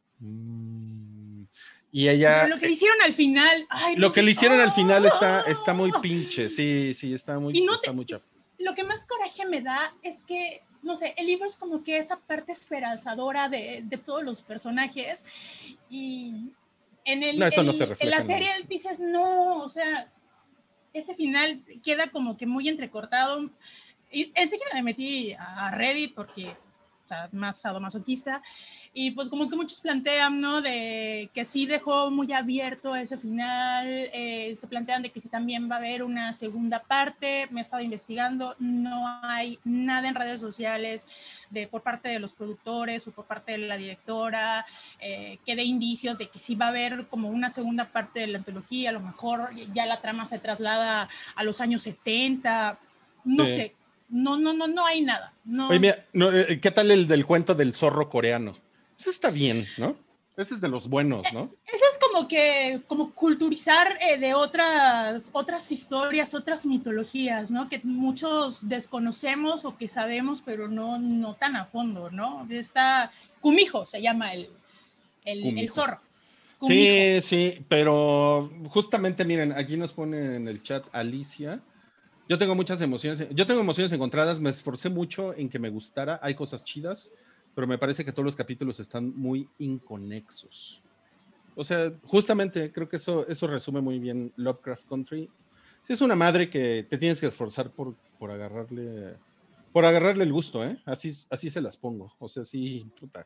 Mm. Y ella...
Pero lo que le hicieron al final... Ay,
lo
no,
que le hicieron
oh,
al final está, está muy pinche. Sí, sí, está muy,
y no
está
te,
muy chafa.
Lo que más coraje me da es que, no sé, el libro es como que esa parte esperanzadora de, de todos los personajes y en, el,
no, eso
el,
no se refleja
en la serie
en
dices, no, o sea, ese final queda como que muy entrecortado. Y enseguida me metí a Reddit porque, o sea, más sadomasoquista, y pues como que muchos plantean, ¿no? De que sí dejó muy abierto ese final, eh, se plantean de que sí también va a haber una segunda parte. Me he estado investigando, no hay nada en redes sociales de, por parte de los productores o por parte de la directora eh, que dé indicios de que sí va a haber como una segunda parte de la antología. A lo mejor ya la trama se traslada a los años setenta, no sí. sé. No, no, no, no hay nada. No.
Oye, mira, no, ¿qué tal el del cuento del zorro coreano? Ese está bien, ¿no? Ese es de los buenos, ¿no?
Ese es como que, como culturizar eh, de otras, otras historias, otras mitologías, ¿no? Que muchos desconocemos o que sabemos, pero no, no tan a fondo, ¿no? Está, Kumiho se llama el, el, el zorro.
Kumiho. Sí, sí, pero justamente, miren, aquí nos pone en el chat Alicia. Yo tengo muchas emociones, yo tengo emociones encontradas, me esforcé mucho en que me gustara, hay cosas chidas, pero me parece que todos los capítulos están muy inconexos. O sea, justamente creo que eso, eso resume muy bien Lovecraft Country. Sí, es una madre que te tienes que esforzar por, por agarrarle por agarrarle el gusto, ¿eh? Así, así se las pongo. O sea, sí, puta.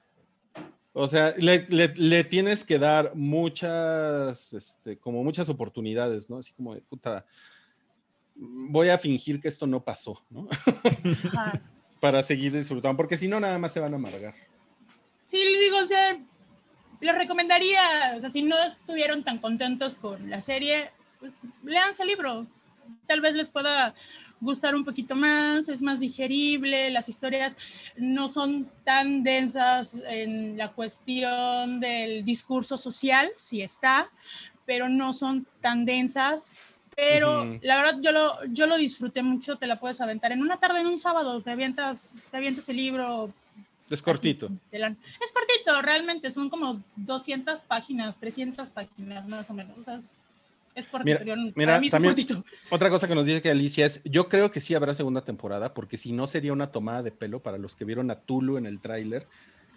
O sea, le, le, le tienes que dar muchas, este, como muchas oportunidades, ¿no? Así como de puta... voy a fingir que esto no pasó, ¿no? Para seguir disfrutando, porque si no, nada más se van a amargar.
Sí, le digo, o sea, les recomendaría, o sea, si no estuvieron tan contentos con la serie, pues léanse el libro. Tal vez les pueda gustar un poquito más, es más digerible, las historias no son tan densas en la cuestión del discurso social, sí está, pero no son tan densas. Pero uh-huh. la verdad yo lo, yo lo disfruté mucho, te la puedes aventar en una tarde, en un sábado, te avientas, te avientas el libro.
Es cortito.
Así, la, es cortito, realmente, son como doscientas páginas, trescientas páginas más o menos, o sea, es, es cortito.
Mira,
yo,
mira
para mí es
también
cortito.
Otra cosa que nos dice que Alicia es, yo creo que sí habrá segunda temporada, porque si no sería una tomada de pelo para los que vieron a Tulu en el tráiler.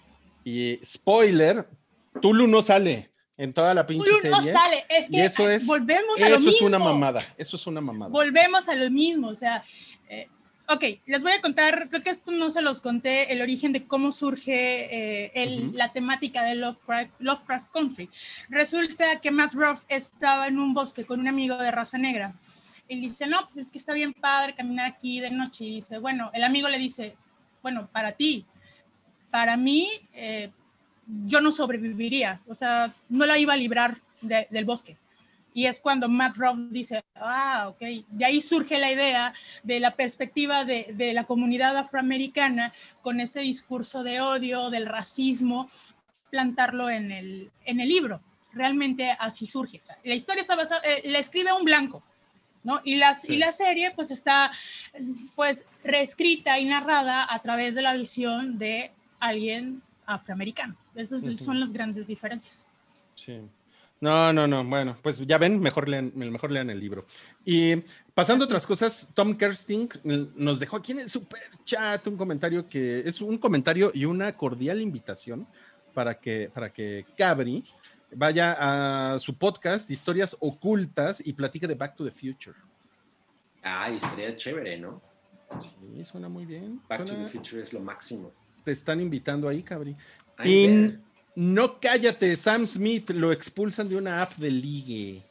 Y spoiler, Tulu no sale en toda la pinche
Tulu
serie.
no sale, es que
y eso es,
volvemos a
eso
lo mismo.
es una mamada, eso es una mamada.
Volvemos a lo mismo, o sea, eh, ok, les voy a contar, creo que esto no se los conté, el origen de cómo surge eh, el, uh-huh. la temática de Lovecraft, Lovecraft Country. Resulta que Matt Ruff estaba en un bosque con un amigo de raza negra. Él dice, no, pues es que está bien padre caminar aquí de noche. Y dice, bueno, el amigo le dice, bueno, para ti, para mí, eh, yo no sobreviviría, o sea, no la iba a librar de, del bosque. Y es cuando Matt Ruff dice, ah, ok, de ahí surge la idea de la perspectiva de, de la comunidad afroamericana con este discurso de odio, del racismo, plantarlo en el, en el libro. Realmente así surge. O sea, la historia está basada, eh, la escribe un blanco, ¿no? Y, las, sí. y la serie pues está pues reescrita y narrada a través de la visión de alguien afroamericano. Esas uh-huh. son las grandes diferencias.
Sí. No, no, no. Bueno, pues ya ven, mejor lean, mejor lean el libro. Y pasando a otras cosas, Tom Kersting nos dejó aquí en el super chat un comentario que es un comentario y una cordial invitación para que, para que Cabri vaya a su podcast Historias Ocultas y platique de Back to the Future.
Ay, estaría chévere, ¿no?
Sí, suena muy bien.
Back
suena...
to the Future es lo máximo.
Te están invitando ahí, Cabri.
Ay,
y no cállate, Sam Smith lo expulsan de una app de ligue.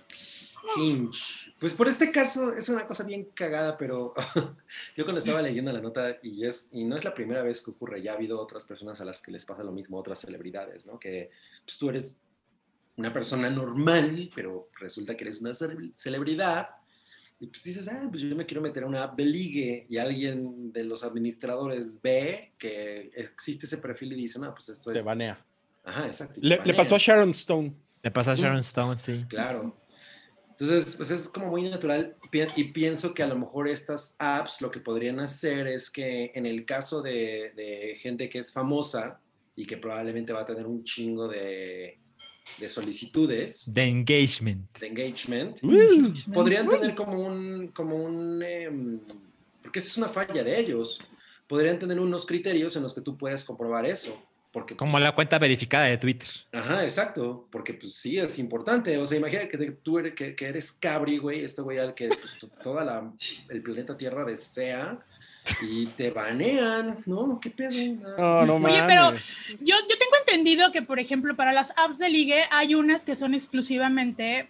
Hinge. Pues por este caso es una cosa bien cagada, pero yo cuando estaba leyendo la nota, y, es, y no es la primera vez que ocurre, ya ha habido otras personas a las que les pasa lo mismo, otras celebridades, ¿no? Que pues, tú eres una persona normal, pero resulta que eres una celebridad, y pues dices, ah, pues yo me quiero meter a una app de ligue, y alguien de los administradores ve que existe ese perfil y dice, no, pues esto es...
Te banea.
Ajá, exacto.
Le, le pasó a Sharon Stone.
Le pasó a Sharon Stone, sí.
Claro. Entonces, pues es como muy natural pi- y pienso que a lo mejor estas apps lo que podrían hacer es que en el caso de, de gente que es famosa y que probablemente va a tener un chingo de, de solicitudes,
De engagement.
de engagement,
Uh,
podrían tener como un, como un, em, porque esa es una falla de ellos, podrían tener unos criterios en los que tú puedes comprobar eso, porque
Como
pues,
la cuenta verificada de Twitter.
ajá, exacto, porque pues sí, es importante, o sea, imagina que te- tú eres, que, que eres Cabri, güey, este güey al que pues, to- toda la, el planeta Tierra desea, y te banean, ¿no? ¿Qué pedo?
no, no
Oye, pero
mames.
yo, yo tengo entendido que, por ejemplo, para las apps de ligue hay unas que son exclusivamente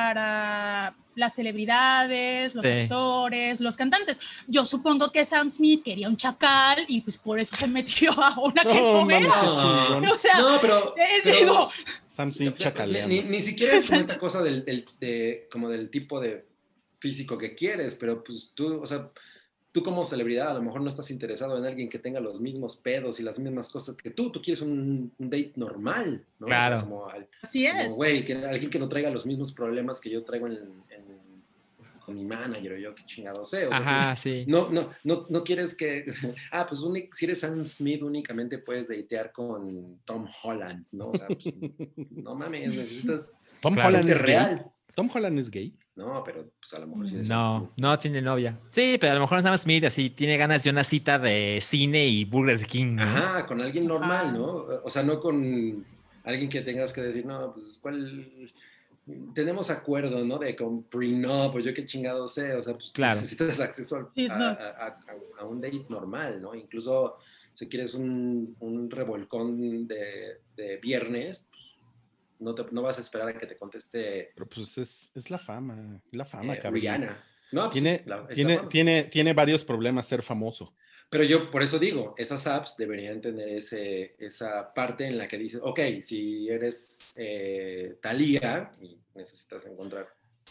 para las celebridades, los
Sí.
actores, los cantantes. Yo supongo que Sam Smith quería un chacal y pues por eso se metió a una que
No
no
mames,
era.
qué chingón.
O sea,
no, pero,
eh,
pero-
digo,
Sam Smith
ni,
chacaleando.
ni siquiera es como esta cosa del, del- de, como del tipo de físico que quieres, pero pues tú, o sea, tú como celebridad a lo mejor no estás interesado en alguien que tenga los mismos pedos y las mismas cosas que tú, tú quieres un, un date normal, ¿no?
Claro.
O sea, como, al-
así
como,
es.
güey, que alguien que no traiga los mismos problemas que yo traigo en, en- con mi manager o yo, qué chingado sé. O sea,
Ajá,
tú
sí.
no, no, no, no quieres que, ah, pues uni- si eres Sam Smith únicamente puedes datear con Tom Holland, ¿no? O sea, pues, no mames, necesitas
Tom
Claro.
Holland
gente
es gay.
real.
Tom Holland es gay.
No, pero pues a lo mejor sí eres Sam
No,
Smith.
no tiene novia. Sí, pero a lo mejor Sam Smith así tiene ganas de una cita de cine y Burger King, ¿no?
Ajá, con alguien normal,
Ajá.
¿no? O sea, no con alguien que tengas que decir, no, pues, ¿cuál? Tenemos acuerdo, ¿no? De con prenup, pues yo qué chingado sé, o sea, pues
Claro.
necesitas acceso
Sí,
a,
no.
a- a- a un date normal, ¿no? Incluso si quieres un, un revolcón de, de viernes, pues, no, te- no vas a esperar a que te conteste
Pero pues es, es la fama. La fama,
eh,
cabrón.
Rihanna. No, pues,
Tiene,
sí, la- es la
tiene,
fama.
tiene, tiene varios problemas ser famoso.
Pero yo por eso digo, esas apps deberían tener ese, esa parte en la que dices, ok, si eres eh, Thalía y necesitas encontrar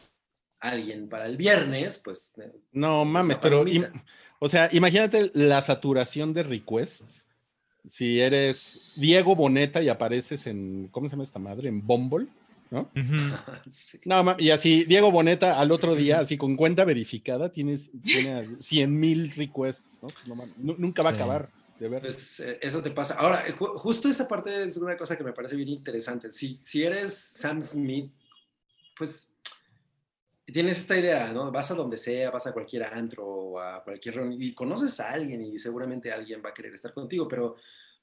a alguien para el viernes, pues eh,
No
compras
mames,
la
pero,
palomita.
im- o sea, imagínate la saturación de requests. Si eres Diego Boneta y apareces en, ¿cómo se llama esta madre? En Bumble, ¿no?
Ujú.
Sí.
No, ma- y así, Diego Boneta al otro día, así con cuenta verificada, tienes, tiene cien mil requests, ¿no? Pues no mames, nu- nunca va a
Sí.
acabar de ver.
Pues eh, eso te pasa. Ahora, eh, ju- justo esa parte es una cosa que me parece bien interesante. Si, si eres Sam Smith, pues tienes esta idea, ¿no? Vas a donde sea, vas a cualquier antro o a cualquier reunión y conoces a alguien y seguramente alguien va a querer estar contigo, pero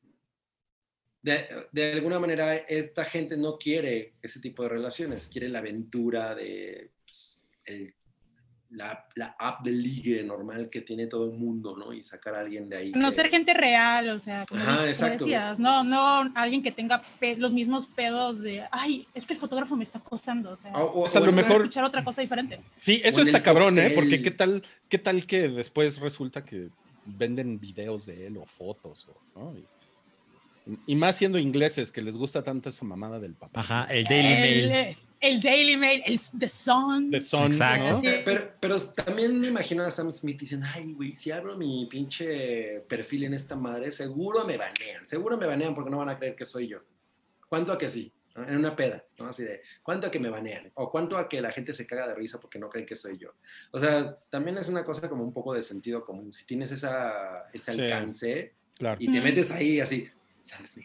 de, de alguna manera esta gente no quiere ese tipo de relaciones, quiere la aventura de pues, el, la, la app de ligue normal que tiene todo el mundo, ¿no? Y sacar a alguien de ahí.
Conocer
que...
gente real, o sea, como,
Ajá,
dices- como
exacto.
decías, no, no alguien que tenga pe- los mismos pedos de, ay, es que el fotógrafo me está acosando, o sea,
O, o-
Es a
o
lo
en una-
mejor-
escuchar otra cosa diferente.
Sí,
o
eso
en
está
el
cabrón, ¿eh?
cóctel.
Porque qué tal, qué tal que después resulta que venden videos de él o fotos, o, ¿no? Y, y más siendo ingleses, que les gusta tanto esa mamada del papá.
Ajá, el Daily
el,
Mail.
eh, el Daily Mail, el The Sun.
The Sun,
Exacto.
¿no?
Sí.
Eh, Pero, pero también me imagino a Sam Smith diciendo, ay, güey, si abro mi pinche perfil en esta madre, seguro me banean, seguro me banean porque no van a creer que soy yo. ¿Cuánto a que sí? ¿No? En una peda, ¿no? Así de, ¿cuánto a que me banean? O ¿cuánto a que la gente se caga de risa porque no creen que soy yo? O sea, también es una cosa como un poco de sentido común. Si tienes esa, ese
Sí.
alcance
Claro.
y te
Ujú.
metes ahí así, Sam Smith.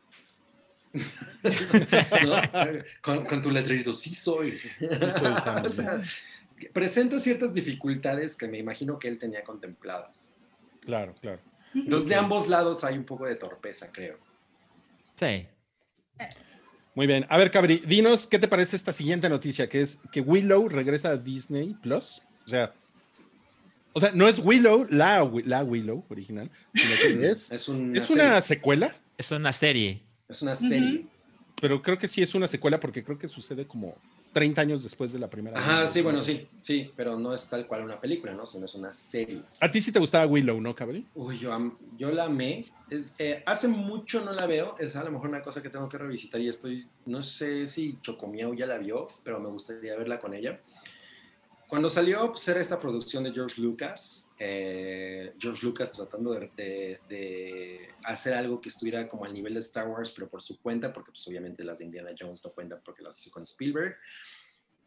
¿No? Con, con tu letrerito, sí soy.
soy Sam
O sea, presenta ciertas dificultades que me imagino que él tenía contempladas.
Claro, claro.
Entonces, de
Ok.
ambos lados hay un poco de torpeza, creo.
Sí.
Muy bien. A ver, Cabri, dinos qué te parece esta siguiente noticia, que es que Willow regresa a Disney Plus. O sea, o sea, no es Willow, la, Wi- la Willow original, sino que es,
Es una,
es una
serie.
secuela,
Es una serie.
Es una serie.
pero creo que sí es una secuela porque creo que sucede como treinta años después de la primera.
Ajá,
Willow.
sí, bueno, sí, sí, pero no es tal cual una película, ¿no? Sino es una serie.
A ti sí te gustaba Willow, ¿no, Cabri?
Uy, yo, am- yo la amé. Es- eh, hace mucho no la veo. Es a lo mejor una cosa que tengo que revisitar y estoy, no sé si Chocomiao ya la vio, pero me gustaría verla con ella. Cuando salió, pues era esta producción de George Lucas, eh, George Lucas tratando de, de- de hacer algo que estuviera como al nivel de Star Wars, pero por su cuenta, porque pues obviamente las de Indiana Jones no cuentan porque las hizo con Spielberg.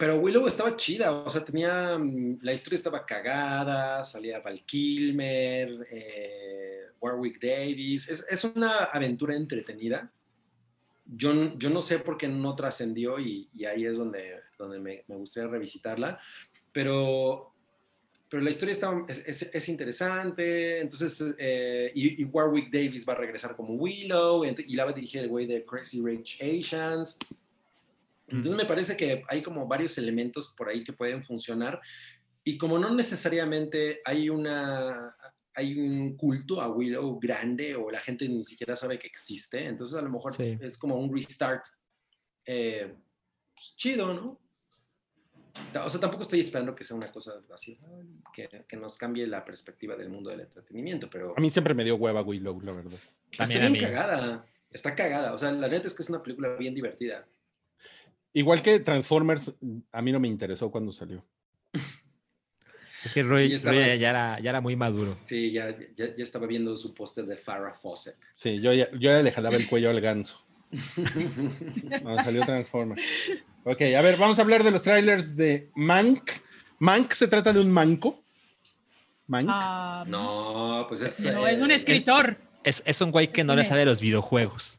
pero Willow estaba chida, o sea, tenía, la historia estaba cagada, salía Val Kilmer, eh, Warwick Davis, es, es una aventura entretenida. Yo, yo no sé por qué no trascendió y, y ahí es donde, donde me, me gustaría revisitarla, pero, pero la historia está, es, es, es interesante, entonces, eh, y, y Warwick Davis va a regresar como Willow, y la va a dirigir el güey de Crazy Rich Asians. Entonces me parece que hay como varios elementos por ahí que pueden funcionar y como no necesariamente hay una hay un culto a Willow grande o la gente ni siquiera sabe que existe, entonces a lo mejor sí. es como un restart eh, pues, chido, ¿no? O sea, tampoco estoy esperando que sea una cosa así que, que nos cambie la perspectiva del mundo del entretenimiento, pero...
A mí siempre me dio hueva Willow, la verdad.
Está bien cagada, está cagada, o sea, la neta es que es una película bien divertida.
Igual que Transformers, a mí no me interesó cuando salió.
Es que Roy, estabas, Roy ya, era, ya era muy maduro.
Sí, ya, ya, ya estaba viendo su póster de Farrah Fawcett.
Sí, yo ya, yo ya le jalaba el cuello al ganso. Cuando salió Transformers. Ok, a ver, vamos a hablar de los trailers de Mank. ¿Mank se trata de un manco? ¿Mank?
Um, no, pues es...
No, eh, es un escritor.
Es, es un güey que no le sabe los videojuegos.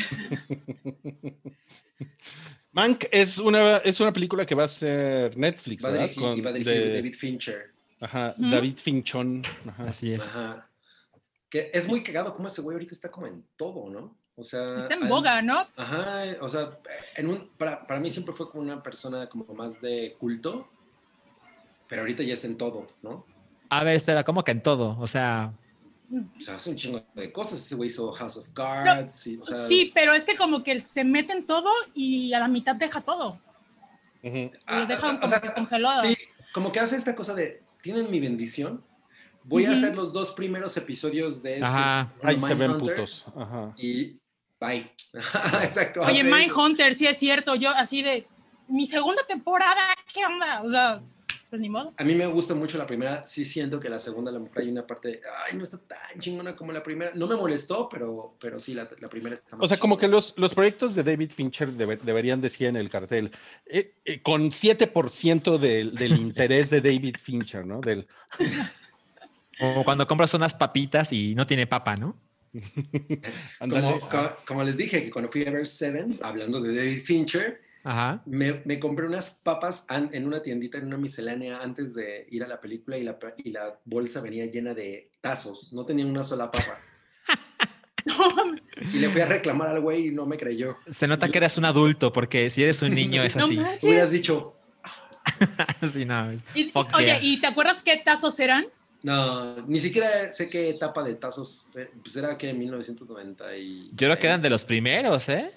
Mank es una, es una película que va a ser Netflix,
va a
¿verdad?
dirigir,
Con,
y va a dirigir
de,
David Fincher.
Ajá, ¿Mm? David Finchon. Ajá.
Así es.
Ajá. Que es muy cagado como ese güey ahorita está como en todo, ¿no? O sea...
Está en boga, ¿no?
Ajá, o sea, en un, para, para mí siempre fue como una persona como más de culto, pero ahorita ya está en todo, ¿no?
A ver, espera, ¿cómo que en todo? O sea...
O sea, hace un chingo de cosas. Ese güey hizo House of Cards.
No,
y, o sea,
sí, pero es que como que se mete en todo y a la mitad deja todo.
Uh-huh.
Y los deja
ah,
como
o sea,
que congelados.
Sí, como que hace esta cosa de, tienen mi bendición, voy uh-huh. a hacer los dos primeros episodios de este.
Ajá.
Ahí se ven putos. Ajá.
Y bye. Exacto.
Oye, Mindhunter, sí es cierto. Yo así de, mi segunda temporada, ¿qué onda? O sea... Pues ni modo.
A mí me gusta mucho la primera, sí siento que la segunda a lo mejor hay una parte de, ay, no está tan chingona como la primera. No me molestó, pero, pero sí, la, la primera está más
O sea,
chingona.
como que los, los proyectos de David Fincher debe, deberían decir en el cartel, eh, eh, con siete por ciento del, del interés de David Fincher, ¿no? Del...
O cuando compras unas papitas y no tiene papa, ¿no?
como, como, como les dije, que cuando fui a ver Seven, hablando de David Fincher,
Ajá.
Me, me compré unas papas an, en una tiendita, en una miscelánea antes de ir a la película y la, y la bolsa venía llena de tazos, no tenía una sola papa. Y le fui a reclamar al güey y no me creyó.
Se nota que eres un adulto, porque si eres un niño es así.
No
hubieras dicho...
sí, no, es,
y, oye, yeah. ¿Y te acuerdas qué tazos eran?
No, ni siquiera sé qué etapa de tazos, pues era que en mil novecientos noventa y seis.
Yo creo que eran de los primeros, ¿eh?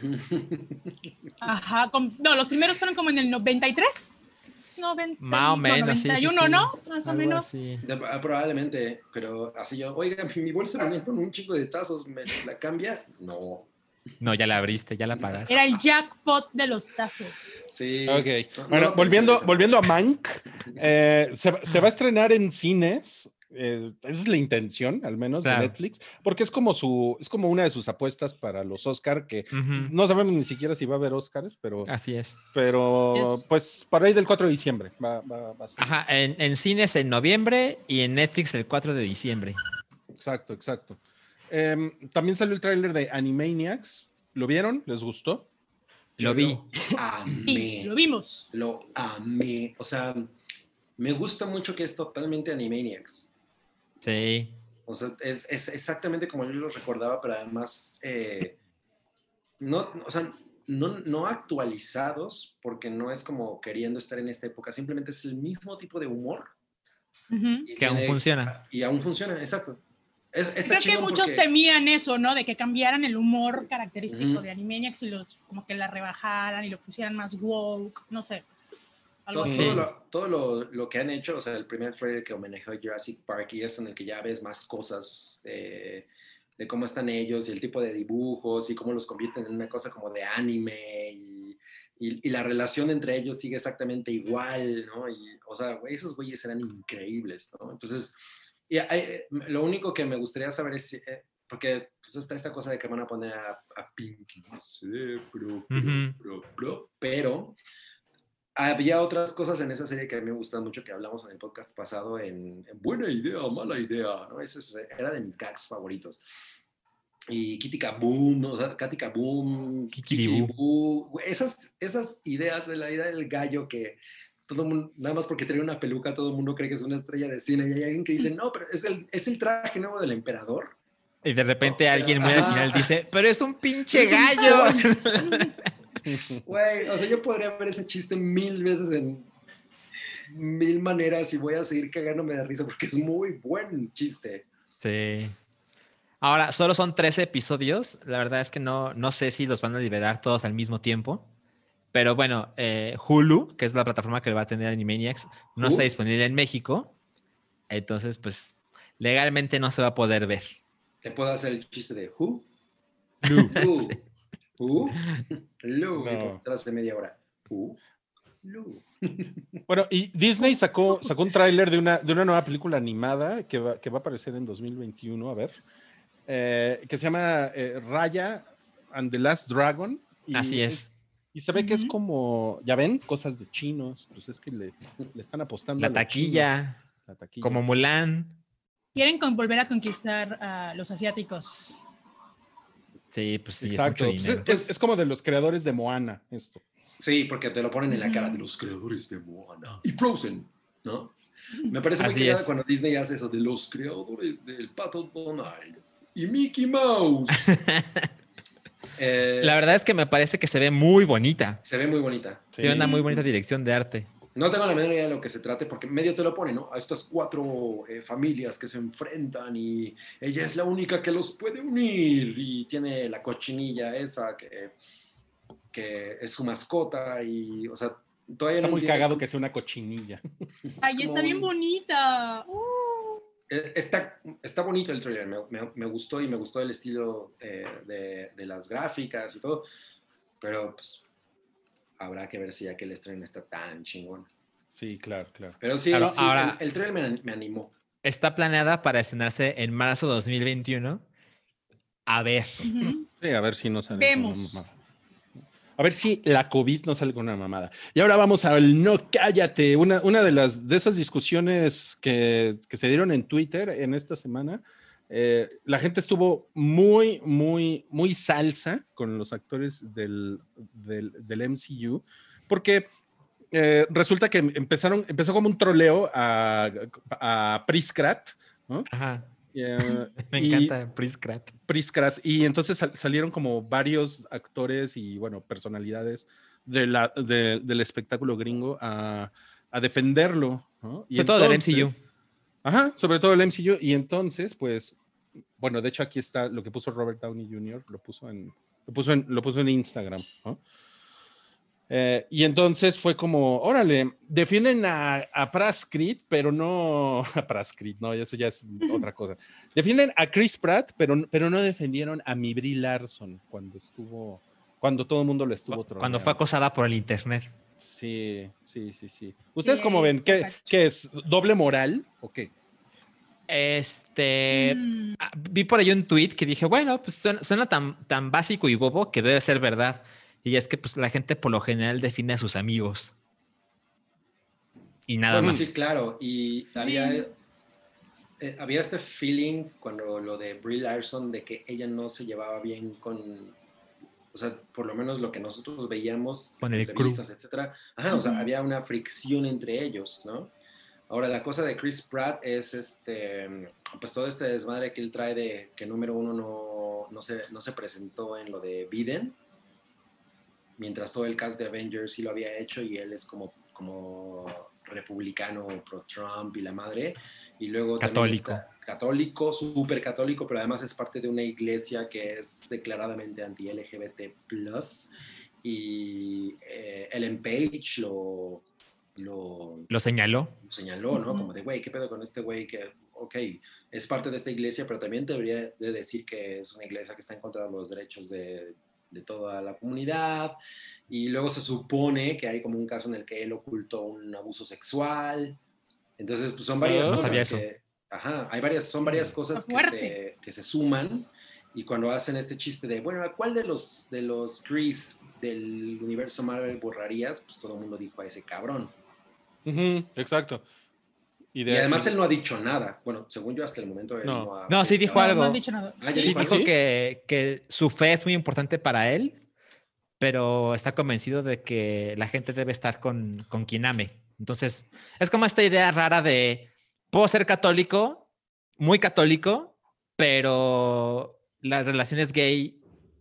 Ajá, con, no, los primeros fueron como en el noventa y tres, noventa,
más o menos,
no, noventa y uno,
sí, sí, sí.
¿no? Más
Algo
o menos.
Así.
De, probablemente, pero así yo, oiga, mi bolsa venía con un chico de tazos, ¿me la cambia? No.
No, ya la abriste, ya la pagaste.
Era el jackpot de los tazos.
Sí.
Ok. No, bueno, no volviendo, volviendo a Mank, eh, se, se va a estrenar en cines. Eh, esa es la intención, al menos, claro. de Netflix, porque es como su, es como una de sus apuestas para los Oscar, que uh-huh. no sabemos ni siquiera si va a haber Oscars, pero
así es.
Pero yes. pues para ahí del cuatro de diciembre va, va, va a ser.
Ajá, en, en cines en noviembre y en Netflix el cuatro de diciembre.
Exacto, exacto. Eh, también salió el tráiler de Animaniacs. ¿Lo vieron? ¿Les gustó?
Lo vi.
Lo amé.
Sí, lo vimos.
Lo amé. O sea, me gusta mucho que es totalmente Animaniacs.
Sí.
O sea, es, es exactamente como yo lo recordaba, pero además, eh, no, o sea, no, no actualizados, porque no es como queriendo estar en esta época, simplemente es el mismo tipo de humor.
Uh-huh.
Que tiene, aún funciona.
Y aún funciona, exacto. Es,
Creo que muchos
porque...
temían eso, ¿no? De que cambiaran el humor característico
uh-huh.
de Animaniacs y los, como que la rebajaran y lo pusieran más woke, no sé.
Todo, todo, lo, todo lo, lo que han hecho, o sea, el primer trailer que homenajeó Jurassic Park y es en el que ya ves más cosas de, de cómo están ellos y el tipo de dibujos y cómo los convierten en una cosa como de anime y, y, y la relación entre ellos sigue exactamente igual, ¿no? Y, o sea, güey, esos güeyes eran increíbles, ¿no? Entonces, y hay, lo único que me gustaría saber es, eh, porque pues está esta cosa de que van a poner a, a Pinky, no sé, pero, pero,
uh-huh.
pero, pero, pero había otras cosas en esa serie que a mí me gustan mucho, que hablamos en el podcast pasado, en, en Buena Idea, Mala Idea, ¿no? Ese es- era de mis gags favoritos. Y Kitty Kaboom, ¿no? O sea, Katy Kaboom,
Kikiribú.
Kikiribú, güey, esas, esas ideas de la idea del gallo que todo el mundo, nada más porque trae una peluca, todo el mundo cree que es una estrella de cine, y hay alguien que dice, no, pero es el, es el traje nuevo del emperador.
Y de repente
No,
alguien muy
ajá.
al final dice, pero es un pinche
Es un
gallo.
Güey, o sea, yo podría ver ese chiste mil veces en mil maneras y voy a seguir cagándome de risa porque es muy buen chiste.
Sí. Ahora, solo son trece episodios. La verdad es que no, no sé si los van a liberar todos al mismo tiempo. Pero bueno, eh, Hulu, que es la plataforma que va a tener Animaniacs, no
¿Who?
está disponible en México. Entonces, pues, legalmente no se va a poder ver.
¿Te puedo hacer el chiste de who?
Lu.
Who? Who? Lu.
No.
Y por detrás de media hora. Who? Lu.
Bueno, y Disney sacó, sacó un tráiler de una, de una nueva película animada que va, que va a aparecer en dos mil veintiuno, a ver, eh, que se llama eh, Raya and the Last Dragon. Y
Así es.
Y se ve que es
Ujú.
como, ya ven, cosas de chinos, pues es que le, le están apostando a
La
lo
taquilla,
chino. La taquilla.
como Mulan.
Quieren con- volver a conquistar a los asiáticos.
Sí, pues sí,
Exacto.
es
Pues
mucho
es,
dinero.
es- es como de los creadores de Moana, esto.
Sí, porque te lo ponen en la cara de
Ujú.
los creadores de Moana y Frozen, ¿no? Me parece muy
Así
cagado
es.
cuando Disney hace eso de los creadores del Pato Donald y Mickey Mouse. Eh,
La verdad es que me parece que se ve muy bonita.
se ve muy bonita.
Sí.
Tiene una muy bonita dirección de arte.
No tengo la menor idea de lo que se trate, porque medio te lo pone, ¿no? A estas cuatro eh, familias que se enfrentan y ella es la única que los puede unir y tiene la cochinilla esa que, que es su mascota y, o sea, todavía
Está
no
muy
entiendes
cagado
cómo-
que sea una cochinilla.
Ay,
como
está bien
un-
bonita. Uh.
Eh, Está, está bonito el trailer, me, me- me gustó y me gustó el estilo eh, de, de las gráficas y todo, pero pues habrá que ver si ya que el estreno está tan chingón.
Sí, claro, claro.
Pero sí,
Claro,
sí,
ahora-
el, el trailer me, me animó.
Está planeada para estrenarse en marzo de dos mil veintiuno. A ver.
Ujú.
Sí, a ver si no sale. con una
Vemos.
mamada. A ver si la COVID no sale con una mamada. Y ahora vamos al no cállate. Una, una de las de esas discusiones que, que se dieron en Twitter en esta semana. Eh, la gente estuvo muy, muy, muy salsa con los actores del, del, del M C U, porque eh, resulta que empezaron, empezó como un troleo a, a Priskrat, ¿no?
Ajá.
Eh,
Me
y-
encanta Priskrat.
Priskrat, y entonces sal- salieron como varios actores y, bueno, personalidades de la, de- del espectáculo gringo a, a defenderlo, ¿no? Y
Sobre todo del M C U.
entonces- Ajá, sobre todo el M C U, y entonces, pues, bueno, de hecho aquí está lo que puso Robert Downey junior, lo puso en, lo puso en, lo puso en Instagram, ¿no? Eh, y entonces fue como, órale, defienden a, a Praskrit, pero no a Praskrit, no, eso ya es otra cosa. Defienden a Chris Pratt, pero, pero no defendieron a mi Brie Larson cuando estuvo, cuando todo el mundo le estuvo
Cuando
troleando.
fue acosada por el internet.
Sí, sí, sí, sí. ¿Ustedes
Sí,
cómo ven? ¿Qué,
gacho.
qué es? ¿Doble moral o qué?
Este.
Mm.
ah, Vi por ahí un tweet que dije, bueno, pues suena, suena tan, tan básico y bobo que debe ser verdad. Y es que pues la gente por lo general define a sus amigos. Y nada
Bueno,
más.
Sí, claro, y había,
Sí.
eh, había este feeling cuando lo de Brie Larson de que ella no se llevaba bien con, o sea, por lo menos lo que nosotros veíamos,
Con el
entrevistas, etcétera. Ajá, o sea,
Ujú.
había una fricción entre ellos, ¿no? Ahora, la cosa de Chris Pratt es, este, pues todo este desmadre que él trae de que número uno no, no, se, no se presentó en lo de Biden, mientras todo el cast de Avengers sí lo había hecho y él es como, como republicano pro-Trump y la madre, y luego también
Católico.
está católico, súper católico, pero además es parte de una iglesia que es declaradamente anti-L G B T plus, y eh, Ellen Page lo, lo,
Lo señaló.
lo señaló, ¿no?
Ujú.
Como de, güey, ¿qué pedo con este güey que, ok, es parte de esta iglesia, pero también debería de decir que es una iglesia que está en contra de los derechos de, de toda la comunidad? Y luego se supone que hay como un caso en el que él ocultó un abuso sexual. Entonces, pues son varias
No
cosas
sabía eso.
que, ajá, hay varias, son varias cosas
Está
que
fuerte.
se, que se suman y cuando hacen este chiste de, bueno, ¿a cuál de los, de los Chris del universo Marvel borrarías? Pues todo el mundo dijo a ese cabrón.
Ujú, exacto. Y, de,
Y además
y,
él no ha dicho nada. Bueno, según yo hasta el momento él
No.
no ha...
No, sí dijo
No,
algo.
no han dicho nada.
Ah, ya
Sí
dijo
dijo
algo.
que, que su fe es muy importante para él, pero está convencido de que la gente debe estar con, con quien ame. Entonces, es como esta idea rara de, puedo ser católico, muy católico, pero las relaciones gay,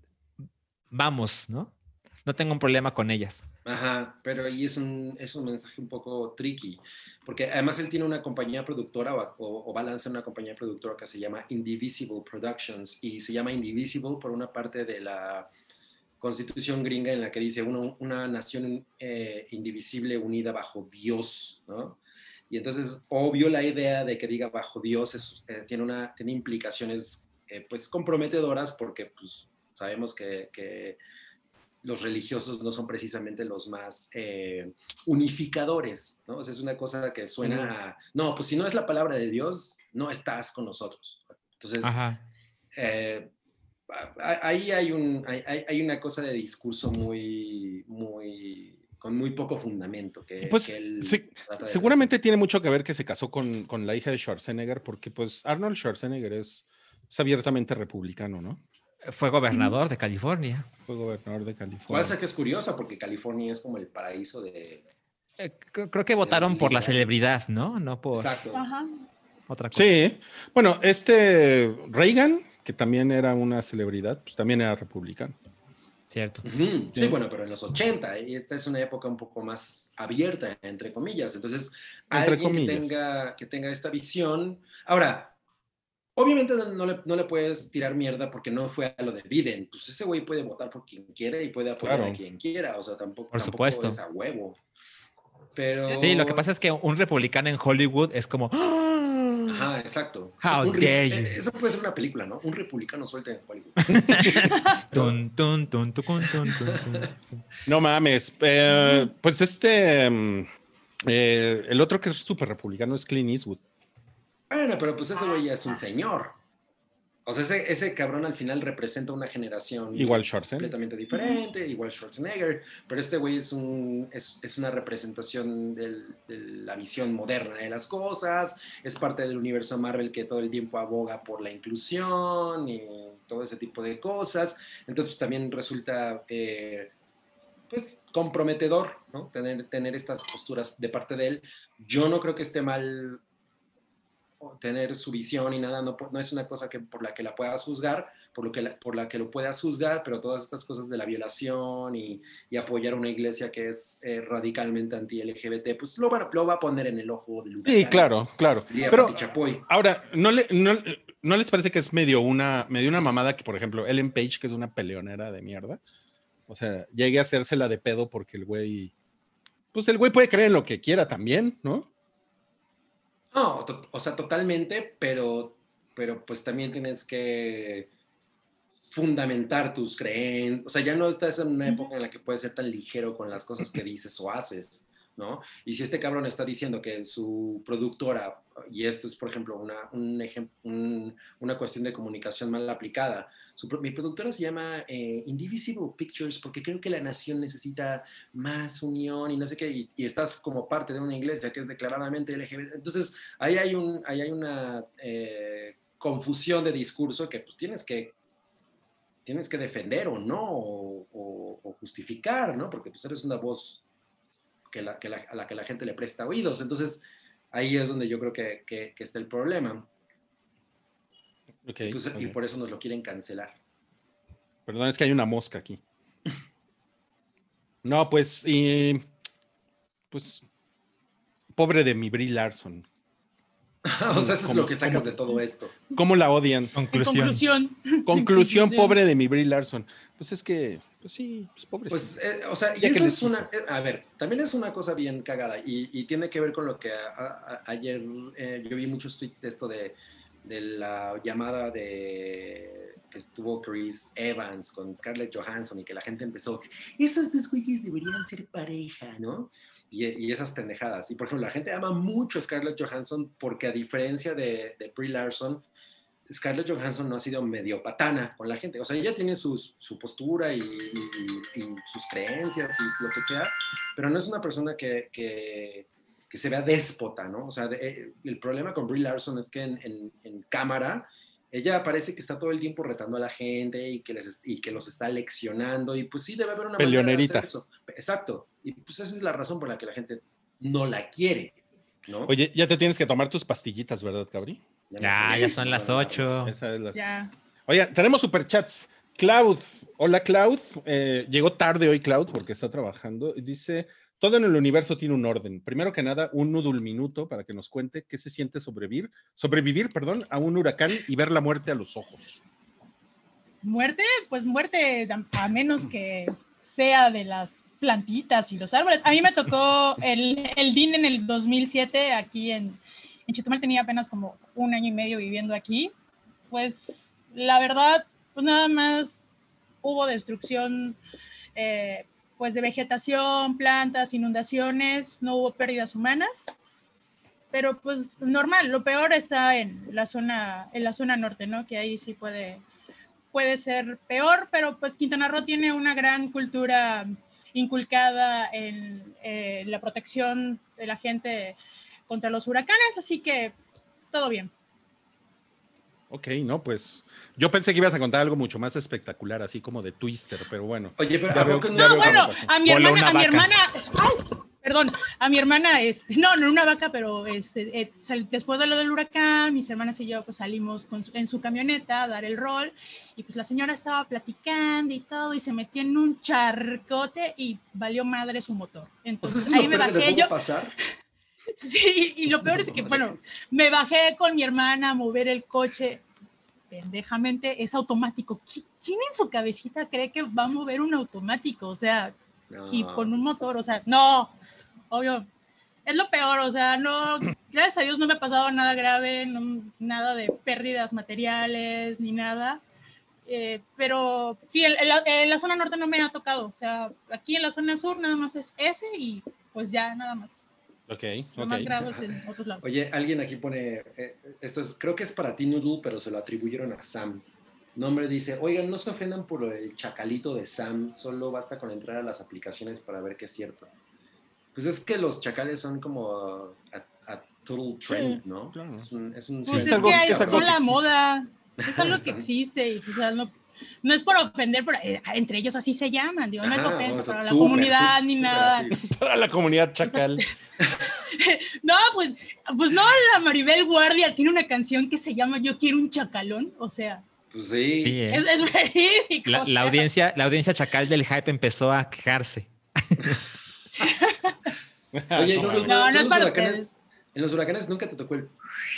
vamos, ¿no? No tengo un problema con ellas.
Ajá, pero ahí es un, es un mensaje un poco tricky, porque además él tiene una compañía productora o, o, o va a lanzar una compañía productora que se llama Indivisible Productions, y se llama Indivisible por una parte de la Constitución gringa en la que dice uno, una nación eh, indivisible unida bajo Dios, ¿no? Y entonces, obvio, la idea de que diga bajo Dios es, eh, tiene, una, tiene implicaciones eh, pues comprometedoras, porque pues, sabemos que, que los religiosos no son precisamente los más eh, unificadores, ¿no? O sea, es una cosa que suena
Ujú.
a, no, pues si no es la palabra de Dios, no estás con nosotros. Entonces,
Ajá.
eh, ahí hay, un, hay, hay una cosa de discurso muy, muy, con muy poco fundamento que,
Pues
que él
se-
trata de
seguramente
transmitir.
tiene mucho que ver que se casó con, con la hija de Schwarzenegger, porque pues Arnold Schwarzenegger es, es abiertamente republicano, ¿no?
Fue gobernador de California.
Fue gobernador de
Cosa
California.
que es curiosa porque California es como el paraíso de,
Eh, creo, creo que
de
votaron
los
por la
liberales.
celebridad, ¿no? No por
Exacto.
Ajá.
otra cosa.
Sí, bueno, este Reagan, que también era una celebridad, pues también era republicano.
Cierto.
Uh-huh. Sí,
Sí.
bueno, pero en los ochenta, y esta es una época un poco más abierta, entre comillas. Entonces,
Entre
alguien que
comillas.
tenga, que tenga esta visión. Ahora, obviamente no, no, le, no le puedes tirar mierda porque no fue a lo de Biden. Pues ese güey puede votar por quien quiera y puede apoyar
Claro.
a quien quiera. O sea, tampoco,
Por
tampoco
supuesto.
es a huevo. Pero.
Sí, lo que pasa es que un republicano en Hollywood es como, ¡ah!
Ajá, exacto.
How
Un re-
dare
eh,
you.
Eso puede ser una película, ¿no? Un republicano suelto en Hollywood.
Tun, tun, tun, tucun, tun, tun, tun.
No mames. eh, pues este, mm, eh, el otro que es súper republicano es Clint Eastwood.
Bueno, pero pues ese güey ya es un señor. O sea, ese, ese cabrón al final representa una generación
Igual Schwarzenegger.
completamente diferente, igual Schwarzenegger, pero este güey es, un, es, es una representación del, de la visión moderna de las cosas, es parte del universo Marvel que todo el tiempo aboga por la inclusión y todo ese tipo de cosas. Entonces pues, también resulta eh, pues comprometedor, ¿no? Tener, tener estas posturas de parte de él. Yo no creo que esté mal tener su visión y nada, no, no es una cosa que, por la que la puedas juzgar, por, lo que la, por la que lo puedas juzgar, pero todas estas cosas de la violación y, y apoyar a una iglesia que es eh, radicalmente anti-L G B T, pues lo va, lo va a poner en el ojo del huracán.
Sí, claro, claro.
Diría
Pero
Pati Chapoy.
ahora, ¿no, le, no, ¿no les parece que es medio una, medio una mamada que, por ejemplo, Ellen Page, que es una peleonera de mierda, o sea, llegue a hacérsela de pedo porque el güey, pues el güey puede creer en lo que quiera también, ¿no?
No, to, o sea, totalmente, pero, pero pues también tienes que fundamentar tus creencias. O sea, ya no estás en una época en la que puedes ser tan ligero con las cosas que dices o haces, ¿no? Y si este cabrón está diciendo que su productora, y esto es, por ejemplo, una, un ejem, un, una cuestión de comunicación mal aplicada, su, mi productora se llama eh, Indivisible Pictures porque creo que la nación necesita más unión y no sé qué, y, y estás como parte de una iglesia que es declaradamente L G B T. Entonces, ahí hay, un, ahí hay una eh, confusión de discurso que pues tienes que tienes que defender o no, o, o, o justificar, ¿no? Porque pues eres una voz que la, que la, a la que la gente le presta oídos. Entonces, ahí es donde yo creo que, que, que está el problema.
Okay,
y, pues,
okay.
y por eso nos lo quieren cancelar.
Perdón, es que hay una mosca aquí. No, pues, y, pues, pobre de mi Brie Larson.
O sea, eso es lo que sacas de todo esto.
¿Cómo la odian?
Conclusión.
Conclusión.
Conclusión,
Conclusión.
pobre de mi Brie Larson. Pues es que, pues sí, pues pobre.
Pues, eh, o sea, y
Ya que
eso
les
es una,
hizo.
eh, a ver, también es una cosa bien cagada y, y tiene que ver con lo que a, a, ayer eh, yo vi muchos tweets de esto de, de la llamada de que estuvo Chris Evans con Scarlett Johansson y que la gente empezó, esos dos güeyes deberían ser pareja, ¿no? Y, y esas pendejadas. Y por ejemplo, la gente ama mucho a Scarlett Johansson porque a diferencia de, de Brie Larson, Scarlett Johansson no ha sido medio patana con la gente. O sea, ella tiene sus, su postura y, y, y sus creencias y lo que sea, pero no es una persona que, que, que se vea déspota, ¿no? O sea, de, el problema con Brie Larson es que en, en, en cámara ella parece que está todo el tiempo retando a la gente y que, les, y que los está leccionando, y pues sí debe haber una manera de hacer eso. Exacto. Y pues esa es la razón por la que la gente no la quiere, ¿no?
Oye, ya te tienes que tomar tus pastillitas, ¿verdad, Cabri?
Ya, ya, ya son las ocho.
Esa es las...
Ya.
Oye, tenemos superchats. Cloud, hola Cloud. Eh, llegó tarde hoy Cloud porque está trabajando. Dice, todo en el universo tiene un orden. Primero que nada, un noodle minuto para que nos cuente qué se siente sobrevivir, sobrevivir, perdón, a un huracán y ver la muerte a los ojos.
Muerte, pues muerte, a menos que sea de las plantitas y los árboles. A mí me tocó el, el D I N en el dos mil siete aquí en, en Chetumal. Tenía apenas como un año y medio viviendo aquí. Pues la verdad, pues nada más hubo destrucción eh, pues de vegetación, plantas, inundaciones, no hubo pérdidas humanas, pero pues normal. Lo peor está en la zona, en la zona norte, ¿no? Que ahí sí puede, puede ser peor, pero pues Quintana Roo tiene una gran cultura inculcada en eh, la protección de la gente contra los huracanes, así que todo bien.
Ok, no, pues yo pensé que ibas a contar algo mucho más espectacular, así como de Twister, pero bueno.
Oye, pero
ya
¿a
veo,
poco
ya
no?
veo
Bueno,
pasó.
a mi
Voló
hermana,
una
a mi
vaca.
hermana, ay, perdón, a mi hermana, este, no, no una vaca, pero este, eh, sal, después de lo del huracán, mis hermanas y yo pues salimos con, en su camioneta a dar el rol, y pues la señora estaba platicando y todo, y se metió en un charcote y valió madre su motor. Entonces
pues eso es
ahí me
lo peor que
bajé
te
yo.
pudo pasar.
Sí, y lo peor es que, bueno, me bajé con mi hermana a mover el coche. Pendejamente es automático. ¿Quién en su cabecita cree que va a mover un automático? O sea, no. Y con un motor, o sea, no, obvio, es lo peor, o sea, no, gracias a Dios no me ha pasado nada grave, no, nada de pérdidas materiales, ni nada, eh, pero sí, en, en, la, en la zona norte no me ha tocado, o sea, aquí en la zona sur nada más es ese y pues ya, nada más.
Ok,
Lo
ok.
más graves en otros lados.
Oye, alguien aquí pone, eh, esto es, creo que es para ti, Noodle, pero se lo atribuyeron a Sam. Nombre dice, oigan, no se ofendan por el chacalito de Sam, solo basta con entrar a las aplicaciones para ver que es cierto. Pues es que los chacales son como a, a total trend,
sí,
¿no?
Claro.
Es un, es un
pues
sí,
es
algo,
que hay,
es algo
son
que
la
existe.
moda, es algo que existe y pues no... No es por ofender, pero eh, entre ellos así se llaman, digo, no
Ajá,
es ofensa
oh,
para la
súper,
comunidad
súper,
ni
súper
nada.
así.
Para la comunidad chacal.
No, pues, pues no, la Maribel Guardia tiene una canción que se llama Yo quiero un chacalón, o sea,
Pues sí.
Sí, ¿eh?
es, es verídico.
La,
o
la
sea.
audiencia, la audiencia chacal del hype empezó a quejarse.
Oye,
no,
no, no,
no, no
en
es
los
para
huracanes,
ustedes.
en los huracanes nunca te tocó el...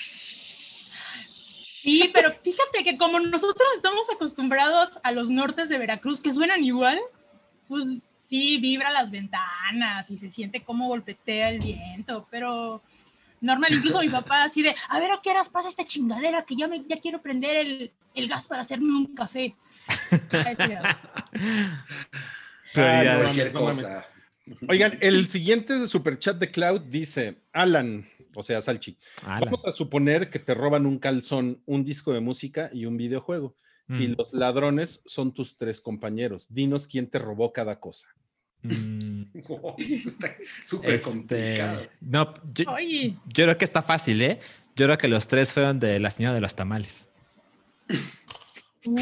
Sí, pero fíjate que como nosotros estamos acostumbrados a los nortes de Veracruz que suenan igual, pues sí, vibra las ventanas y se siente como golpetea el viento, pero normal. Incluso mi papá así de, a ver, ¿a qué horas pasa esta chingadera? Que ya, me, ya quiero prender el, el gas para hacerme un café. Ahí está, ya.
Ay, no
Cualquier
mames, no mames.
cosa.
Oigan, el siguiente superchat de Cloud dice, Alan, o sea, Salchi,
Alan.
vamos a suponer que te roban un calzón, un disco de música y un videojuego.
Mm.
Y los ladrones son tus tres compañeros. Dinos quién te robó cada cosa.
Mm,
Oh, eso está súper
este,
complicado.
no, yo,
Oye,
yo creo que está fácil, ¿eh? Yo creo que los tres fueron de la señora de los tamales.
uh,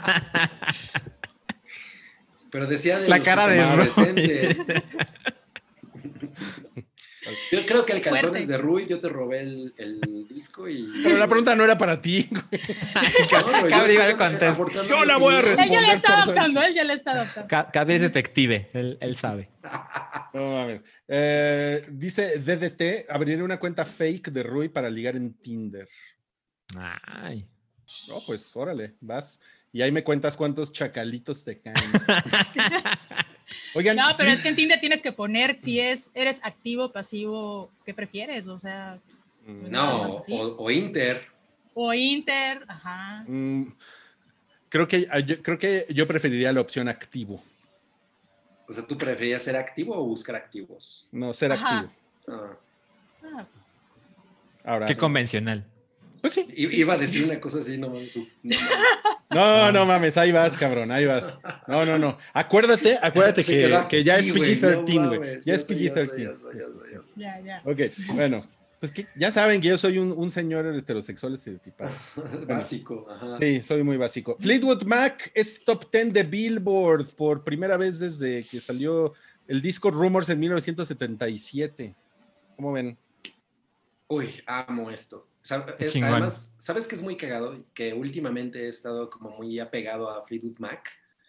Pero decía de
La
los
cara
que
de
estaban
Rui.
presentes. Yo creo que el calzón
Fuerte.
es de Rui, yo te robé el, el disco y...
Pero la pregunta no era para ti.
No, pero yo
Cabri
estaba
le contesta.
aportando
Yo
mi
la voy a
opinión.
él ya le
responder
está
por
adaptando,
Salchi.
él ya le está adaptando.
Ca- Cabri es detective, él, él sabe.
No mames. Eh, dice D D T, abriré una cuenta fake de Rui para ligar en Tinder.
Ay.
No, pues órale, vas. Y ahí me cuentas cuántos chacalitos te caen. Oigan,
No, pero
Flip-
es que en Tinder tienes que poner si es, eres activo, pasivo, ¿qué prefieres? O sea,
Mm,
No,
Más así.
o, o Inter.
o Inter, ajá.
mm, creo que ah, yo, creo que yo preferiría la opción activo.
O sea, ¿tú preferías ser activo o buscar activos?
No, ser
Ajá.
activo.
Ah,
Ah,
Ahora,
Qué
sí.
convencional.
Pues sí.
I- Iba a decir una cosa así, no, su- no,
No, no mames, ahí vas, cabrón, ahí vas. No, no, no. Acuérdate, acuérdate
Se
que,
quedó
que ya es
aquí, güey,
P G trece,
no
güey.
mames,
Ya
ya
es
sé,
P G
ya sé,
trece.
ya sé, ya sé, ya sé.
Ya, ya.
Ok, bueno, pues que ya saben que yo soy un, un señor heterosexual estereotipado. Bueno,
Básico, ajá.
sí, soy muy básico. Fleetwood Mac es top diez de Billboard por primera vez desde que salió el disco Rumors en mil novecientos setenta y siete. ¿Cómo ven?
Uy, amo esto. Sab-
Qué
es-
chingón.
Además, ¿sabes qué es muy cagado? Que últimamente he estado como muy apegado a Fleetwood Mac.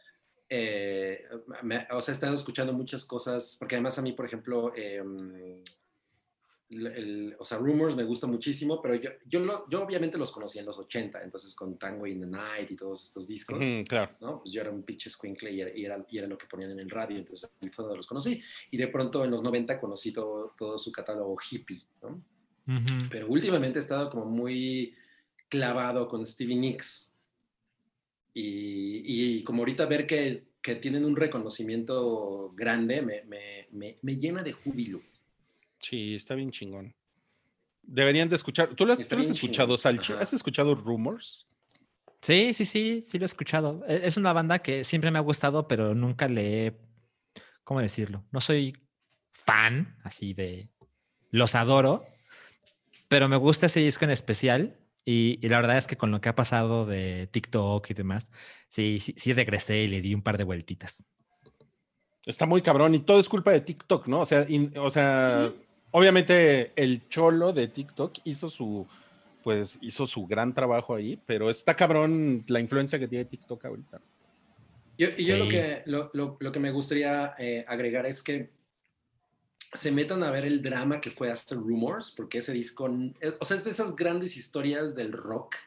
Eh, me- o sea, he estado escuchando muchas cosas, porque además a mí, por ejemplo, eh, el, el- o sea, Rumors me gusta muchísimo, pero yo, yo, lo- yo obviamente los conocí en los ochenta, entonces con Tango in the Night y todos estos discos,
Ujú, claro.
¿no? Pues yo era un pinche escuincle y era, y, era, y era lo que ponían en el radio, entonces ahí fue donde los conocí. Y de pronto en los noventa conocí todo, todo su catálogo hippie, ¿no?
Ujú.
Pero últimamente he estado como muy clavado con Stevie Nicks. Y, y como ahorita ver que, que tienen un reconocimiento grande me, me, me, me llena de júbilo.
Sí, está bien chingón. Deberían de escuchar. ¿Tú lo has,
Está
tú lo has
bien
escuchado,
chingón.
Salchi?
Ajá.
¿Has escuchado Rumors?
Sí, sí, sí, sí lo he escuchado. E- Es una banda que siempre me ha gustado, pero nunca le he, ¿cómo decirlo? No soy fan así de, los adoro, pero me gusta ese disco en especial y, y la verdad es que con lo que ha pasado de TikTok y demás, sí, sí, sí regresé y le di un par de vueltitas.
Está muy cabrón y todo es culpa de TikTok, ¿no? O sea, in- o sea, obviamente el cholo de TikTok hizo su, pues hizo su gran trabajo ahí, pero está cabrón la influencia que tiene TikTok ahorita.
Yo, y yo lo,
Sí.
que, lo, lo, lo que me gustaría eh, agregar es que se metan a ver el drama que fue hasta Rumors, porque ese disco, eh, o sea, es de esas grandes historias del rock,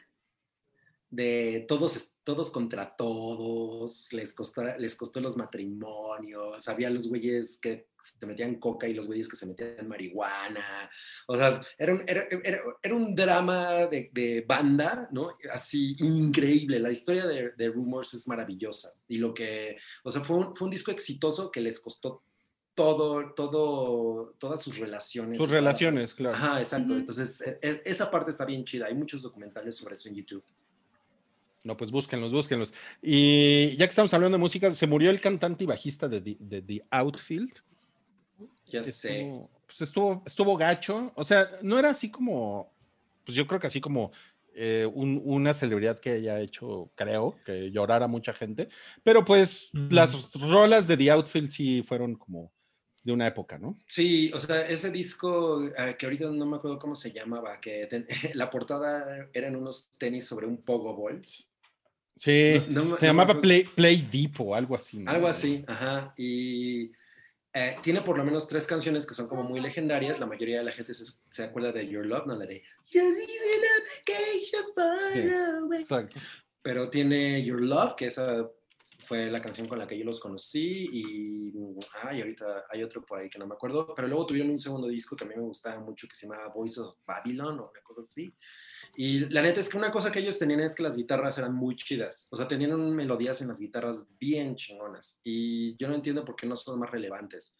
de todos, todos contra todos, les costó, les costó los matrimonios, había los güeyes que se metían coca y los güeyes que se metían marihuana, o sea, era un, era, era, era un drama de, de banda, ¿no? Así increíble, la historia de, de Rumors es maravillosa, y lo que, o sea, fue un, fue un disco exitoso que les costó todo, todo, todas sus relaciones.
Sus relaciones, claro.
Ajá, exacto.
Ujú.
Entonces, eh, esa parte está bien chida. Hay muchos documentales sobre eso en YouTube.
No, pues búsquenlos, búsquenlos. Y ya que estamos hablando de música, se murió el cantante y bajista de The, de The Outfield.
Ya sé.
Estuvo, pues estuvo, estuvo gacho. O sea, no era así como, pues yo creo que así como eh, un- una celebridad que haya hecho, creo, que llorara mucha gente. Pero pues
Mm.
las rolas de The Outfield sí fueron como de una época, ¿no?
Sí, o sea, ese disco eh, que ahorita no me acuerdo cómo se llamaba, que ten- la portada eran unos tenis sobre un pogo ball.
Sí,
No, no,
se
no me
llamaba
acuerdo.
Play, Play Deep o algo así, ¿no?
Algo así, ajá. Y eh, tiene por lo menos tres canciones que son como muy legendarias. La mayoría de la gente se, se acuerda de Your Love, no la de Just is an application far
Sí,
away.
exacto.
Pero tiene Your Love, que esa fue la canción con la que yo los conocí, y ay, ahorita hay otro por ahí que no me acuerdo, pero luego tuvieron un segundo disco que a mí me gustaba mucho que se llamaba Voices of Babylon o una cosa así. Y la neta es que una cosa que ellos tenían es que las guitarras eran muy chidas, o sea, tenían melodías en las guitarras bien chingonas, y yo no entiendo por qué no son más relevantes,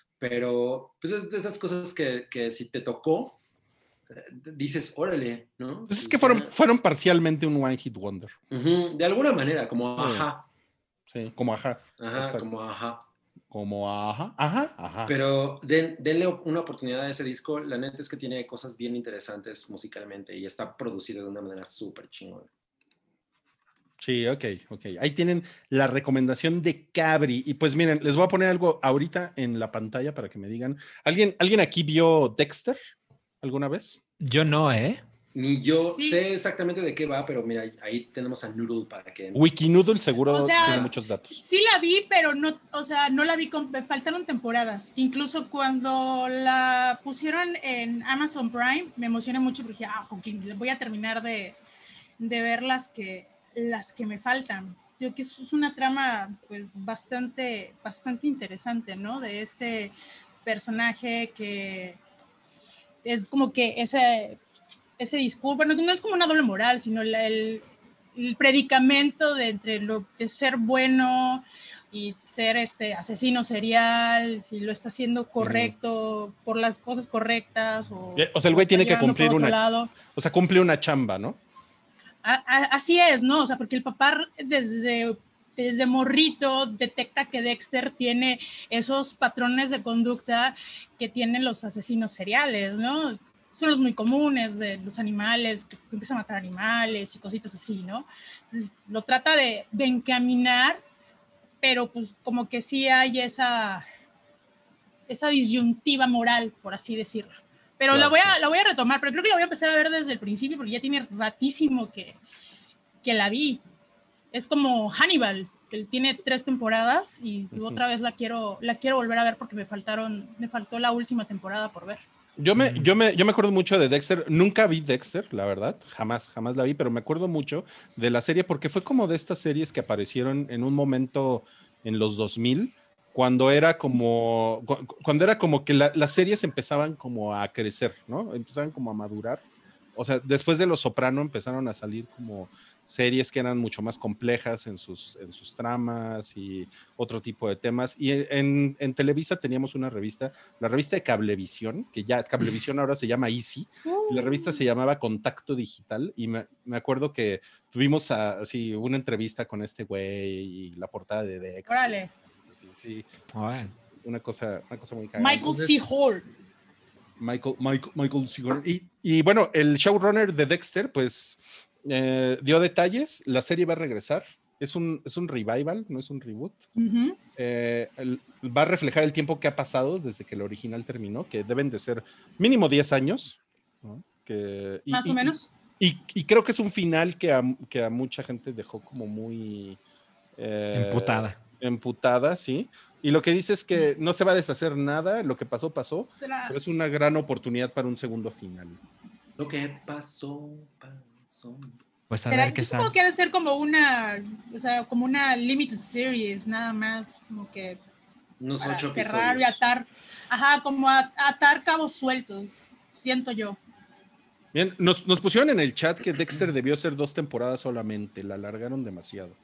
pero pues es de esas cosas que, que si te tocó, dices, órale, ¿no?
Pues es que fueron, fueron parcialmente un One Hit Wonder.
Uh-huh, de alguna manera, como
Sí.
ajá.
Sí, como ajá.
Ajá,
exacto.
como ajá.
Como ajá, ajá, ajá.
Pero den, denle una oportunidad a ese disco. La neta es que tiene cosas bien interesantes musicalmente y está producido de una manera súper chingona.
Sí, ok, ok. Ahí tienen la recomendación de Cabri. Y pues miren, les voy a poner algo ahorita en la pantalla para que me digan. ¿Alguien, ¿alguien aquí vio Dexter alguna vez?
Yo no, ¿eh?
Ni yo
Sí.
sé exactamente de qué va, pero mira, ahí tenemos a Noodle para que...
Wikinoodle seguro
O sea,
tiene muchos datos.
Sí la vi, pero no, o sea, no la vi, con, me faltaron temporadas. Incluso cuando la pusieron en Amazon Prime, me emocioné mucho porque dije, ah, Joaquín, voy a terminar de, de ver las que, las que me faltan. Yo que es una trama, pues, bastante, bastante interesante, ¿no? De este personaje que es como que ese, ese discurso, bueno, no es como una doble moral, sino el, el, el predicamento de entre lo de ser bueno y ser este asesino serial, si lo está haciendo correcto, uh-huh. por las cosas correctas. O,
o sea, el güey tiene que cumplir una... Lado. O sea, cumple una chamba, ¿no?
A, a, así es, ¿no? O sea, porque el papá desde, desde morrito detecta que Dexter tiene esos patrones de conducta que tienen los asesinos seriales, ¿no? Son los muy comunes de los animales, que empiezan a matar animales y cositas así, ¿no? Entonces, lo trata de, de encaminar, pero pues como que sí hay esa, esa disyuntiva moral, por así decirlo. Pero claro, la, voy a, la voy a retomar, pero creo que la voy a empezar a ver desde el principio, porque ya tiene ratísimo que, que la vi. Es como Hannibal, que tiene tres temporadas y uh-huh. otra vez la quiero, la quiero volver a ver porque me faltaron, me faltó la última temporada por ver.
Yo me, yo, me, yo me acuerdo mucho de Dexter, nunca vi Dexter, la verdad, jamás, jamás la vi, pero me acuerdo mucho de la serie porque fue como de estas series que aparecieron en un momento en los dos mil, cuando era como, cuando era como que la, las series empezaban como a crecer, ¿no? Empezaban como a madurar. O sea, después de Los Soprano empezaron a salir como series que eran mucho más complejas en sus, en sus tramas y otro tipo de temas. Y en, en Televisa teníamos una revista, la revista de Cablevisión, que ya Cablevisión ahora se llama Easy, y la revista se llamaba Contacto Digital, y me, me acuerdo que tuvimos a, así una entrevista con este güey y la portada de Dexter.
Órale.
Sí, sí.
Órale.
Una cosa, una cosa muy cagada.
Michael C. Hall.
Michael, Michael, Michael C. Hall. Y, y bueno, el showrunner de Dexter, pues, eh, dio detalles. La serie va a regresar. Es un, es un revival, no es un reboot.
Uh-huh.
Eh, el, va a reflejar el tiempo que ha pasado desde que el original terminó, que deben de ser mínimo diez años, ¿no? Que, y,
Más
y,
o menos.
Y, y, y creo que es un final que a, que a mucha gente dejó como muy...
Eh, emputada.
Emputada, sí. Y lo que dice es que no se va a deshacer nada, lo que pasó, pasó, pero es una gran oportunidad para un segundo final.
Lo que pasó, pasó.
Pues a
pero
ver qué
supongo que debe ser como una, o sea, como una limited series, nada más, como que
unos
para
ocho
cerrar
episodios.
y atar, ajá, como a, atar cabos sueltos, siento yo.
Bien, nos, nos pusieron en el chat que Dexter debió ser dos temporadas solamente, la alargaron demasiado.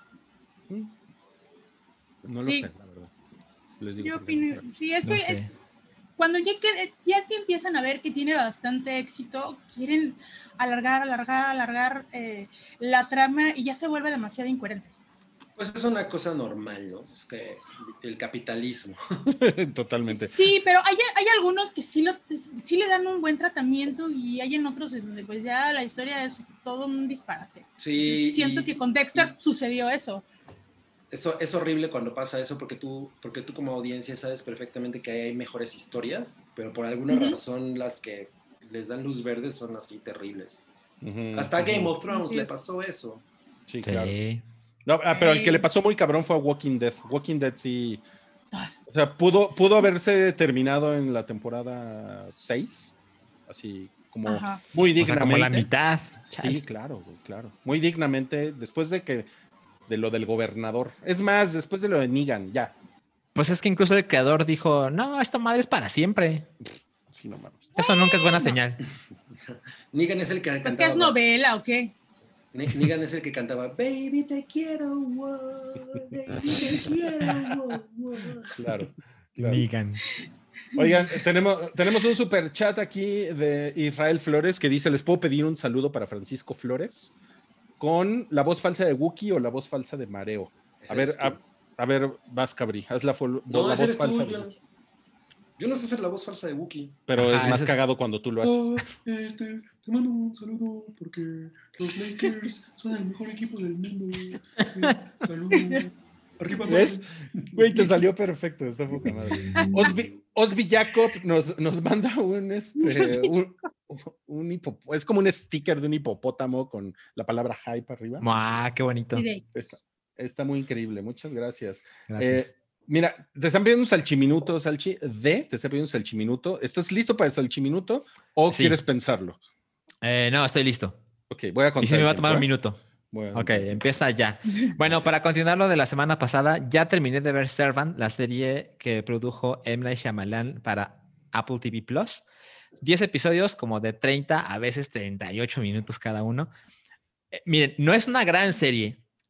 No lo
sí.
sé, la verdad. Les digo
yo opino, sí, es
no
que
sé.
cuando ya que, ya que empiezan a ver que tiene bastante éxito, quieren alargar, alargar, alargar eh, la trama y ya se vuelve demasiado incoherente.
Pues es una cosa normal, ¿no? Es que el capitalismo.
Totalmente.
Sí, pero hay, hay algunos que sí, lo, sí le dan un buen tratamiento y hay en otros donde pues ya la historia es todo un disparate.
Sí.
Siento
y,
que con Dexter y, sucedió eso.
Eso es horrible cuando pasa eso porque tú, porque tú como audiencia sabes perfectamente que hay mejores historias, pero por alguna uh-huh. razón las que les dan luz verde son así terribles. Uh-huh, Hasta uh-huh. Game of Thrones le pasó eso.
Sí, claro. No, ah, pero el que le pasó muy cabrón fue a Walking Dead. Walking Dead sí. O sea, pudo, pudo haberse terminado en la temporada seis, así como Ajá. muy dignamente.
O sea, como la mitad.
Sí, claro, claro. Muy dignamente, después de que de lo del gobernador. Es más, después de lo de Negan, ya.
Pues es que incluso el creador dijo, no, esta madre es para siempre.
Sí, no mames.
Eso bueno. Nunca es buena señal.
Negan es el que cantaba.
¿Es que es novela o qué?
Negan es el que cantaba Baby te quiero, wow, baby te quiero, wow, wow.
Claro, claro.
Negan.
Oigan, tenemos, tenemos un super chat aquí de Israel Flores que dice, ¿les puedo pedir un saludo para Francisco Flores? ¿Con la voz falsa de Wookiee o la voz falsa de Mareo? A ver, a, a ver, vas, Cabri, haz la, fol-
no,
la voz falsa
tú,
de
yo, yo no sé hacer la voz falsa de Wookiee.
Pero
Ajá,
es más
es...
cagado cuando tú lo haces.
Oh, este, te mando un saludo porque los Lakers son el mejor equipo del mundo. Eh, saludos. Arriba,
¿ves? Güey, te salió perfecto, está poca madre. Osby, Osby Jacob nos, nos manda un, este, un, un hipop, es como un sticker de un hipopótamo con la palabra hype arriba.
¡Ah, qué bonito!
Sí,
está, está muy increíble, muchas gracias.
Gracias.
Eh, mira, te están pidiendo un salchiminuto, Salchi, de, te están pidiendo un salchiminuto. ¿Estás listo para el salchiminuto o sí. quieres pensarlo?
Eh, no, estoy listo.
Ok, voy a contar.
Y si me va a tomar
tiempo,
un
¿eh?
minuto.
Bueno,
ok, empieza ya. Bueno, para continuar lo de la semana pasada, ya terminé de ver Servant, la serie que produjo M. Night Shyamalan para Apple T V Plus. diez episodios como de treinta, a veces treinta y ocho minutos cada uno. Eh, miren, no es una gran serie,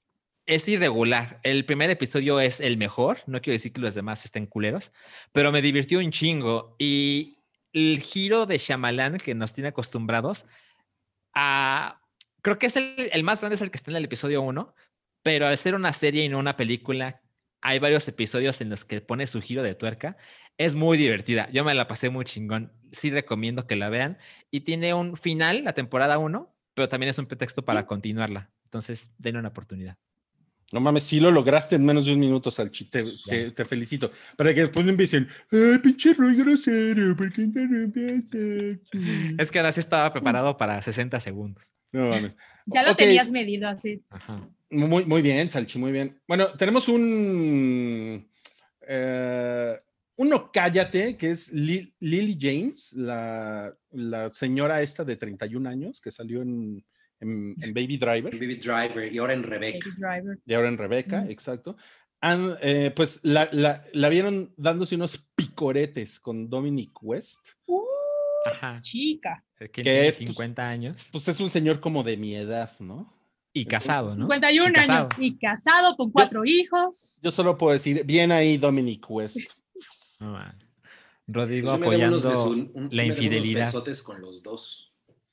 es irregular. El primer episodio es el mejor. No quiero decir que los demás estén culeros, pero me divirtió un chingo. Y el giro de Shyamalan que nos tiene acostumbrados a... Creo que es el, el más grande, es el que está en el episodio uno, pero al ser una serie y no una película, hay varios episodios en los que pone su giro de tuerca. Es muy divertida. Yo me la pasé muy chingón. Sí recomiendo que la vean. Y tiene un final, la temporada uno, pero también es un pretexto para continuarla. Entonces, denle una oportunidad.
No mames, sí lo lograste en menos de un minuto, Salchi. Te, te, te felicito. Para que después no empiecen, ay, pinche Roy grosero, ¿por qué interrumpes?
Es que ahora sí estaba preparado para sesenta segundos.
No mames.
Ya lo
Okay.
tenías medido así.
Ajá.
Muy, muy bien, Salchi, muy bien. Bueno, tenemos un... Eh, uno cállate, que es Li, Lily James, la, la señora esta de treinta y un años que salió en... En, en Baby Driver.
Baby Driver y ahora en Rebecca.
Baby Driver.
Y ahora en Rebecca,
Mm.
exacto. Han, eh, pues la, la, la vieron dándose unos picoretes con Dominic West.
Uh,
Ajá.
chica.
Que
¿Qué
tiene
es? Pues-
cincuenta años.
Pues es un señor como de mi edad, ¿no?
Y casado, ¿no?
cincuenta y un
Y casado.
años y casado con cuatro hijos.
Yo solo puedo decir, bien ahí Dominic West.
No, man. Rodrigo
Yo me debo unos
apoyando
beso- un-
la
me debo unos
infidelidad.
besotes con los dos.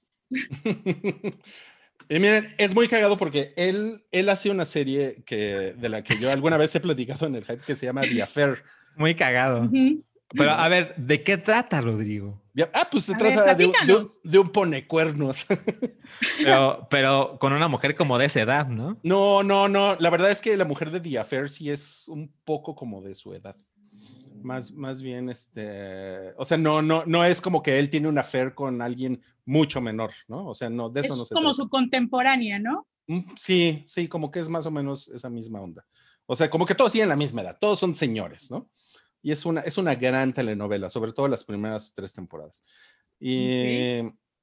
Y miren, es muy cagado porque él, él hace una serie que, de la que yo alguna vez he platicado en el hype que se llama The Affair.
Muy cagado.
Ujú.
Pero a ver, ¿de qué trata, Rodrigo?
Ah, pues se
A ver,
trata de, un- de, un,
platícanos.
de un ponecuernos.
Pero, pero con una mujer como de esa edad, ¿no?
No, no, no. La verdad es que la mujer de The Affair sí es un poco como de su edad. Más, más bien, este, o sea, no, no, no es como que él tiene un affair con alguien mucho menor, ¿no? O sea, no, de eso
Es
no se
como
trata.
su contemporánea, ¿no?
Mm, Sí, sí, como que es más o menos esa misma onda. O sea, como que todos tienen la misma edad, todos son señores, ¿no? Y es una, es una gran telenovela, sobre todo las primeras tres temporadas. Y,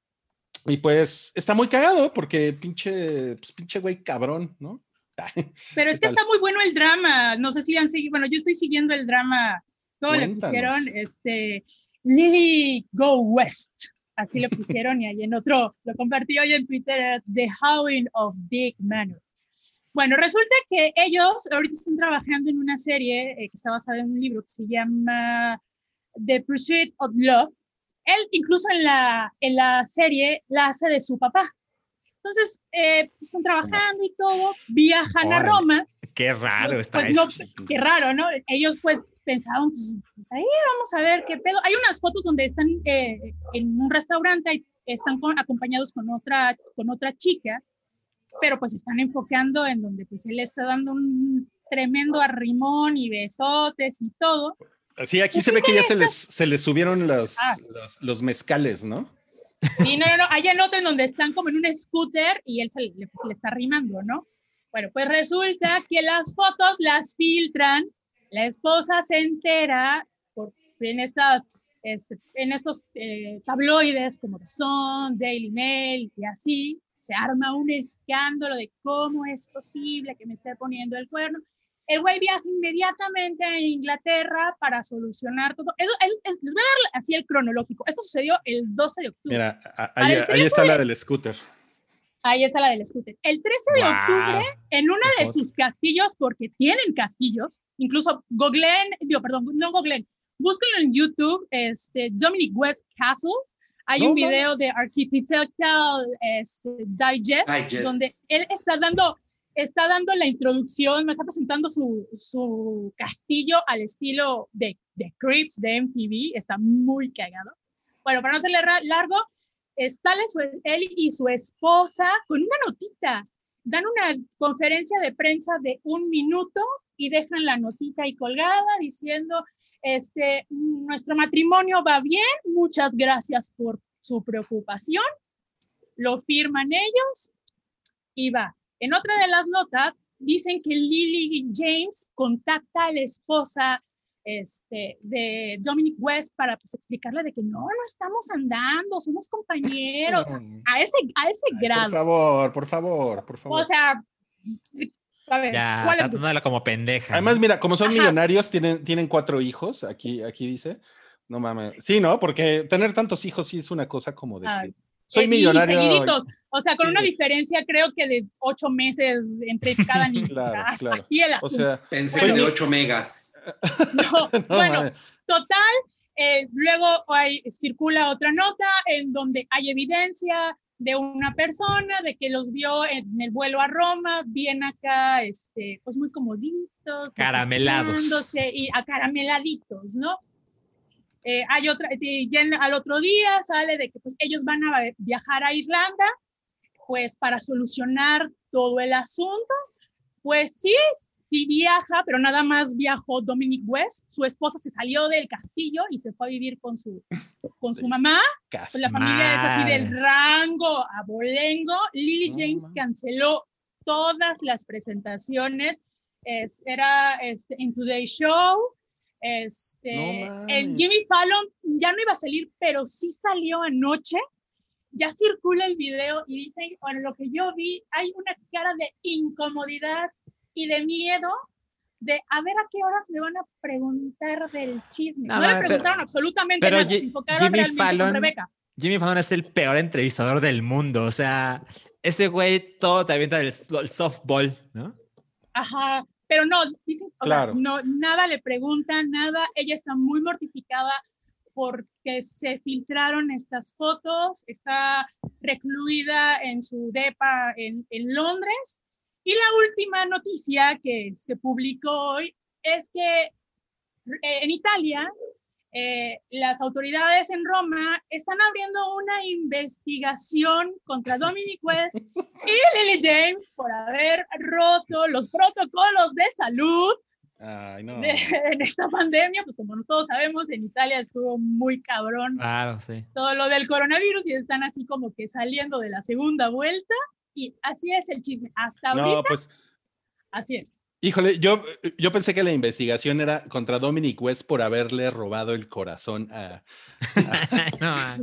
y pues está muy cagado porque pinche, pues, pinche güey cabrón, ¿no?
Pero es
¿Qué
que
tal?
está muy bueno el drama. No sé si han seguido. Bueno, yo estoy siguiendo el drama. ¿Cómo le
Cuéntanos.
pusieron? Este, Lily Go West. Así le pusieron y ahí en otro, lo compartí hoy en Twitter, es The Howling of Big Manor. Bueno, resulta que ellos ahorita están trabajando en una serie eh, que está basada en un libro que se llama The Pursuit of Love. Él incluso en la, en la serie la hace de su papá. Entonces, eh, están trabajando y todo, viajan
Órale.
a Roma.
Qué raro
Pues,
está
pues,
eso.
no, qué raro, ¿no? Ellos pues pensaban, pues, pues ahí vamos a ver qué pedo. Hay unas fotos donde están eh, en un restaurante y están con, acompañados con otra, con otra chica, pero pues están enfocando en donde pues él está dando un tremendo arrimón y besotes y todo.
Sí, aquí
Pues
se ve que ya se
esto-
les, se les subieron los,
Ah.
los, los mezcales, ¿no?
Y no, no, no, hay en otra en donde están como en un scooter y él se le, pues, le está arrimando, ¿no? Bueno, pues resulta que las fotos las filtran, la esposa se entera por, en, estas, este, en estos eh, tabloides como The Sun, Daily Mail y así, se arma un escándalo de cómo es posible que me esté poniendo el cuerno. El güey viaja inmediatamente a Inglaterra para solucionar todo. Eso, es, es, les voy a dar así el cronológico. Esto sucedió el doce de octubre.
Mira, a-
Para
ahí,
el
ahí está la del scooter.
Ahí está la del scooter. El trece de
Wow.
octubre, en uno
Qué
de
foto.
sus castillos, porque tienen castillos, incluso googleen, digo, perdón, no googleen, búsquenlo en YouTube, este, Dominic West Castle. Hay
No
un
mames.
video de Architectural este, Digest,
Digest.
donde él está dando, está dando la introducción, me está presentando su, su castillo al estilo de, de Cribs de M T V. Está muy cagado. Bueno, para no hacerle ra- largo, eh, sale su, él y su esposa con una notita. Dan una conferencia de prensa de un minuto y dejan la notita ahí colgada diciendo, este, nuestro matrimonio va bien, muchas gracias por su preocupación. Lo firman ellos y va. En otra de las notas dicen que Lily James contacta a la esposa este, de Dominic West para pues, explicarle de que no, no estamos andando, somos compañeros, a ese, a ese
Ay,
grado.
por favor, por favor, por favor.
O sea, a ver,
Ya,
¿cuál es?
tratándola como pendeja.
Además,
¿no?
mira, como son
Ajá.
millonarios, tienen, tienen cuatro hijos, aquí, aquí dice. No mames. Sí, ¿no? Porque tener tantos hijos sí es una cosa como de
Ah,
que soy
Eh, y
millonario.
seguiditos, O sea, con
Sí.
una diferencia creo que de ocho meses entre cada niño.
Claro,
o sea,
claro.
así el
O
asunto.
sea,
Pensé
Bueno.
que de ocho megas.
No,
no,
bueno,
madre.
total, eh, luego hay, circula otra nota en donde hay evidencia de una persona, de que los vio en el vuelo a Roma, bien acá, este, pues muy comoditos,
Caramelados.
besuqueándose y acarameladitos, ¿no? Eh, hay otra, y ya en- al otro día sale de que pues, ellos van a viajar a Islanda, pues para solucionar todo el asunto. Pues sí, sí viaja, pero nada más viajó Dominic West. Su esposa se salió del castillo y se fue a vivir con su, con su mamá. Pues la familia es así del
Madres.
rango abolengo. Lily
No,
James
man.
canceló todas las presentaciones. Es, era este, en Today Show. Este,
No
en
mames.
Jimmy Fallon ya no iba a salir, pero sí salió anoche. Ya circula el video y dicen, bueno, lo que yo vi, hay una cara de incomodidad y de miedo de a ver a qué horas me van a preguntar del chisme.
No,
No, le
mames,
preguntaron
pero-
absolutamente
Pero
nada,
Ji-
se enfocaron
Jimmy
realmente con
Fallon,
Rebeca.
Jimmy Fallon es el peor entrevistador del mundo. O sea, ese güey todo te avienta el, el softball, ¿no?
Ajá, pero no, dicen, o
Claro.
sea, no, nada le preguntan, nada. Ella está muy mortificada porque se filtraron estas fotos, está recluida en su depa en, en Londres. Y la última noticia que se publicó hoy es que eh, en Italia eh, las autoridades en Roma están abriendo una investigación contra Dominic West y Lily James por haber roto los protocolos de salud
Ay, no.
de, en esta pandemia. Pues como todos sabemos, en Italia estuvo muy cabrón
Claro, sí.
todo lo del coronavirus y están así como que saliendo de la segunda vuelta y así es el chisme. Hasta ahorita,
No, pues,
así es.
híjole, yo, yo pensé que la investigación era contra Dominic West por haberle robado el corazón a,
No,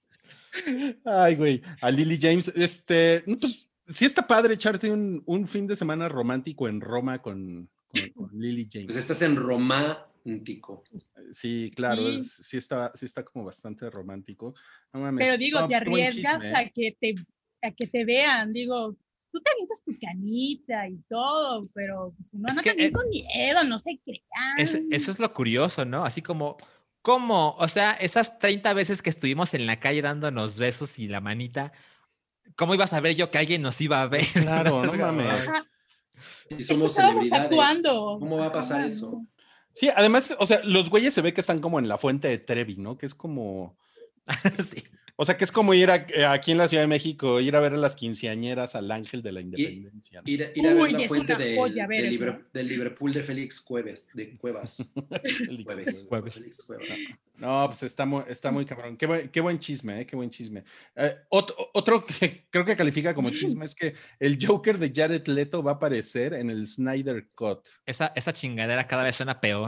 ay, güey, a Lily James. Este, no, pues, sí está padre echarte un, un fin de semana romántico en Roma con, con, con Lily James.
Pues estás en romántico.
Sí, claro,
Sí.
es- sí, está, sí está como bastante romántico. No mames.
Pero digo,
No,
te
qué buen
arriesgas
chisme, ¿eh?
a que te a que te vean, digo, tú te avientas tu canita y todo, pero pues, no,
Es
no
que,
también
eh,
con miedo, no se crean.
Es- eso es lo curioso, ¿no? Así como, ¿cómo? O sea, esas treinta veces que estuvimos en la calle dándonos besos y la manita, ¿cómo iba a saber yo que alguien nos iba a ver?
Claro, no
Es como,
mames.
Ajá,
Si
es que
somos
estábamos
celebridades,
actuando.
¿cómo va a pasar
Ajá,
eso?
¿no?
Sí, además, o sea, los güeyes se ve que están como en la fuente de Trevi, ¿no? Que es como,
sí.
o sea, que es como ir a- eh, aquí en la Ciudad de México, ir a ver a las quinceañeras al Ángel de la Independencia, ¿no?
Ir, ir a ver
Uy,
la
es
fuente
una
del,
joya ver
del,
eso,
Libre-
¿eh?
del Liverpool de Félix Cuevas, de Cuevas.
Félix
Jueves.
Jueves.
Félix Cuevas.
No, pues está muy, está muy cabrón. Qué buen, qué buen chisme, ¿eh? Qué buen chisme. Eh, otro, otro que creo que califica como chisme es que el Joker de Jared Leto va a aparecer en el Snyder Cut.
Esa, esa chingadera cada vez suena peor.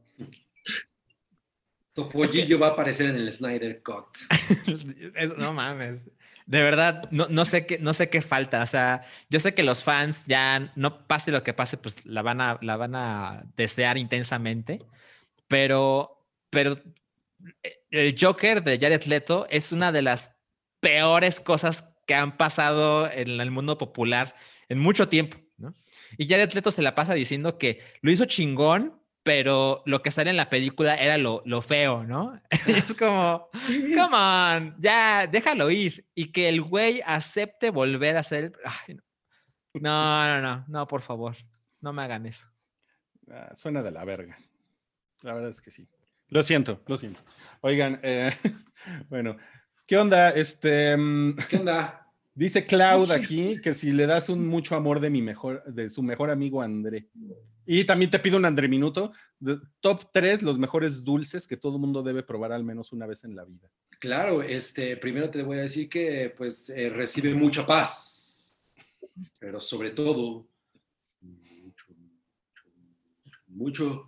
Topollillo va a aparecer en el Snyder Cut.
Es- no mames. De verdad, no, no sé qué, no sé qué falta. O sea, yo sé que los fans ya no pase lo que pase, pues la van a, la van a desear intensamente. Pero, pero el Joker de Jared Leto es una de las peores cosas que han pasado en el mundo popular en mucho tiempo, ¿no? Y Jared Leto se la pasa diciendo que lo hizo chingón, pero lo que sale en la película era lo, lo feo, ¿no? Es como, come on, ya, déjalo ir. Y que el güey acepte volver a hacer... Ay, no. no, no, no, no, por favor, no me hagan eso.
Ah, suena de la verga. La verdad es que sí. Lo siento, lo siento. Oigan, eh, bueno, ¿qué onda? Este, mm,
¿Qué onda?
dice Cloud aquí que si le das un mucho amor de mi mejor, de su mejor amigo André. Y también te pido un André Minuto. De, top tres, los mejores dulces que todo mundo debe probar al menos una vez en la vida.
Claro, este, primero te voy a decir que pues eh, recibe mucha paz, pero sobre todo mucho, mucho, mucho.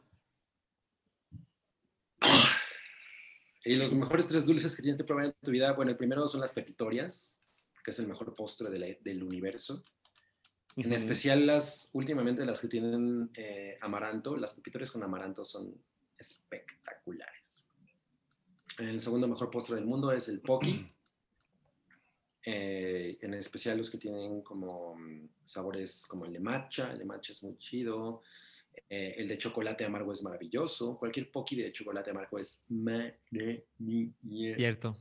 Y los mejores tres dulces que tienes que probar en tu vida, bueno, el primero son las pepitorias, que es el mejor postre de la, del universo. En
Ujú.
especial las, últimamente las que tienen eh, amaranto, las pepitorias con amaranto son espectaculares. El segundo mejor postre del mundo es el Pocky. eh, en especial los que tienen como mm, sabores como el de matcha. El de matcha es muy chido. Eh, el de chocolate amargo es maravilloso. Cualquier poki de chocolate amargo es maravilloso.
Cierto.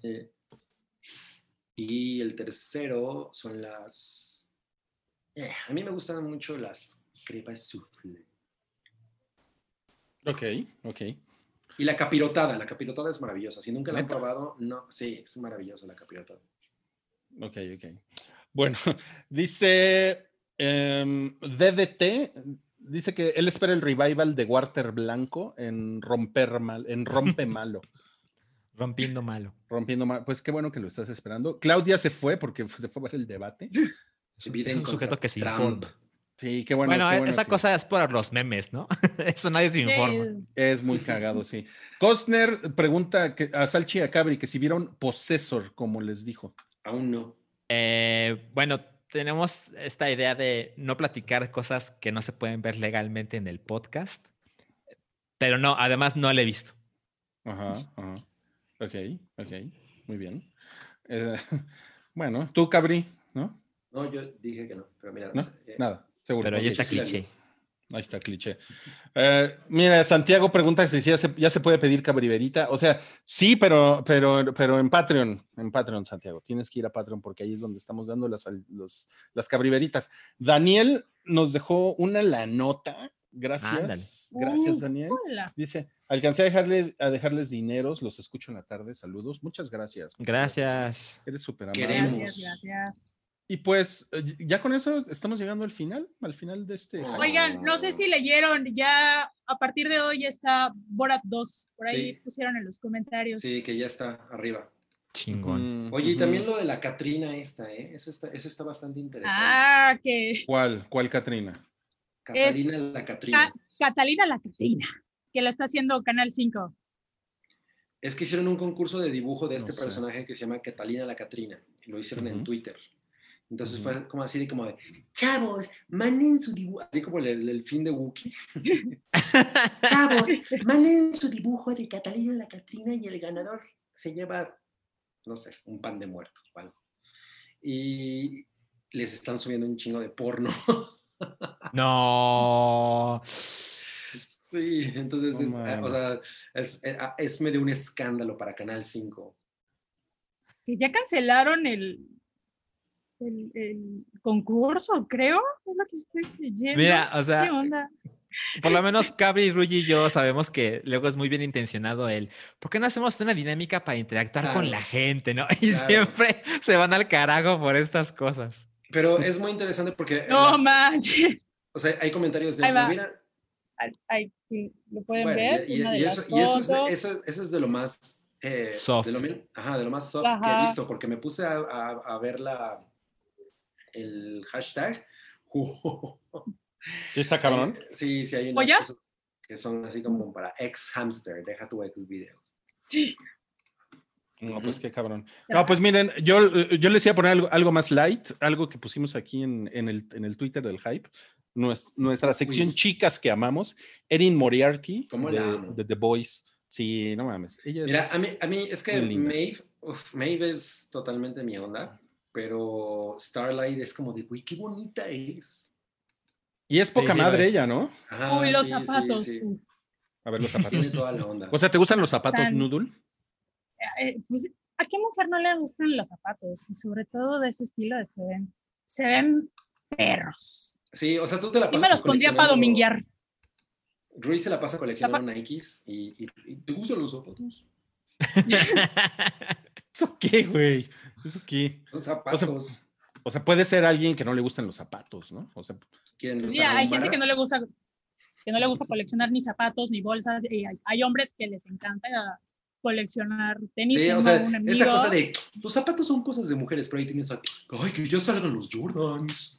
Y el tercero son las... Eh, a mí me gustan mucho las crepas soufflé.
Ok, ok.
Y la capirotada. La capirotada es maravillosa. Si nunca la han
¿Neta?
probado, no. Sí, es maravillosa la capirotada.
Ok, ok. Bueno, dice em, D D T, dice que él espera el revival de Walter Blanco en Romper Mal, en Rompe Malo.
Rompiendo malo.
Rompiendo Malo. Pues qué bueno que lo estás esperando. Claudia se fue porque se fue a ver el debate.
Es un,
Biden
es un
contra
sujeto que se
Trump.
informa.
Sí, qué bueno.
Bueno,
qué bueno
esa
que-
cosa es por los memes, ¿no? Eso nadie se informa.
Es-
Es muy cagado, sí. Costner pregunta que, a Salchi y a Cabri que si vieron Possessor, como les dijo.
Aún no.
Eh, bueno, tenemos esta idea de no platicar cosas que no se pueden ver legalmente en el podcast. Pero no, además no la he visto.
Ajá, ajá. Ok, ok. Muy bien. Eh, bueno, tú, Cabri, ¿no?
No, yo dije que no. Pero mira,
¿No?
eh,
Nada, seguro.
Pero ahí
Ok.
está
sí la
cliché.
vi.
Ahí está, cliché. Eh, mira, Santiago pregunta si ya se, ya se puede pedir cabriverita. O sea, sí, pero, pero, pero en Patreon, en Patreon, Santiago. Tienes que ir a Patreon porque ahí es donde estamos dando las, los, las cabriveritas. Daniel nos dejó una la nota. Gracias. Gracias,
Uf,
Daniel.
hola.
Dice, alcancé a, dejarle, a dejarles dineros, los escucho en la tarde. Saludos. Muchas gracias.
Gracias.
Eres súper amable.
Queremos.
Gracias, gracias.
Y pues, eh, ya con eso estamos llegando al final, al final de este.
Oh.
Oigan, no sé si leyeron, ya a partir de hoy ya está Borat dos, por ahí
Sí.
pusieron en los comentarios.
Sí, que ya está arriba.
Chingón.
Ujú,
Oye, y
ujú.
también lo de la Catrina esta, ¿eh? Eso está, eso está bastante interesante.
Ah, que
¿Cuál? ¿Cuál, Catrina?
Catalina
es-
la Catrina.
Ca- Catalina la Catrina, que la está haciendo Canal cinco.
Es que hicieron un concurso de dibujo de
No
este
sé.
personaje que se llama Catalina la Catrina. Y lo hicieron en
Ujú.
Twitter. Entonces
Ujú.
fue como así de como de, chavos, manden su dibujo, así como el, el fin de Wookiee. Chavos, manden su dibujo de Catalina la Catrina y el ganador se lleva, no sé, un pan de muerto o algo. Y les están subiendo un chingo de porno.
No.
Sí, entonces
No
es, eh, o
mames.
sea, es, eh, es medio un escándalo para Canal cinco.
Que ya cancelaron el, el, el concurso, creo. Es lo que estoy leyendo.
Mira, o
¿Qué
sea,
onda?
por lo menos Cabri, Ruy y yo sabemos que luego es muy bien intencionado el, ¿por qué no hacemos una dinámica para interactuar con
Claro.
la gente, no? Y
Claro.
siempre se van al carajo por estas cosas.
Pero es muy interesante porque,
No
la-
manches.
o sea, hay comentarios de,
Ahí va.
"Mira,
Ay, ay, sí, lo pueden
bueno,
ver.
y, y-
una de
y
las
eso, y eso, es de,
fotos.
eso, eso es de lo más, eh,
Soft.
de lo, men- ajá, de lo más soft que he
Ajá.
visto, porque me puse a, a, a ver la, el hashtag.
¿Sí está cabrón?
Sí, sí, hay unas
¿Ollas?
cosas que son así como para ex hamster, deja tu ex video.
Sí.
No,
Ujú.
pues qué cabrón. No, pues miren, yo, yo les iba a poner algo, algo más light, algo que pusimos aquí en, en, el, en el Twitter del Hype. Nues- nuestra sección
Uy.
Chicas que amamos, Erin Moriarty
¿Cómo
de,
la amo?
de The Boys. Sí, no mames. Ella
Mira,
es.
a mí, a mí es que
muy linda.
Maeve, uf, Maeve es totalmente mi onda, pero Starlight es como de, güey, qué bonita es.
Y es poca
Sí, sí lo
madre
es.
ella, ¿no?
Ajá,
Uy, los
sí, sí,
zapatos.
sí.
uf.
A ver los
Tiene
zapatos.
toda la onda.
O sea, ¿te gustan los zapatos
Están-
noodle?
Eh, pues, ¿a qué mujer no le gustan los zapatos? Y sobre todo de ese estilo de se ven, se ven perros.
Sí, o sea, tú te la
Sí
pasas
me los pondría para
coleccionando-
dominguear.
Ruiz se la pasa coleccionando
Zapa-
Nikes y, y, y ¿te gustan los zapatos?
¿Eso qué, güey? ¿Eso qué?
Los zapatos.
O sea, puede ser alguien que no le gustan los zapatos, ¿no? O sea,
¿Quieren los
Sí, hay gente
tarahumaras?
que no le gusta que no le gusta coleccionar ni zapatos ni bolsas. Y hay, hay hombres que les encanta coleccionar tenis.
Sí,
Tengo
o sea,
un amigo.
esa cosa de los zapatos son cosas de mujeres, pero ahí tienes a, ay, que ya salgan los Jordans.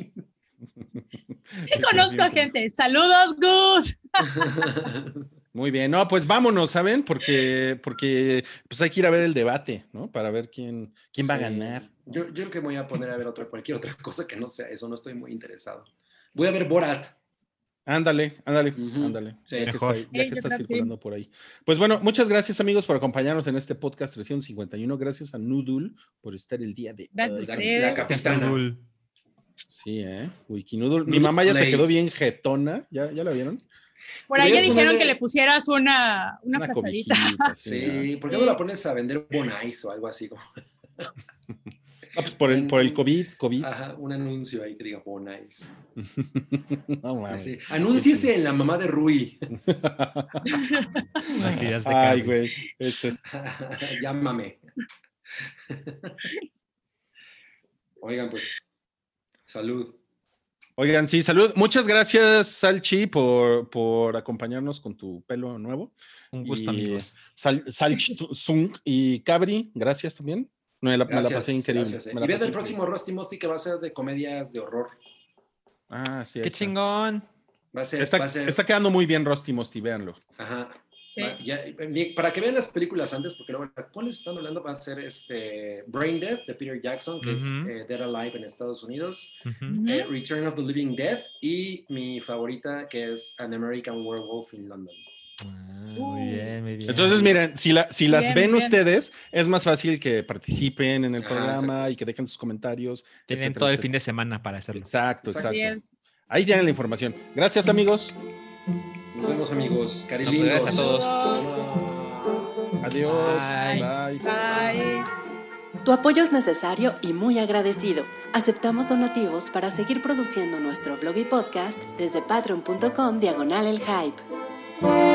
Sí, conozco gente. Saludos, Gus.
muy bien. No, pues vámonos, ¿saben? Porque, porque pues hay que ir a ver el debate, ¿no? Para ver quién, quién va a
Sí.
ganar.
Yo, yo creo que me voy a poner a ver otra, cualquier otra cosa que no sea eso, no estoy muy interesado. Voy a ver Borat.
Ándale, ándale,
Ujú.
ándale.
Sí,
ya que
mejor.
está, ya
Sí,
que
yo
está
creo que sí.
circulando por ahí. Pues bueno, muchas gracias amigos por acompañarnos en este podcast trescientos cincuenta y uno. Gracias a Noodle por estar el día de
Gracias a
hoy.
La,
ustedes.
la
Gracias,
capitana.
Noodle.
Sí, ¿eh? Wikinoodle. Mi
Noodle
mamá ya se
Blade.
quedó bien jetona. ¿Ya, ya la vieron?
Por ahí ya
Deberías
dijeron
ponerle-
que le pusieras una, una,
Una
frazadita.
cobijita. Sí,
Sí,
¿eh?
¿por qué no la pones a vender Bonais o algo así? Como,
Ah, pues por el, por el COVID, COVID.
ajá, un anuncio ahí que diga Bonais.
No mames.
Así, anúnciese en la mamá de Rui.
Las ideas de
Ay,
Carly.
güey. Este,
Llámame. Oigan, pues, salud.
Oigan, sí, salud. Muchas gracias, Salchi, por, por acompañarnos con tu pelo nuevo.
Un gusto,
Y
amigos.
Sal, Salchzung y Cabri, gracias también. Me la, me la
Gracias,
pasé increíble.
gracias, eh.
me la
Y vean
pasé
el
increíble.
próximo Rusty Musty que va a ser de comedias de horror.
Ah, sí.
¡Qué
está.
chingón!
Va a ser,
Está,
va a ser,
está quedando muy bien Rusty Musty, véanlo.
ajá.
Sí.
Va- ya- para que vean las películas antes, porque luego, ¿cuáles están hablando? Va a ser este Brain Dead de Peter Jackson, que es
Ujú.
eh, Dead Alive en Estados Unidos,
Ujú.
Ujú.
eh, Return of the Living Dead y mi favorita que es An American Werewolf in London.
Ah, muy bien, muy bien.
Entonces, miren, si, la, si las
Bien,
ven
bien.
ustedes, es más fácil que participen en el
Ajá,
programa
exacto.
y que dejen sus comentarios.
Tienen
etcétera,
todo el
etcétera.
fin de semana para hacerlo.
Exacto,
Exacto.
Así
exacto.
es.
Ahí tienen la información. Gracias, amigos.
Nos vemos, amigos.
No,
Carilindos.
pues, gracias a todos.
Adiós.
Bye.
Bye.
Bye.
Tu apoyo es necesario y muy agradecido. Aceptamos donativos para seguir produciendo nuestro blog y podcast desde patreon punto com diagonal el hype.